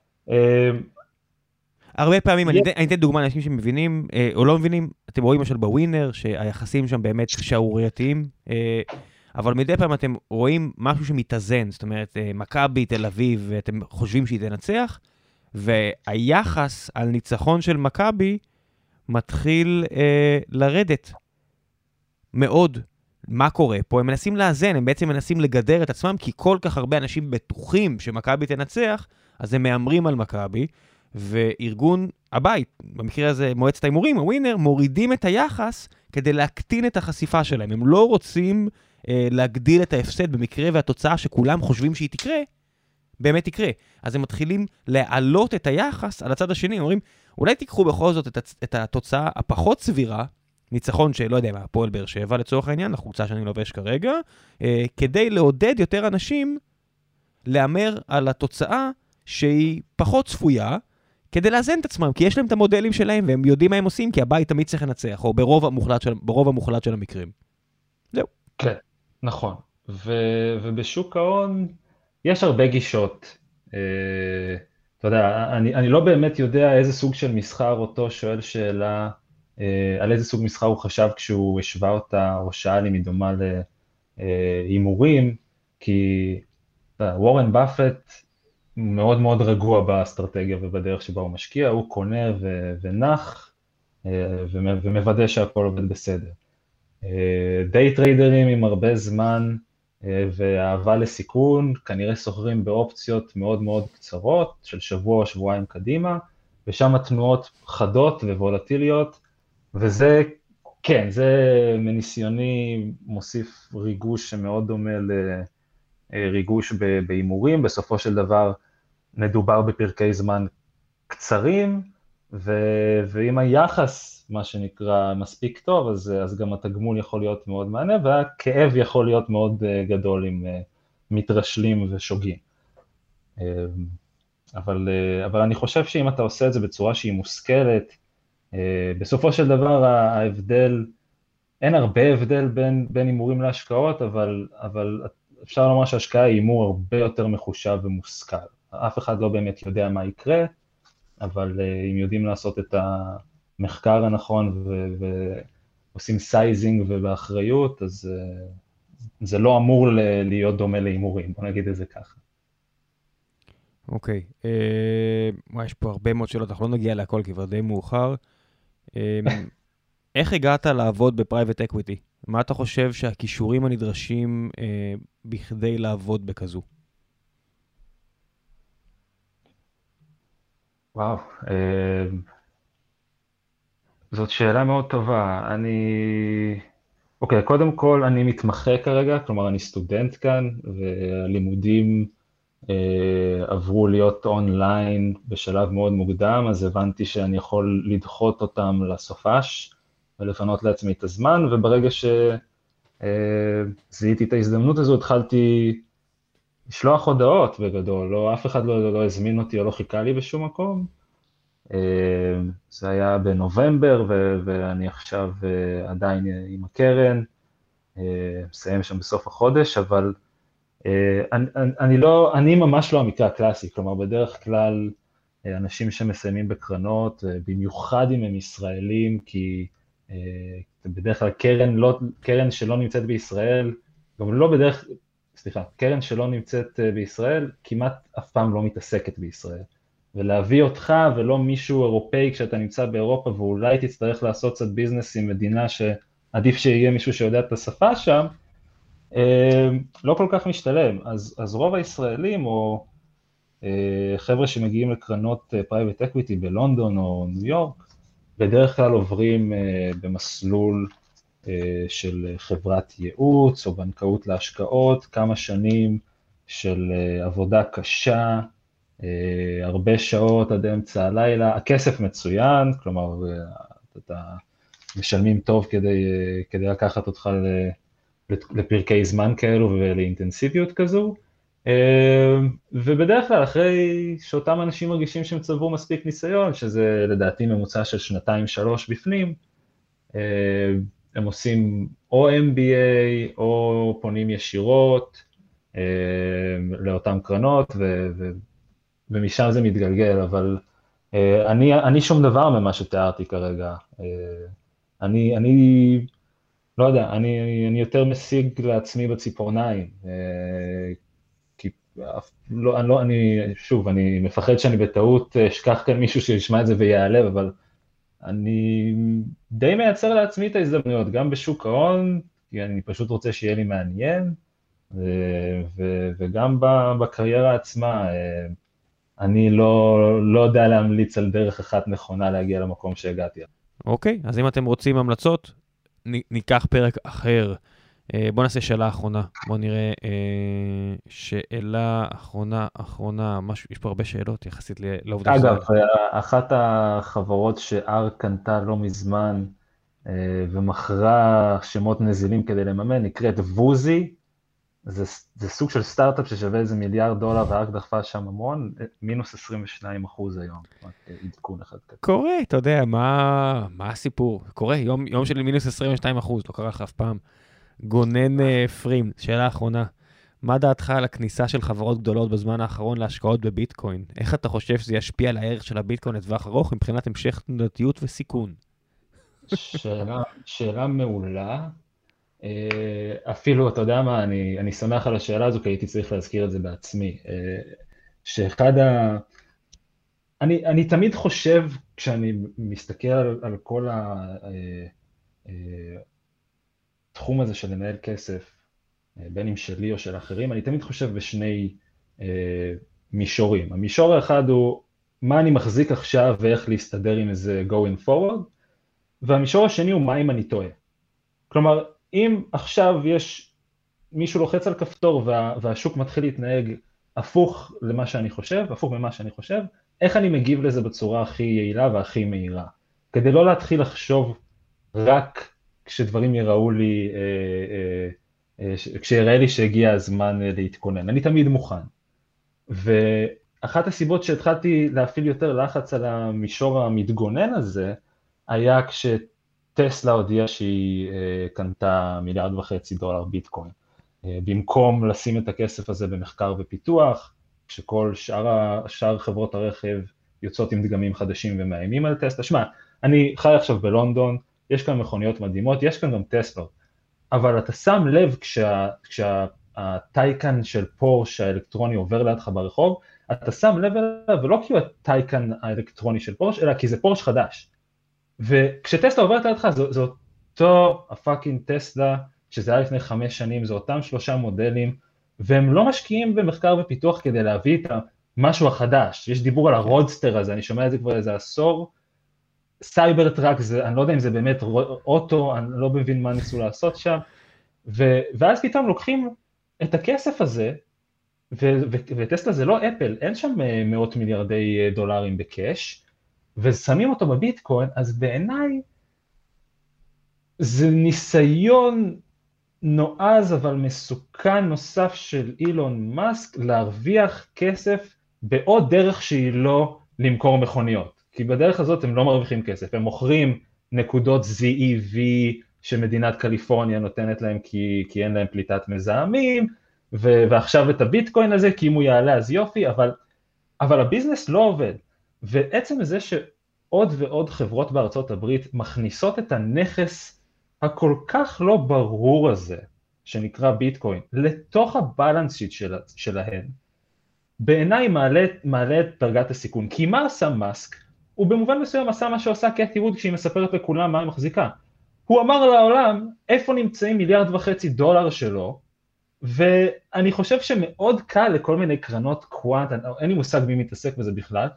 הרבה פעמים, אני אתן דוגמה לאנשים שמבינים, או לא מבינים, אתם רואים למשל בווינר, שהיחסים שם באמת שערורייתיים, אבל מדי פעם אתם רואים משהו שמתאזן, זאת אומרת, מכבי, תל אביב, ואתם חושבים שהיא תנצח, והיחס על ניצחון של מכבי מתחיל לרדת מאוד. מה קורה פה? הם מנסים לאזן, הם בעצם מנסים לגדר את עצמם, כי כל כך הרבה אנשים בטוחים שמכבי תנצח, אז הם מאמרים על מכבי, וארגון הבית, במקרה הזה מועצת ההימורים, הווינר, מורידים את היחס כדי להקטין את החשיפה שלהם. הם לא רוצים להגדיל את ההפסד במקרה והתוצאה שכולם חושבים שהיא תקרה, באמת תקרה. אז הם מתחילים להעלות את היחס על הצד השני, הם אומרים, אולי תיקחו בכל זאת את התוצאה הפחות סבירה, ניצחון שלא יודע מה, הפועל באר שבע לצורך העניין, החולצה שאני לובש כרגע, כדי לעודד יותר אנשים לאמר על התוצאה שהיא פחות צפויה, כדי לאזן את עצמם, כי יש להם את המודלים שלהם, והם יודעים מה הם עושים, כי הבית תמיד צריך לנצח, או ברוב המוחלט של המקרים. זהו. כן, נכון. ובשוק ההון יש הרבה גישות. אתה יודע, אני לא באמת יודע איזה סוג של מסחר אותו שואל שאלה, על איזה סוג מסחר הוא חשב כשהוא השווה אותה, או שאל אם היא דומה להימורים, כי וורן באפט מאוד מאוד רגוע באסטרטגיה ובדרך שבה הוא משקיע, הוא קונה ונח, ומוודא שהכל עובד בסדר. דיי טריידרים עם הרבה זמן ואהבה לסיכון, כנראה סוחרים באופציות מאוד מאוד קצרות, של שבוע או שבועיים קדימה, ושם התנועות חדות ווולטיליות, וזה, כן, זה מניסיוני מוסיף ריגוש שמאוד דומה לריגוש בהימורים, בסופו של דבר מדובר בפרקי זמן קצרים, ואם היחס, מה שנקרא, מספיק טוב, אז גם התגמול יכול להיות מאוד מענה, והכאב יכול להיות מאוד גדול אם מתרשלים ושוגים. אבל אני חושב שאם אתה עושה את זה בצורה שהיא מושכלת, בסופו של דבר ההבדל, אין הרבה הבדל בין הימורים להשקעות, אבל אפשר לומר שההשקעה היא הימור הרבה יותר מחושב ומושכל. אף אחד לא באמת יודע מה יקרה, אבל אם יודעים לעשות את המחקר הנכון ועושים סייזינג ובאחריות, אז זה לא אמור להיות דומה להימורים, בוא נגיד את זה ככה. אוקיי. יש פה הרבה מאוד שאלות, אנחנו לא נגיע להכל כי כבר די מאוחר. איך הגעת לעבוד בפרייבט אקוויטי? מה אתה חושב שהכישורים הנדרשים בכדי לעבוד בכזו? וואו, זאת שאלה מאוד טובה. אוקיי, קודם כל אני מתמחה כרגע, כלומר אני סטודנט כאן, והלימודים עברו להיות אונליין בשלב מאוד מוקדם, אז הבנתי שאני יכול לדחות אותם לסופש, ולפנות לעצמי את הזמן, וברגע שזיהיתי את ההזדמנות הזו, התחלתי לשלוח הודעות בגדול, אף אחד לא הזמין אותי או לא חיכה לי בשום מקום. זה היה בנובמבר, ואני עכשיו עדיין עם הקרן, מסיים שם בסוף החודש, אבל אני ממש לא המקרה הקלאסי, כלומר בדרך כלל אנשים שמסיימים בקרנות, במיוחד אם הם ישראלים, כי בדרך כלל קרן שלא נמצאת בישראל, גם לא קרן שלא נמצאת בישראל, כמעט אף פעם לא מתעסקת בישראל. ולהביא אותך ולא מישהו אירופאי כשאתה נמצא באירופה, ואולי תצטרך לעשות קצת ביזנס עם מדינה שעדיף שיהיה מישהו שיודע את השפה שם, לא כל כך משתלם. אז רוב הישראלים או חבר'ה שמגיעים לקרנות פרייבט אקוויטי בלונדון או ניו יורק, בדרך כלל עוברים במסלול של חברת ייעוץ או בנקאות להשקעות, כמה שנים של עבודה קשה, הרבה שעות עד אמצע הלילה, הכסף מצוין, כלומר אתה משלמים טוב כדי לקחת אותך לפרקי זמן כאלו ולאינטנסיביות כזו, ובדרך כלל אחרי שאותם אנשים מרגישים שהם צברו מספיק ניסיון, שזה לדעתי ממוצע של 2-3 בפנים, הם עושים או MBA או פונים ישירות לאותם קרנות, ומשם זה מתגלגל, אבל אני שום דבר ממה שתיארתי כרגע. אני לא יודע, אני יותר משיג לעצמי בציפורניים, כי אני מפחד שאני בטעות אשכח כאן מישהו שישמע את זה ויעלב, אבל אני די מייצר לעצמי את ההזדמנויות, גם בשוק ההון, כי אני פשוט רוצה שיהיה לי מעניין, וגם בקריירה עצמה, אני לא יודע להמליץ על דרך אחת נכונה להגיע למקום שהגעתי. אוקיי, אז אם אתם רוצים המלצות, ניקח פרק אחר. בוא נעשה שאלה אחרונה. בוא נראה שאלה אחרונה, משהו, יש פה הרבה שאלות יחסית לעובדה. אגב, אחת החברות שאר קנתה לא מזמן ומכרה שמות נזילים כדי לממן, נקראת ווזי, זה סוג של סטארט-אפ ששווה איזה $1 מיליארד, ורק דחפה שם המון, מינוס 22% היום, רק עדכון אחד כזה. קורה, אתה יודע, מה הסיפור? קורה, יום של מינוס 22%, לא קרה לך אף פעם. גונן פרים, שאלה אחרונה. מה דעתך על הכניסה של חברות גדולות בזמן האחרון להשקעות בביטקוין? איך אתה חושב שזה ישפיע על הערך של הביטקוין לטווח ארוך מבחינת המשך תנודתיות וסיכון? שאלה מעולה. אפילו, אתה יודע מה, אני שמח על השאלה הזו, כי הייתי צריך להזכיר את זה בעצמי. אני תמיד חושב, כשאני מסתכל על כל התחום הזה של לנהל כסף, בין אם שלי או של אחרים, אני תמיד חושב בשני מישורים. המישור האחד הוא מה אני מחזיק עכשיו ואיך להסתדר עם איזה going forward, והמישור השני הוא מה אם אני טועה. כלומר, אם עכשיו מישהו לוחץ על כפתור והשוק מתחיל להתנהג הפוך ממה שאני חושב, איך אני מגיב לזה בצורה הכי יעילה והכי מהירה, כדי לא להתחיל לחשוב רק כשדברים יראו לי, כשיראה לי שהגיע הזמן להתכונן. אני תמיד מוכן. ואחת הסיבות שהתחלתי להפעיל יותר לחץ על המישור המתגונן הזה, היה כשטסלה הודיעה שהיא קנתה $1.5 מיליארד ביטקוין. במקום לשים את הכסף הזה במחקר ופיתוח, כשכל שאר חברות הרכב יוצאות עם דגמים חדשים ומאיימים על טסלה. שמע, אני חי עכשיו בלונדון, יש כאן מכוניות מדהימות, יש כאן גם טסלות, אבל אתה שם לב כשהטייקן של פורש האלקטרוני עובר לידך ברחוב, אתה שם לב אליו, ולא כי הוא הטייקן האלקטרוני של פורש, אלא כי זה פורש חדש. וכשטסלה עוברת לידך, זה אותו הפאקינג טסלה, שזה היה לפני 5 שנים, זה אותם 3 מודלים, והם לא משקיעים במחקר ופיתוח כדי להביא את המשהו החדש. יש דיבור על הרודסטר הזה, אני שומע את זה כבר איזה עשור, סייבר טראק, אני לא יודע אם זה באמת אוטו, אני לא מבין מה ניסו לעשות שם, ואז פתאום לוקחים את הכסף הזה, וטסלה זה לא אפל, אין שם מאות מיליארדי דולרים בקש, ושמים אותו בביטקוין, אז בעיניי זה ניסיון נועז אבל מסוכן נוסף של אילון מאסק להרוויח כסף בעוד דרך שהיא לא למכור מכוניות. כי בדרך הזאת הם לא מרוויחים כסף, הם מוכרים נקודות ZEV שמדינת קליפורניה נותנת להם כי אין להם פליטת מזהמים, ועכשיו את הביטקוין הזה, כי אם הוא יעלה אז יופי, אבל הביזנס לא עובד. ועצם זה שעוד ועוד חברות בארצות הברית מכניסות את הנכס הכל כך לא ברור הזה, שנקרא ביטקוין, לתוך הבלנס שיט שלהן, בעיניי מעלה את דרגת הסיכון. כי מה עשה מאסק? הוא במובן מסוים עשה מה שעושה קאתי ווד כשהיא מספרת לכולם מה היא מחזיקה. הוא אמר לעולם איפה נמצאים $1.5 מיליארד שלו, ואני חושב שמאוד קל לכל מיני קרנות קוואנט, אין לי מושג מי מתעסק בזה בכלל,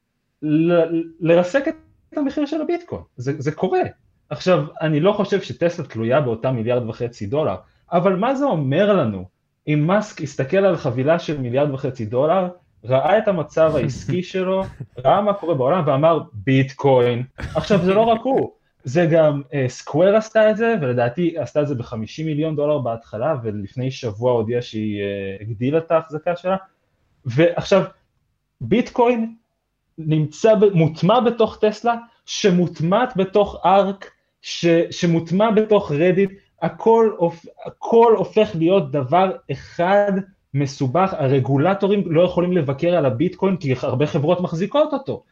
לרסק את המחיר של הביטקוין. זה קורה. עכשיו, אני לא חושב שטסלה תלויה באותם $1.5 מיליארד, אבל מה זה אומר לנו? אם מאסק הסתכל על חבילה של $1.5 מיליארד, ראה את המצב העסקי שלו, ראה מה קורה בעולם ואמר ביטקוין. עכשיו, זה לא רק הוא, זה גם סקוואר עשתה את זה, ולדעתי עשתה את זה $50 מיליון בהתחלה, ולפני שבוע הודיעה שהיא הגדילה את ההחזקה שלה, ועכשיו, ביטקוין מוטמע בתוך טסלה, שמוטמעת בתוך ארק, שמוטמע בתוך רדיט, הכל הופך להיות דבר אחד מסובך. הרגולטורים לא יכולים לבקר על הביטקוין, כי הרבה חברות מחזיקות אותו,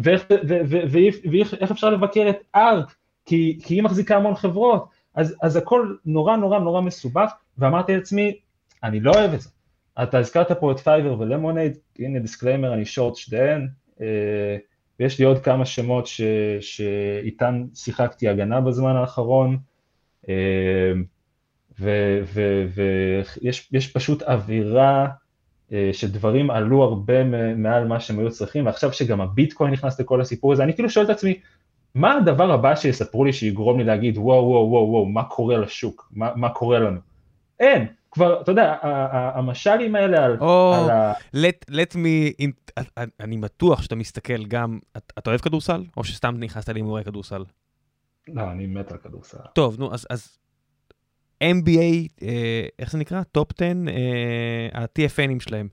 ואיך אפשר לבקר את ארק, כי היא מחזיקה המון חברות, אז הכל נורא נורא נורא מסובך, ואמרתי לעצמי, אני לא אוהב את זה. אתה הזכרת פה את פייבר ולמונייד, הנה דיסקליימר, אני שורט שתיהן, ויש לי עוד כמה שמות שאיתן שיחקתי הגנה בזמן האחרון, ויש פשוט אווירה שדברים עלו הרבה מעל מה שהם היו צריכים, ועכשיו שגם הביטקוין נכנס לכל הסיפור הזה, אני כאילו שואל את עצמי, מה הדבר הבא שיספרו לי שיגרום לי להגיד, וואו, מה קורה לשוק, מה קורה לנו? אין, כבר, אתה יודע, המשלים האלה על let me, אני בטוח שאתה מסתכל גם, אתה אוהב כדורסל? או שסתם נכנסת להימורי כדורסל? לא, אני מת על כדורסל. טוב, נו, אז NBA, איך זה נקרא? טופ 10, ה-TFNים שלהם.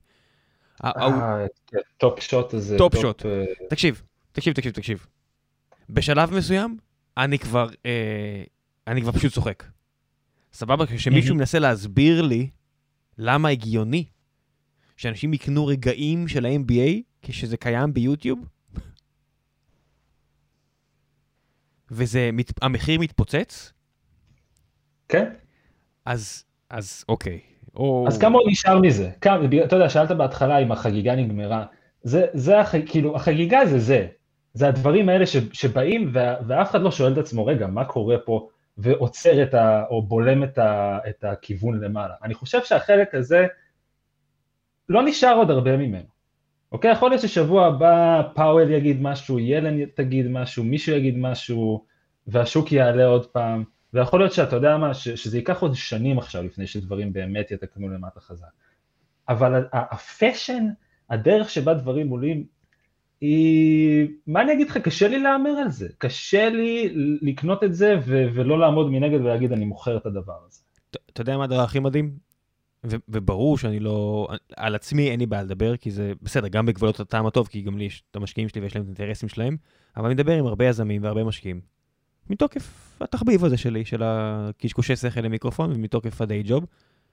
טופ שוט הזה. טופ שוט. תקשיב. בשלב מסוים, אני כבר פשוט צוחק. סבבה, כשמישהו מנסה להסביר לי למה הגיוני שאנשים יקנו רגעים של ה-NBA כשזה קיים ביוטיוב, המחיר מתפוצץ? כן. אז אוקיי. אז כמה עוד נשאר מזה? אתה יודע, שאלת בהתחלה אם החגיגה נגמרה. כאילו, החגיגה זה. זה הדברים האלה שבאים, ואף אחד לא שואל את עצמו, רגע, מה קורה פה, ועוצר או בולם את הכיוון למעלה. אני חושב שהחלק הזה לא נשאר עוד הרבה ממנו. אוקיי? יכול להיות ששבוע הבא פאוול יגיד משהו, ילן תגיד משהו, מישהו יגיד משהו, והשוק יעלה עוד פעם, ויכול להיות שאתה יודע מה, שזה ייקח עוד שנים עכשיו, לפני שדברים באמת יתקנו למטה חזק. אבל הפשן, הדרך שבה דברים עולים, מה אני אגיד לך, קשה לי לאמר על זה, קשה לי לקנות את זה ולא לעמוד מנגד ולהגיד אני מוכר את הדבר הזה. אתה יודע מה הדבר הכי מדהים? וברור שאני לא, על עצמי אין לי בעיה לדבר, כי זה בסדר, גם בגבולות הטעם הטוב, כי גם לי יש את המשקיעים שלי ויש להם את האינטרסים שלהם, אבל אני מדבר עם הרבה יזמים והרבה משקיעים, מתוקף התחביב הזה שלי, של הקשקושי שכל למיקרופון, ומתוקף הדיי ג'וב.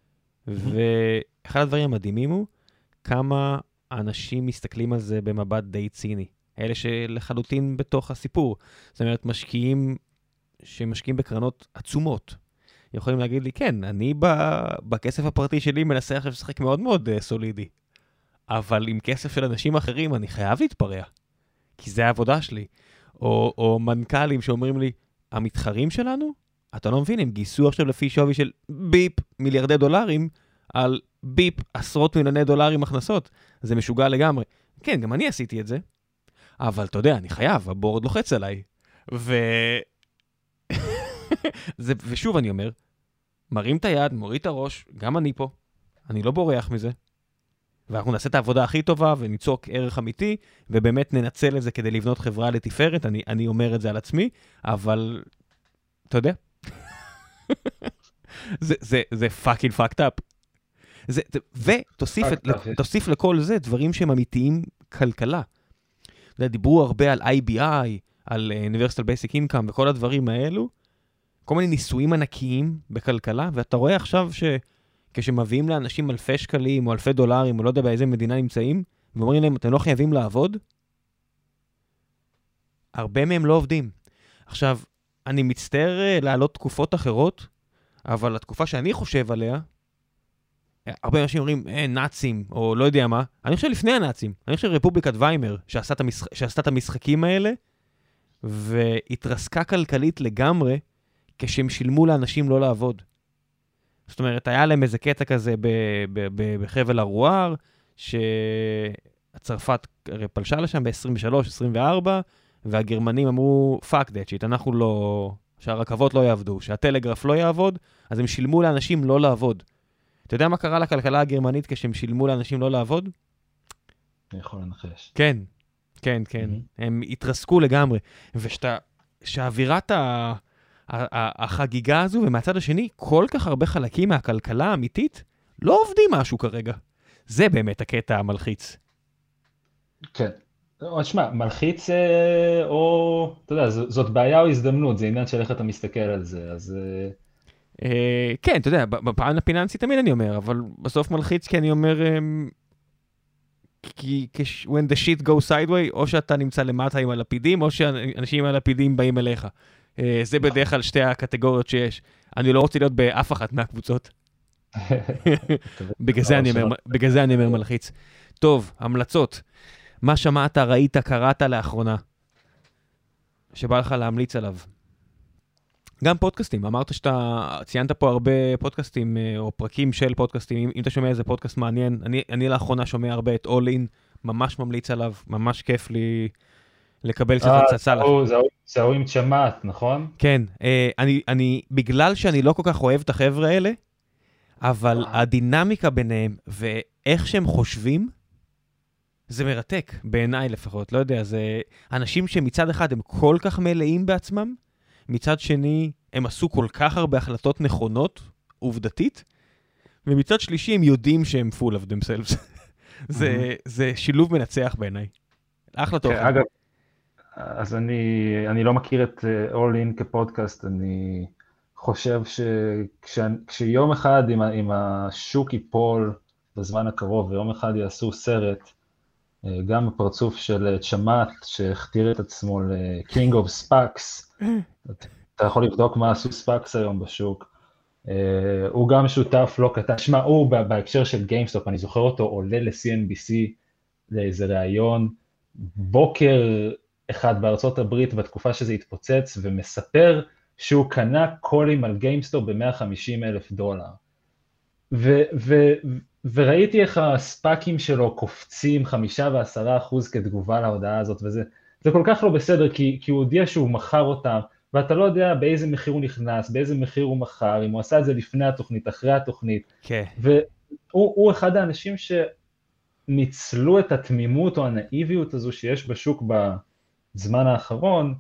ואחד הדברים המדהימים הוא, כמה אנשים מסתכלים על זה במבט די ציני. אלה שלחלוטין בתוך הסיפור. זאת אומרת, שמשקיעים בקרנות עצומות. יכולים להגיד לי, כן, אני בכסף הפרטי שלי מנסה עכשיו לשחק מאוד מאוד סולידי. אבל עם כסף של אנשים אחרים אני חייב להתפרע. כי זה העבודה שלי. או מנכ"לים שאומרים לי, המתחרים שלנו, אתה לא מבין, הם גייסו עכשיו לפי שווי של ביפ מיליארדי דולרים, על ביפ עשרות מיליוני דולרים הכנסות. זה משוגע לגמרי. כן, גם אני עשיתי את זה. אבל אתה יודע, אני חייב, הבורד לוחץ עליי. ושוב אני אומר, מרים את היד, מוריד את הראש, גם אני פה. אני לא בורח מזה. ואנחנו נעשה את העבודה הכי טובה וניצוק ערך אמיתי, ובאמת ננצל את זה כדי לבנות חברה לתפארת. אני אומר את זה על עצמי, אבל אתה יודע, זה fucking fucked up. ותוסיף לכל זה דברים שהם אמיתיים כלכלה. דיברו הרבה על IBI, על Universal Basic Income וכל הדברים האלו, כל מיני ניסויים ענקיים בכלכלה, ואתה רואה עכשיו כשמביאים לאנשים אלפי שקלים או אלפי דולרים, או לא יודע באיזה מדינה נמצאים, ואומרים להם, אתם לא חייבים לעבוד, הרבה מהם לא עובדים. עכשיו, אני מצטער להעלות תקופות אחרות, אבל התקופה שאני חושב עליה, הרבה אנשים אומרים, נאצים, או לא יודע מה. אני חושב לפני הנאצים. אני חושב רפובליקת ויימר, שעשתה את המשחקים האלה, והתרסקה כלכלית לגמרי, כשהם שילמו לאנשים לא לעבוד. זאת אומרת, היה להם איזה קטע כזה בחבל הרואר, שהצרפת פלשה לשם ב-23, 24, והגרמנים אמרו, fuck that shit, אנחנו לא, שהרכבות לא יעבדו, שהטלגרף לא יעבוד, אז הם שילמו לאנשים לא לעבוד. אתה יודע מה קרה לכלכלה הגרמנית כשהם שילמו לאנשים לא לעבוד? אני יכול לנחש. כן, כן, כן. הם התרסקו לגמרי. ושאווירת החגיגה הזו, ומהצד השני, כל כך הרבה חלקים מהכלכלה האמיתית, לא עובדים משהו כרגע. זה באמת הקטע המלחיץ. כן. תשמע, מלחיץ או, אתה יודע, זאת בעיה או הזדמנות, זה עניין של איך אתה מסתכל על זה, אז... כן, אתה יודע, בפן הפיננסי תמיד אני אומר, אבל בסוף מלחיץ כי אני אומר, כי when the shit go sideways, או שאתה נמצא למטה עם הלפידים, או שאנשים עם הלפידים באים אליך. זה בדרך כלל שתי הקטגוריות שיש. אני לא רוצה להיות באף אחת מהקבוצות. בגלל זה אני אומר מלחיץ. טוב, המלצות. מה שמעת, ראית, קראת לאחרונה, שבא לך להמליץ עליו? גם פודקאסטים, אמרת שאתה ציינת פה הרבה פודקאסטים, או פרקים של פודקאסטים, אם אתה שומע איזה פודקאסט מעניין, אני לאחרונה שומע הרבה את All In, ממש ממליץ עליו, ממש כיף לי לקבל קצת הצצה. זה הוא עם צ'מאט, נכון? כן, בגלל שאני לא כל כך אוהב את החבר'ה האלה, אבל הדינמיקה ביניהם, ואיך שהם חושבים, זה מרתק, בעיניי לפחות, לא יודע, זה אנשים שמצד אחד הם כל כך מלאים בעצמם, מצד שני, הם עשו כל כך הרבה החלטות נכונות, עובדתית, ומצד שלישי הם יודעים שהם full of themselves. זה שילוב מנצח בעיניי. אחלה תוכן. אגב, אז אני לא מכיר את All In כפודקאסט, אני חושב שכשיום אחד אם השוק ייפול בזמן הקרוב, ויום אחד יעשו סרט, גם הפרצוף של צ'מאט, שהכתיר את עצמו ל-King of Sparks, אתה יכול לבדוק מה עשו ספאקס היום בשוק. הוא גם שותף לא קטן. שמע, הוא בהקשר של גיימסטופ, אני זוכר אותו, עולה ל-CNBC לאיזה ראיון, בוקר אחד בארצות הברית בתקופה שזה התפוצץ, ומספר שהוא קנה קולים על גיימסטופ ב$150,000. וראיתי איך הספאקים שלו קופצים 5% ו10% כתגובה להודעה הזאת, וזה כל כך לא בסדר, כי הוא הודיע שהוא מכר אותם, ואתה לא יודע באיזה מחיר הוא נכנס, באיזה מחיר הוא מכר, אם הוא עשה את זה לפני התוכנית, אחרי התוכנית. כן. והוא אחד האנשים שניצלו את התמימות או הנאיביות הזו שיש בשוק בזמן האחרון,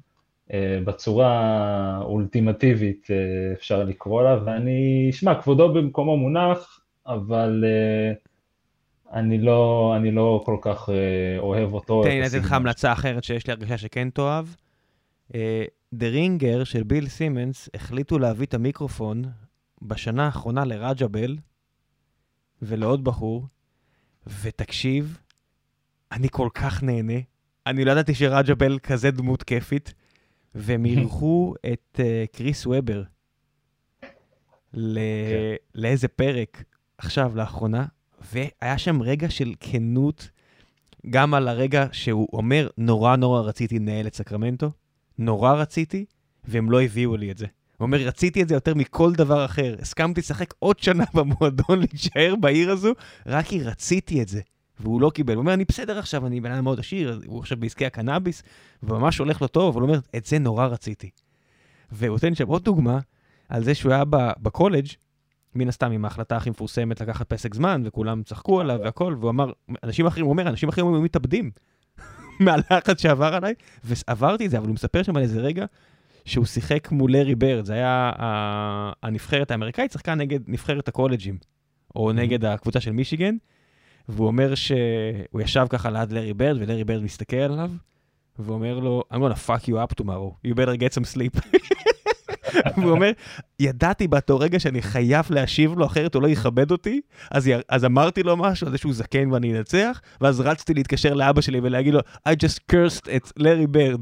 בצורה אולטימטיבית אפשר לקרוא לה, ואני, שמע, כבודו במקומו מונח, אבל אני לא כל כך אוהב אותו. תן לי לתת לך המלצה אחרת שיש לי הרגשה שכן תאהב. דה רינגר של ביל סימנס החליטו להביא את המיקרופון בשנה האחרונה לרג'ה בל ולעוד בחור, ותקשיב, אני כל כך נהנה. אני לא ידעתי שרג'ה בל כזה דמות כיפית, והם אירחו את קריס וובר לאיזה פרק עכשיו לאחרונה, והיה שם רגע של כנות, גם על הרגע שהוא אומר, נורא רציתי לנהל את סקרמנטו, נורא רציתי, והם לא הביאו לי את זה. הוא אומר, רציתי את זה יותר מכל דבר אחר, הסכמתי לשחק עוד שנה במועדון להישאר בעיר הזו, רק כי רציתי את זה, והוא לא קיבל. הוא אומר, אני בסדר עכשיו, אני בן אדם מאוד עשיר, הוא עכשיו בעסקי הקנאביס, וממש הולך לו טוב, אבל הוא אומר, את זה נורא רציתי. והוא נותן שם עוד דוגמה, על זה שהוא היה בקולג', מן הסתם עם ההחלטה הכי מפורסמת לקחת פסק זמן, וכולם צחקו עליו והכל, והוא אמר, אנשים אחרים היו מתאבדים, מהלחץ שעבר עליי, ועברתי את זה, אבל הוא מספר שם על איזה רגע, שהוא שיחק מול לארי ברד, זה היה הנבחרת האמריקאית, שחקה נגד נבחרת הקולג'ים, או נגד הקבוצה של מישיגן, והוא אומר שהוא ישב ככה ליד לארי ברד, ולארי ברד מסתכל עליו, והוא אומר לו, I'm gonna fuck you up tomorrow, you better get some sleep. והוא אומר, ידעתי באותו רגע שאני חייב להשיב לו, אחרת הוא לא יכבד אותי, אז אמרתי לו משהו, על זה שהוא זקן ואני אנצח, ואז רצתי להתקשר לאבא שלי ולהגיד לו, I just cursed את לארי ברד.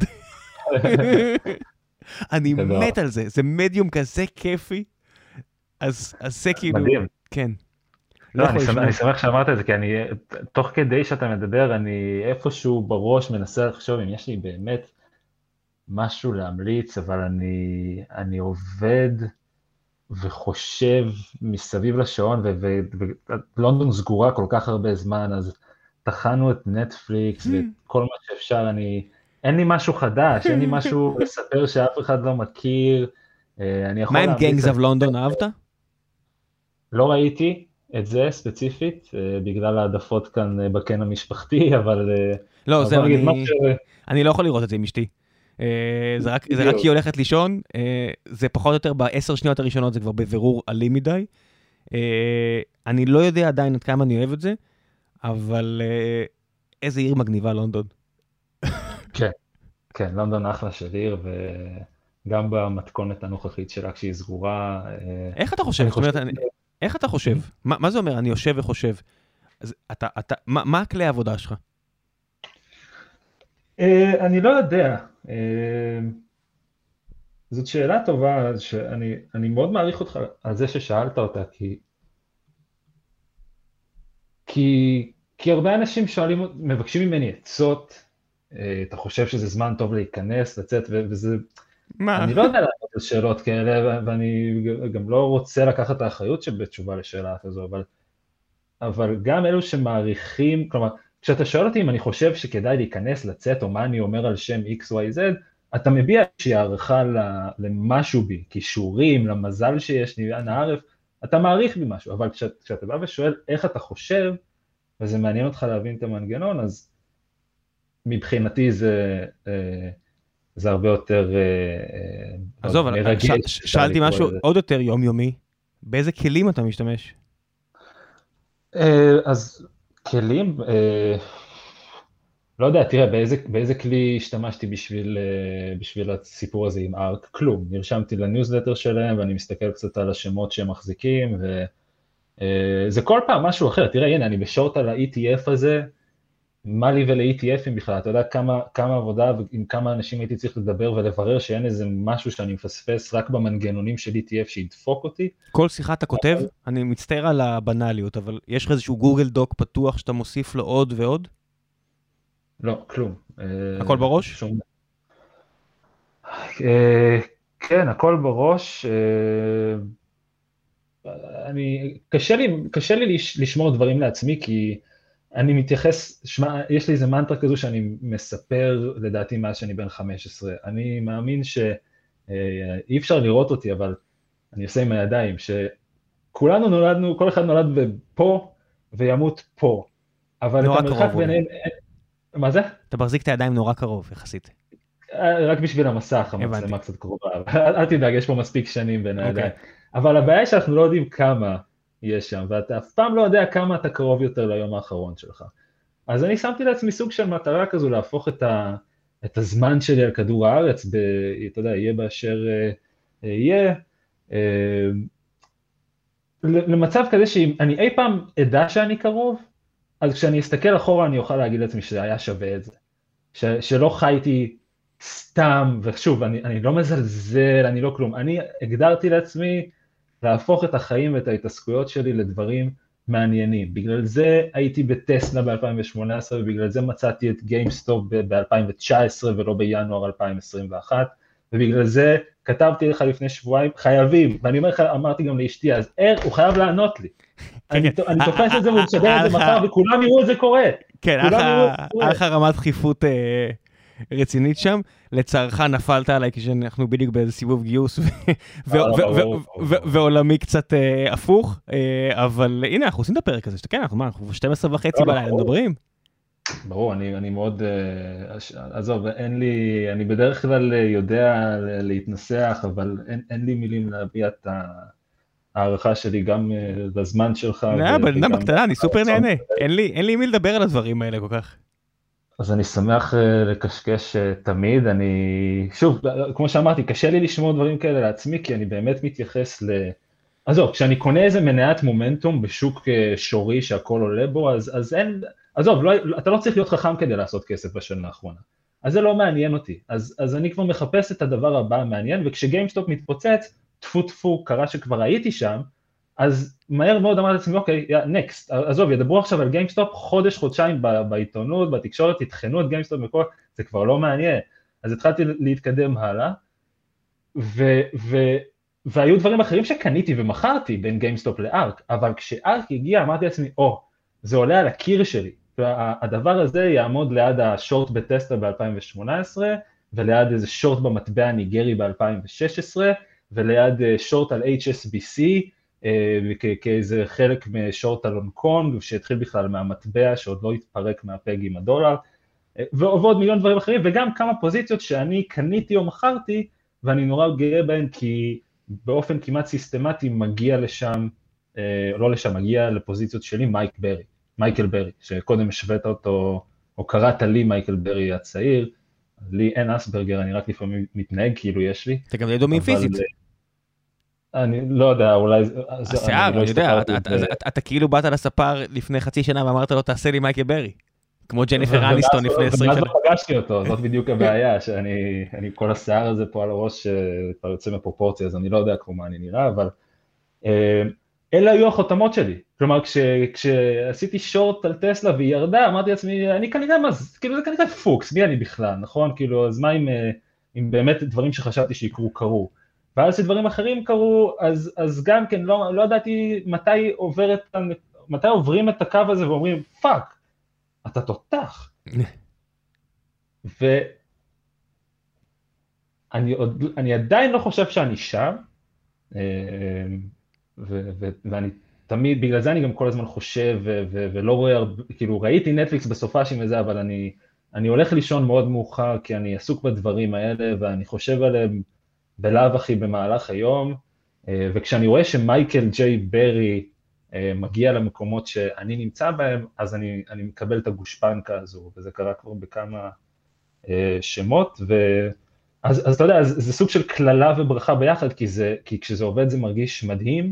אני מת על זה, זה מדיום כזה כיפי, אז זה כאילו... מדהים. כן. לא, אני שמח שאמרת את זה, כי תוך כדי שאתה מדבר, אני איפשהו בראש מנסה לחשוב אם יש לי באמת משהו להמליץ, אבל אני עובד וחושב מסביב לשעון, ולונדון סגורה כל כך הרבה זמן, אז תחנו את נטפליקס ואת כל מה שאפשר, אין לי משהו חדש, אין לי משהו לספר שאף אחד לא מכיר. מה עם גנגס אוף לונדון, אהבת? לא ראיתי את זה ספציפית, בגלל העדפות כאן בקן המשפחתי, אבל... לא, זהו, אני לא יכול לראות את זה עם אשתי. זה רק כי היא הולכת לישון, זה פחות או יותר ב10 שניות הראשונות, זה כבר בבירור אלים מדי. אני לא יודע עדיין עד כמה אני אוהב את זה, אבל איזה עיר מגניבה לונדון. כן, כן, לונדון אחלה של עיר, וגם במתכונת הנוכחית שלה כשהיא סגורה. איך אתה חושב? איך אתה חושב? מה זה אומר? אני יושב וחושב. מה הכלי העבודה שלך? אני לא יודע. זאת שאלה טובה, שאני מאוד מעריך אותך על זה ששאלת אותה, כי הרבה אנשים מבקשים ממני עצות, אתה חושב שזה זמן טוב להיכנס, לצאת, וזה... אני לא יודע לענות על שאלות כאלה, ואני גם לא רוצה לקחת את האחריות שבתשובה לשאלה הזו, אבל גם אלו שמעריכים, כלומר, כשאתה שואל אותי אם אני חושב שכדאי להיכנס, לצאת, או מה אני אומר על שם XYZ, אתה מביע איזושהי הערכה למשהו בי, כישורים, למזל שיש לי, הערף, אתה מעריך בי משהו, אבל כשאתה בא ושואל איך אתה חושב, וזה מעניין אותך להבין את המנגנון, אז מבחינתי זה הרבה יותר עזוב, שאלתי משהו עוד יותר יומיומי, באיזה כלים אתה משתמש? אז כלים, לא יודע, תראה, באיזה כלי השתמשתי בשביל הסיפור הזה עם ארק? כלום. נרשמתי לניוזלטר שלהם, ואני מסתכל קצת על השמות שהם מחזיקים, וזה כל פעם משהו אחר. תראה, הנה, אני בשורט על ה-ETF הזה, מה לי ול-ETFים בכלל? אתה יודע כמה עבודה ועם כמה אנשים הייתי צריך לדבר ולברר שאין איזה משהו שאני מפספס רק במנגנונים של ETF שידפוק אותי? כל שיחה אתה כותב, אני מצטער על הבנליות, אבל יש לך איזשהו גוגל דוק פתוח שאתה מוסיף לו עוד ועוד? לא, כלום. הכל בראש? כן, הכל בראש. קשה לי לשמור דברים לעצמי, כי אני מתייחס, יש לי איזה מנטרה כזו שאני מספר, לדעתי, מאז שאני בן 15. אני מאמין שאי אפשר לראות אותי, אבל אני עושה עם הידיים, שכולנו נולדנו, כל אחד נולד פה וימות פה. אבל את המרחק ביניהם... מה זה? אתה מחזיק את הידיים נורא קרוב, יחסית. רק בשביל המסך, המצלמה קצת קרובה. אל תדאג, יש פה מספיק שנים בין הידיים. אבל הבעיה היא שאנחנו לא יודעים כמה יש שם, ואתה אף פעם לא יודע כמה אתה קרוב יותר ליום האחרון שלך. אז אני שמתי לעצמי סוג של מטרה כזו, להפוך את הזמן שלי על כדור הארץ, אתה יודע, יהיה באשר יהיה, למצב כזה שאם אני אי פעם אדע שאני קרוב, אז כשאני אסתכל אחורה אני אוכל להגיד לעצמי שזה היה שווה את זה. שלא חייתי סתם, ושוב, אני לא מזלזל, אני לא כלום, אני הגדרתי לעצמי להפוך את החיים ואת ההתעסקויות שלי לדברים מעניינים. בגלל זה הייתי בטסלה ב-2018, ובגלל זה מצאתי את גיימסטופ ב-2019 ולא בינואר 2021, ובגלל זה כתבתי לך לפני שבועיים, חייבים, ואני אומר לך, אמרתי גם לאשתי, אז הוא חייב לענות לי. אני תופס את זה ומשדר את זה מחר, וכולם יראו את זה קורה. כן, היה לך רמת דחיפות רצינית שם, לצערך נפלת עליי כשאנחנו בדיוק באיזה סיבוב גיוס, ועולמי קצת הפוך, אבל הנה, אנחנו עושים את הפרק הזה, כן, אנחנו 12:30 בלילה מדברים. ברור, אני מאוד, עזוב, אני בדרך כלל יודע להתנסח, אבל אין לי מילים להביע את הערכה שלי גם לזמן שלך. בנאדם בקטנה, אני סופר נהנה, אין לי מי לדבר על הדברים האלה כל כך. אז אני שמח לקשקש תמיד, שוב, כמו שאמרתי, קשה לי לשמוע דברים כאלה לעצמי, כי אני באמת מתייחס עזוב, כשאני קונה איזה מניית מומנטום בשוק שורי שהכל עולה בו, אז אין, עזוב, אתה לא צריך להיות חכם כדי לעשות כסף בשנה האחרונה. אז זה לא מעניין אותי. אז אני כבר מחפש את הדבר הבא המעניין, וכשגיימסטופ מתפוצץ, טפו, קרה שכבר הייתי שם, אז מהר מאוד אמרתי לעצמי, אוקיי, נקסט, עזוב, ידברו עכשיו על גיימסטופ, חודשיים בעיתונות, בתקשורת, תתחנו את גיימסטופ וכל, זה כבר לא מעניין. אז התחלתי להתקדם הלאה, והיו דברים אחרים שקניתי ומכרתי בין גיימסטופ לארק, אבל כשארק הגיע אמרתי לעצמי, זה עולה על הקיר שלי, והדבר הזה יעמוד ליד השורט בטסלה ב-2018, וליד איזה שורט במטבע הניגרי ב-2016, וליד שורט על HSBC, כאיזה חלק משורט על הונג קונג, שהתחיל בכלל מהמטבע שעוד לא התפרק מהפג עם הדולר, ועוד מיליון דברים אחרים, וגם כמה פוזיציות שאני קניתי או מכרתי, ואני נורא גאה בהן, כי באופן כמעט סיסטמטי מגיע לשם, לא לשם, מגיע לפוזיציות שלי מייקל ברי, שקודם השווית אותו, או קראת לי מייקל ברי הצעיר, לי אין אסברגר, אני רק לפעמים מתנהג כאילו יש לי. אתה גם די דומים פיזית. אני לא יודע, אולי... השיער, אני יודע, אתה כאילו באת לספר לפני חצי שנה ואמרת לו, תעשה לי מייקל ברי. כמו ג'ניפר אניסטון לפני 20 שנה. ואז לא פגשתי אותו, זאת בדיוק הבעיה, שאני כל השיער הזה פה על הראש כבר יוצא מפרופורציה, אז אני לא יודע כמו מה אני נראה, אבל אלה היו החותמות שלי. כלומר, כשעשיתי שורט על טסלה והיא ירדה, אמרתי לעצמי, אני כנראה, כאילו זה כנראה פוקס, מי אני בכלל, נכון? כאילו, אז מה אם באמת דברים שחשבתי שיקרו קרו? ואז שדברים אחרים קרו, אז גם כן לא ידעתי מתי עוברים את הקו הזה ואומרים, פאק, אתה תותח. ואני עדיין לא חושב שאני שם, ואני תמיד, בגלל זה אני גם כל הזמן חושב, ולא רואה, כאילו ראיתי נטפליקס בסופה עם זה, אבל אני הולך לישון מאוד מאוחר, כי אני עסוק בדברים האלה, ואני חושב עליהם בלאו הכי במהלך היום, וכשאני רואה שמייקל ג'יי ברי מגיע למקומות שאני נמצא בהם, אז אני מקבל את הגושפנקה הזו, וזה קרה כבר בכמה שמות, אז אתה יודע, זה סוג של כללה וברכה ביחד, כי כשזה עובד זה מרגיש מדהים,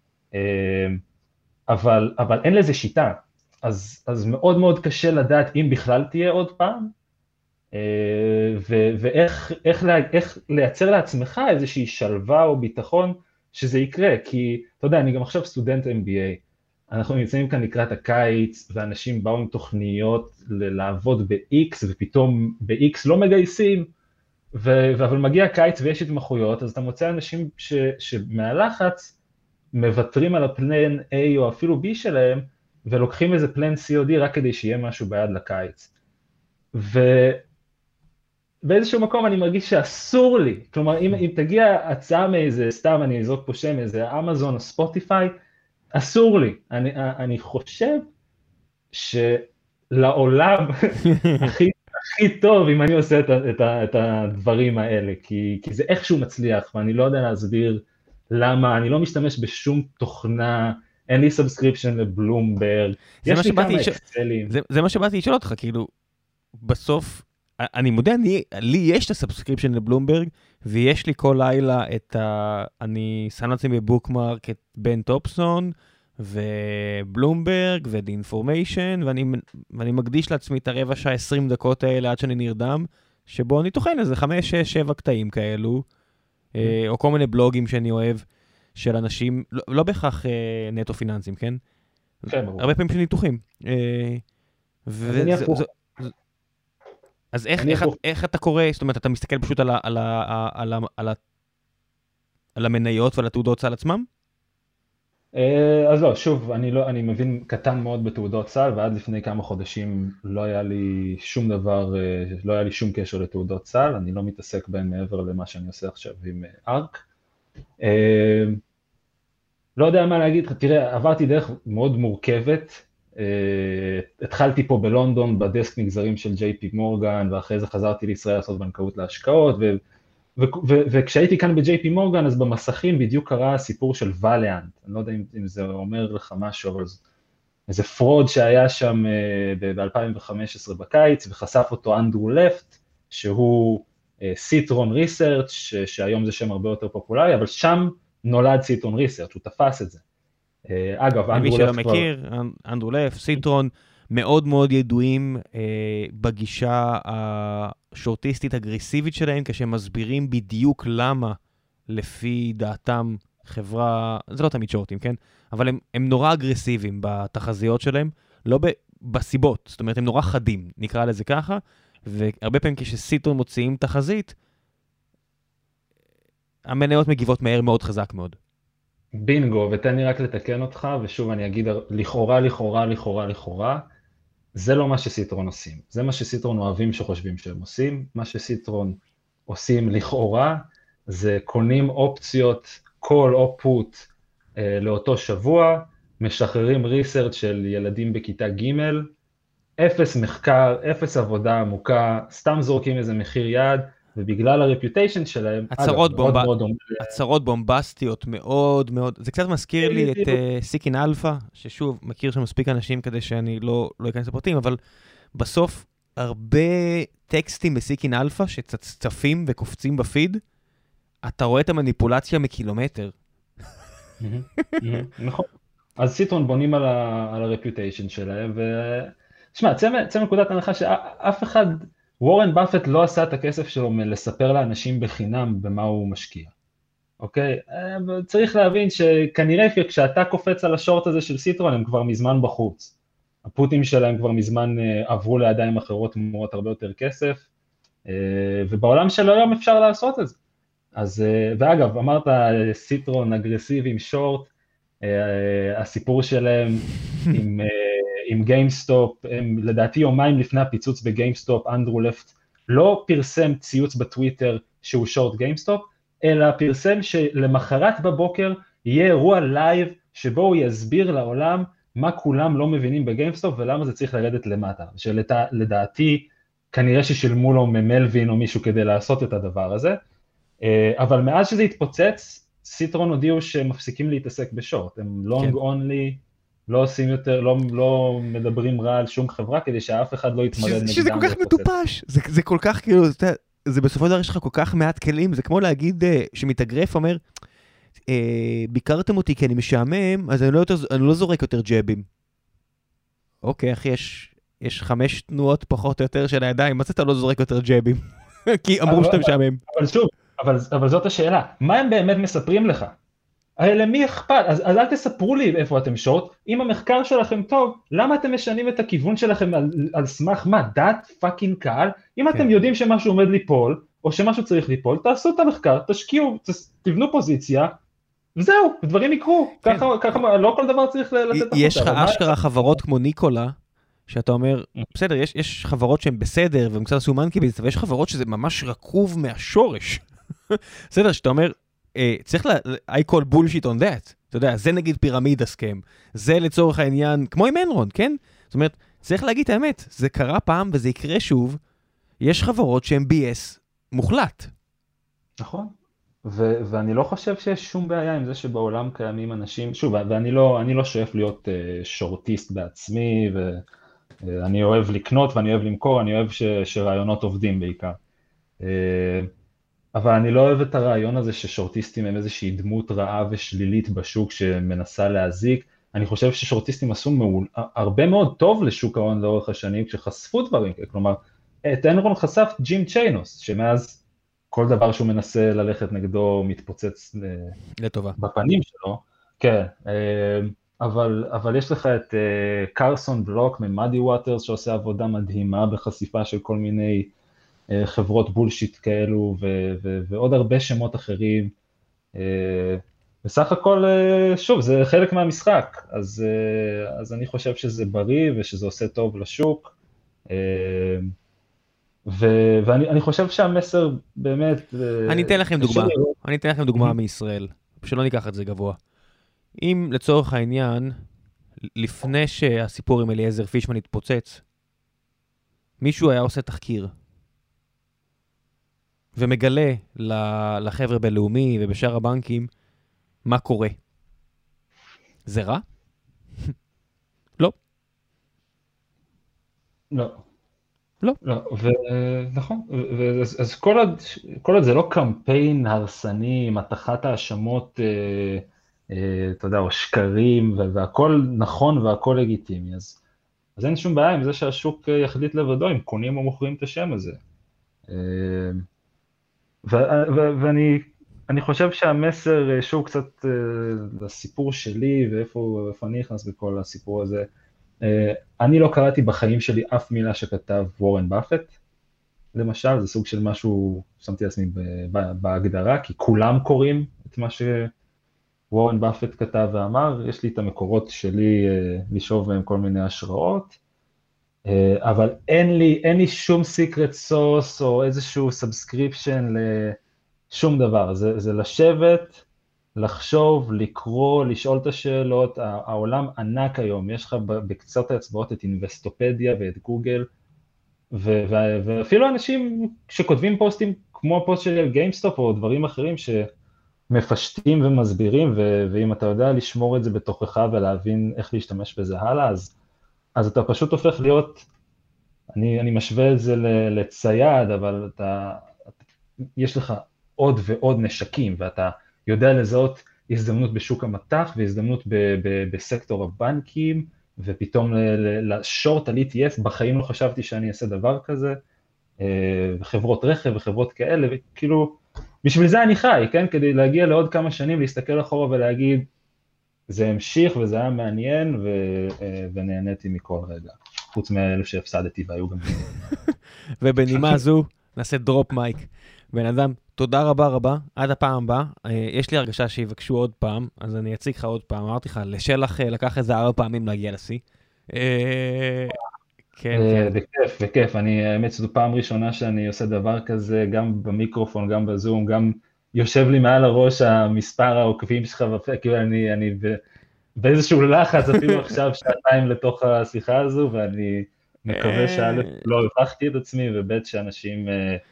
אבל אין לזה שיטה, אז מאוד מאוד קשה לדעת אם בכלל תהיה עוד פעם, ואיך לייצר לעצמך איזושהי שלווה או ביטחון שזה יקרה, כי אתה יודע, אני גם עכשיו סטודנט MBA, אנחנו נמצאים כאן לקראת הקיץ, ואנשים באו עם תוכניות לעבוד ב-X, ופתאום ב-X לא מגייסים, אבל מגיע הקיץ ויש התמחויות, אז אתה מוצא אנשים שמהלחץ מוותרים על הפלן A או אפילו B שלהם, ולוקחים איזה פלן COD רק כדי שיהיה משהו ביד לקיץ. ובאיזשהו מקום אני מרגיש שאסור לי, כלומר אם תגיע הצעה מאיזה, סתם אני אזרוק פה שם, איזה אמזון או ספוטיפיי, אסור לי. אני חושב שלעולם הכי טוב אם אני עושה את הדברים האלה, כי זה איכשהו מצליח, ואני לא יודע להסביר למה, אני לא משתמש בשום תוכנה, אין לי סאבסקריפשן לבלומברג, יש לי כמה אקסלים. זה מה שבאתי לשאול אותך, כאילו, בסוף אני מודה, לי יש את הסאבסקריפשן לבלומברג, ויש לי כל לילה אני שם לעצמי בבוקמרק את בן טופסון, ובלומברג, ו-The Information, ואני מקדיש לעצמי את הרבע שעה, 20 דקות האלה עד שאני נרדם, שבו אני טוחן איזה 5, 6, 7 קטעים כאלו, או כל מיני בלוגים שאני אוהב, של אנשים, לא בהכרח נטו פיננסים, כן? כן, ברור. הרבה פעמים של ניתוחים. אז אני הפוך. אז איך אתה קורא, זאת אומרת, אתה מסתכל פשוט על המניות ועל התעודות סל עצמם? אז לא, שוב, אני מבין קטן מאוד בתעודות סל, ועד לפני כמה חודשים לא היה לי שום דבר, לא היה לי שום קשר לתעודות סל, אני לא מתעסק בהן מעבר למה שאני עושה עכשיו עם ארק. לא יודע מה להגיד, תראה, עברתי דרך מאוד מורכבת, התחלתי פה בלונדון בדסק נגזרים של JP מורגן, ואחרי זה חזרתי לישראל לעשות בנקאות להשקעות, וכשהייתי כאן ב-JP מורגן, אז במסכים בדיוק קרה הסיפור של ואליאנט, אני לא יודע אם זה אומר לך משהו, אבל איזה פרוד שהיה שם ב-2015 בקיץ, וחשף אותו אנדרו לפט, שהוא סיטרון ריסרצ' שהיום זה שם הרבה יותר פופולרי, אבל שם נולד סיטרון ריסרצ', הוא תפס את זה. אגב, מי שלא מכיר, אנדרו לפט, סיטרון, מאוד מאוד ידועים בגישה השורטיסטית אגרסיבית שלהם, כשהם מסבירים בדיוק למה לפי דעתם חברה, זה לא תמיד שורטים, כן? אבל הם נורא אגרסיביים בתחזיות שלהם, לא בסיבות, זאת אומרת, הם נורא חדים, נקרא לזה ככה, והרבה פעמים כשסיטרון מוציאים תחזית, המניות מגיבות מהר מאוד חזק מאוד. בינגו, ותן לי רק לתקן אותך, ושוב אני אגיד, לכאורה, זה לא מה שסיטרון עושים. זה מה שסיטרון אוהבים שחושבים שהם עושים. מה שסיטרון עושים לכאורה, זה קונים אופציות call או put לאותו שבוע, משחררים ריסרצ' של ילדים בכיתה ג', אפס מחקר, אפס עבודה עמוקה, סתם זורקים איזה מחיר יד, ובגלל הרפיוטיישן שלהם, הצהרות בומבסטיות מאוד מאוד, זה קצת מזכיר לי את סיקין אלפא, ששוב, מכיר שם מספיק אנשים כדי שאני לא אכנס לפרטים, אבל בסוף הרבה טקסטים בסיקין אלפא שצפים וקופצים בפיד, אתה רואה את המניפולציה מקילומטר. נכון. אז סיטרון בונים על הרפיוטיישן שלהם, ושמע, צא מנקודת הנחה שאף אחד, וורן באפט לא עשה את הכסף שלו מלספר לאנשים בחינם במה הוא משקיע, אוקיי? צריך להבין שכנראה כשאתה קופץ על השורט הזה של סיטרון, הם כבר מזמן בחוץ. הפוטים שלהם כבר מזמן עברו לידיים אחרות תמורת הרבה יותר כסף, ובעולם של היום אפשר לעשות את זה. אז, ואגב, אמרת סיטרון אגרסיבי עם שורט, הסיפור שלהם עם גיימסטופ, לדעתי יומיים לפני הפיצוץ בגיימסטופ, אנדרו לפט לא פרסם ציוץ בטוויטר שהוא שורט גיימסטופ, אלא פרסם שלמחרת בבוקר יהיה אירוע לייב שבו הוא יסביר לעולם מה כולם לא מבינים בגיימסטופ ולמה זה צריך לרדת למטה, שלדעתי כנראה ששילמו לו ממלווין או מישהו כדי לעשות את הדבר הזה, אבל מאז שזה התפוצץ, סיטרון הודיעו שהם מפסיקים להתעסק בשורט, הם לונג אונלי, לא עושים יותר, לא מדברים רע על שום חברה, כדי שאף אחד לא יתמרד נגדם. שזה כל כך מטופש, זה כל כך כאילו, זה בסופו של דבר יש לך כל כך מעט כלים, זה כמו להגיד שמתאגרף אומר, ביקרתם אותי כי אני משעמם, אז אני לא זורק יותר ג'אבים. אוקיי, אחי, יש 5 תנועות פחות או יותר של הידיים, מה זה אתה לא זורק יותר ג'אבים? כי אמרו שאתה משעמם. אבל שוב, אבל זאת השאלה, מה הם באמת מספרים לך? הרי למי אכפת? אז אל תספרו לי איפה אתם שורט, אם המחקר שלכם טוב, למה אתם משנים את הכיוון שלכם על סמך מה? דעת פאקינג קהל? אם אתם יודעים שמשהו עומד ליפול, או שמשהו צריך ליפול, תעשו את המחקר, תשקיעו, תבנו פוזיציה, וזהו, דברים יקרו, ככה לא כל דבר צריך לתת החוצה. יש לך אשכרה חברות כמו ניקולה, שאתה אומר, בסדר, יש חברות שהן בסדר, והם קצת עשו מנקיביסט, ויש חברות שזה ממש רקוב מהשורש. בסדר, שאתה אומר, צריך I call bullshit on that, אתה יודע, זה נגיד פירמיד הסכם, זה לצורך העניין, כמו עם אנרון, כן? זאת אומרת, צריך להגיד את האמת, זה קרה פעם וזה יקרה שוב, יש חברות שהן BS מוחלט. נכון, ואני לא חושב שיש שום בעיה עם זה שבעולם קיימים אנשים, שוב, ואני לא שואף להיות שורטיסט בעצמי, אני אוהב לקנות ואני אוהב למכור, אני אוהב שרעיונות עובדים בעיקר. אבל אני לא אוהב את הרעיון הזה ששורטיסטים הם איזושהי דמות רעה ושלילית בשוק שמנסה להזיק. אני חושב ששורטיסטים עשו הרבה מאוד טוב לשוק ההון לאורך השנים כשחשפו דברים, כלומר, את אנרון חשף ג'ים צ'יינוס, שמאז כל דבר שהוא מנסה ללכת נגדו מתפוצץ לטובה. בפנים שלו, כן, אבל יש לך את קרסון בלוק ממאדי ווטרס שעושה עבודה מדהימה בחשיפה של כל מיני חברות בולשיט כאלו ועוד הרבה שמות אחרים. בסך הכל, שוב, זה חלק מהמשחק, אז אני חושב שזה בריא ושזה עושה טוב לשוק, ואני חושב שהמסר באמת... אני אתן לכם דוגמה מישראל, שלא ניקח את זה גבוה. אם לצורך העניין, לפני שהסיפור עם אליעזר פישמן התפוצץ, מישהו היה עושה תחקיר, ומגלה לחבר'ה בלאומי ובשאר הבנקים, מה קורה. זה רע? לא. לא. לא. נכון, אז כל עוד זה לא קמפיין הרסני, מתחת האשמות, אתה יודע, או שקרים, והכל נכון והכל לגיטימי, אז אין שום בעיה עם זה שהשוק יחליט לבדו, אם קונים או מוכרים את השם הזה. ואני חושב שהמסר, שוב קצת לסיפור שלי, ואיפה אני נכנס בכל הסיפור הזה, אני לא קראתי בחיים שלי אף מילה שכתב וורן באפט, למשל, זה סוג של משהו, שמתי לעצמי בהגדרה, כי כולם קוראים את מה שוורן באפט כתב ואמר, יש לי את המקורות שלי לשאוב מהם כל מיני השראות, אבל אין לי שום סיקרט סוס או איזשהו סאבסקריפשן לשום דבר, זה לשבת, לחשוב, לקרוא, לשאול את השאלות, העולם ענק היום, יש לך בקצות האצבעות את אינבסטופדיה ואת גוגל, ואפילו אנשים שכותבים פוסטים כמו הפוסט של גיימסטופ או דברים אחרים שמפשטים ומסבירים, ואם אתה יודע לשמור את זה בתוכך ולהבין איך להשתמש בזה הלאה, אז אתה פשוט הופך להיות, אני משווה את זה לצייד, אבל יש לך עוד ועוד נשקים, ואתה יודע לזהות הזדמנות בשוק המטח, והזדמנות בסקטור הבנקים, ופתאום לשורט על ETF, בחיים לא חשבתי שאני אעשה דבר כזה, חברות רכב וחברות כאלה, וכאילו, בשביל זה אני חי, כן? כדי להגיע לעוד כמה שנים, להסתכל אחורה ולהגיד, זה המשיך וזה היה מעניין, ונהניתי מכל רגע, חוץ מאלו שהפסדתי והיו גם... ובנימה זו, נעשה דרופ מייק. בן אדם, תודה רבה, עד הפעם הבאה. יש לי הרגשה שיבקשו עוד פעם, אז אני אציג לך עוד פעם. אמרתי לך, לשלח לקח איזה 4 פעמים להגיע לשיא. כן. בכיף. האמת שזו פעם ראשונה שאני עושה דבר כזה, גם במיקרופון, גם בזום, גם יושב לי מעל הראש המספר העוקבים שלך, כאילו אני באיזשהו לחץ, אפילו עכשיו 2 לתוך השיחה הזו, ואני מקווה שא' לא הבחתי את עצמי, וב' שאנשים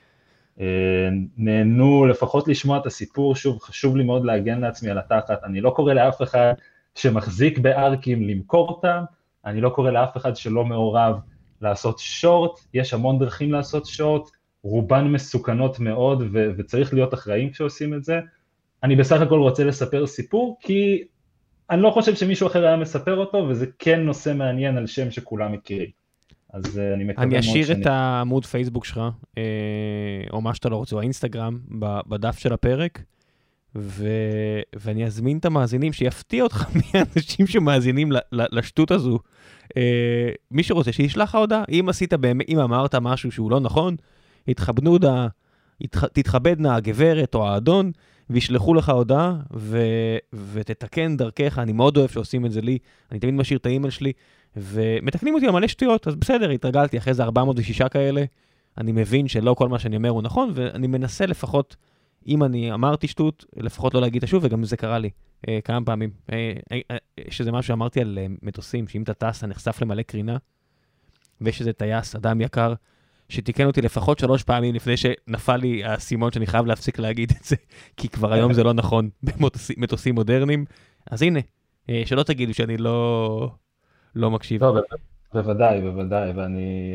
נהנו לפחות לשמוע את הסיפור. שוב, חשוב לי מאוד להגן לעצמי על התחת, אני לא קורא לאף אחד שמחזיק בארקים למכור אותם, אני לא קורא לאף אחד שלא מעורב לעשות שורט, יש המון דרכים לעשות שורט, רובן מסוכנות מאוד וצריך להיות אחראים כשעושים את זה. אני בסך הכל רוצה לספר סיפור, כי אני לא חושב שמישהו אחר היה מספר אותו, וזה כן נושא מעניין על שם שכולם מכירים. אז אני מקווה מאוד אני אשאיר את העמוד פייסבוק שלך, או מה שאתה לא רוצה, או האינסטגרם, בדף של הפרק, ואני אזמין את המאזינים שיפתיע אותך מאנשים שמאזינים לשטות הזו. מי שרוצה שישלח לך הודעה, אם אמרת משהו שהוא לא נכון, תתכבדנה הגברת או האדון, וישלחו לך הודעה, ותתקן דרכך. אני מאוד אוהב שעושים את זה לי, אני תמיד משאיר את האימייל שלי, ומתקנים אותי על מלא שטויות, אז בסדר, התרגלתי אחרי זה 406 כאלה, אני מבין שלא כל מה שאני אומר הוא נכון, ואני מנסה לפחות, אם אני אמרתי שטות, לפחות לא להגיד את השוב, וגם זה קרה לי כמה פעמים, שזה משהו שאמרתי על מטוסים, שאם אתה טס, אתה נחשף למלא קרינה, ויש איזה טייס, אדם יקר, שתיקן אותי לפחות 3 פעמים לפני שנפל לי הסימון שאני חייב להפסיק להגיד את זה, כי כבר היום זה לא נכון במטוסים מודרניים. אז הנה, שלא תגידו שאני לא מקשיב. טוב, בוודאי, בוודאי, ואני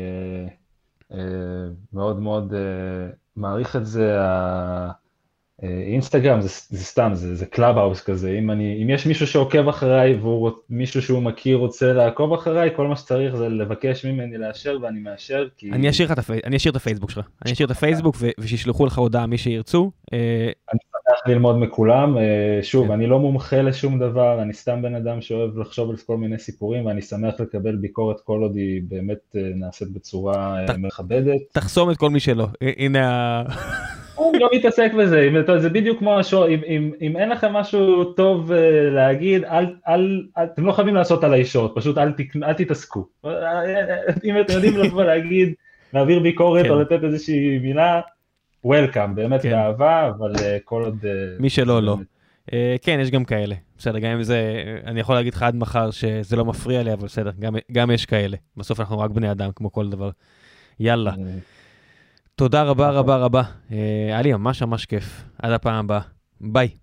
מאוד מאוד מעריך את זה. אינסטגרם זה סתם, זה קלאב האוס כזה. אם יש מישהו שעוקב אחריי, מישהו שהוא מכיר רוצה לעקוב אחריי, כל מה שצריך זה לבקש ממני לאשר, ואני מאשר, כי... אני אשאיר את הפייסבוק שלך. אני אשאיר את הפייסבוק, ושישלחו לך הודעה מי שירצו. אני שמח ללמוד מכולם. שוב, אני לא מומחה לשום דבר, אני סתם בן אדם שאוהב לחשוב על כל מיני סיפורים, ואני שמח לקבל ביקורת כל עוד היא באמת נעשית בצורה מכבדת. תחסום את כל מי שלא. הנה אני לא מתעסק בזה, זה בדיוק כמו השור, אם אין לכם משהו טוב להגיד, אתם לא חייבים לעשות עליי שוט, פשוט אל תתעסקו. אם אתם יודעים לבוא להגיד, להעביר ביקורת או לתת איזושהי מילה, וולקאם, באמת באהבה, אבל כל עוד... מי שלא, לא. כן, יש גם כאלה. בסדר, גם אם זה, אני יכול להגיד לך עד מחר שזה לא מפריע לי, אבל בסדר, גם יש כאלה. בסוף אנחנו רק בני אדם, כמו כל דבר. יאללה. תודה רבה רבה רבה. היה לי ממש ממש כיף. עד הפעם הבאה. ביי.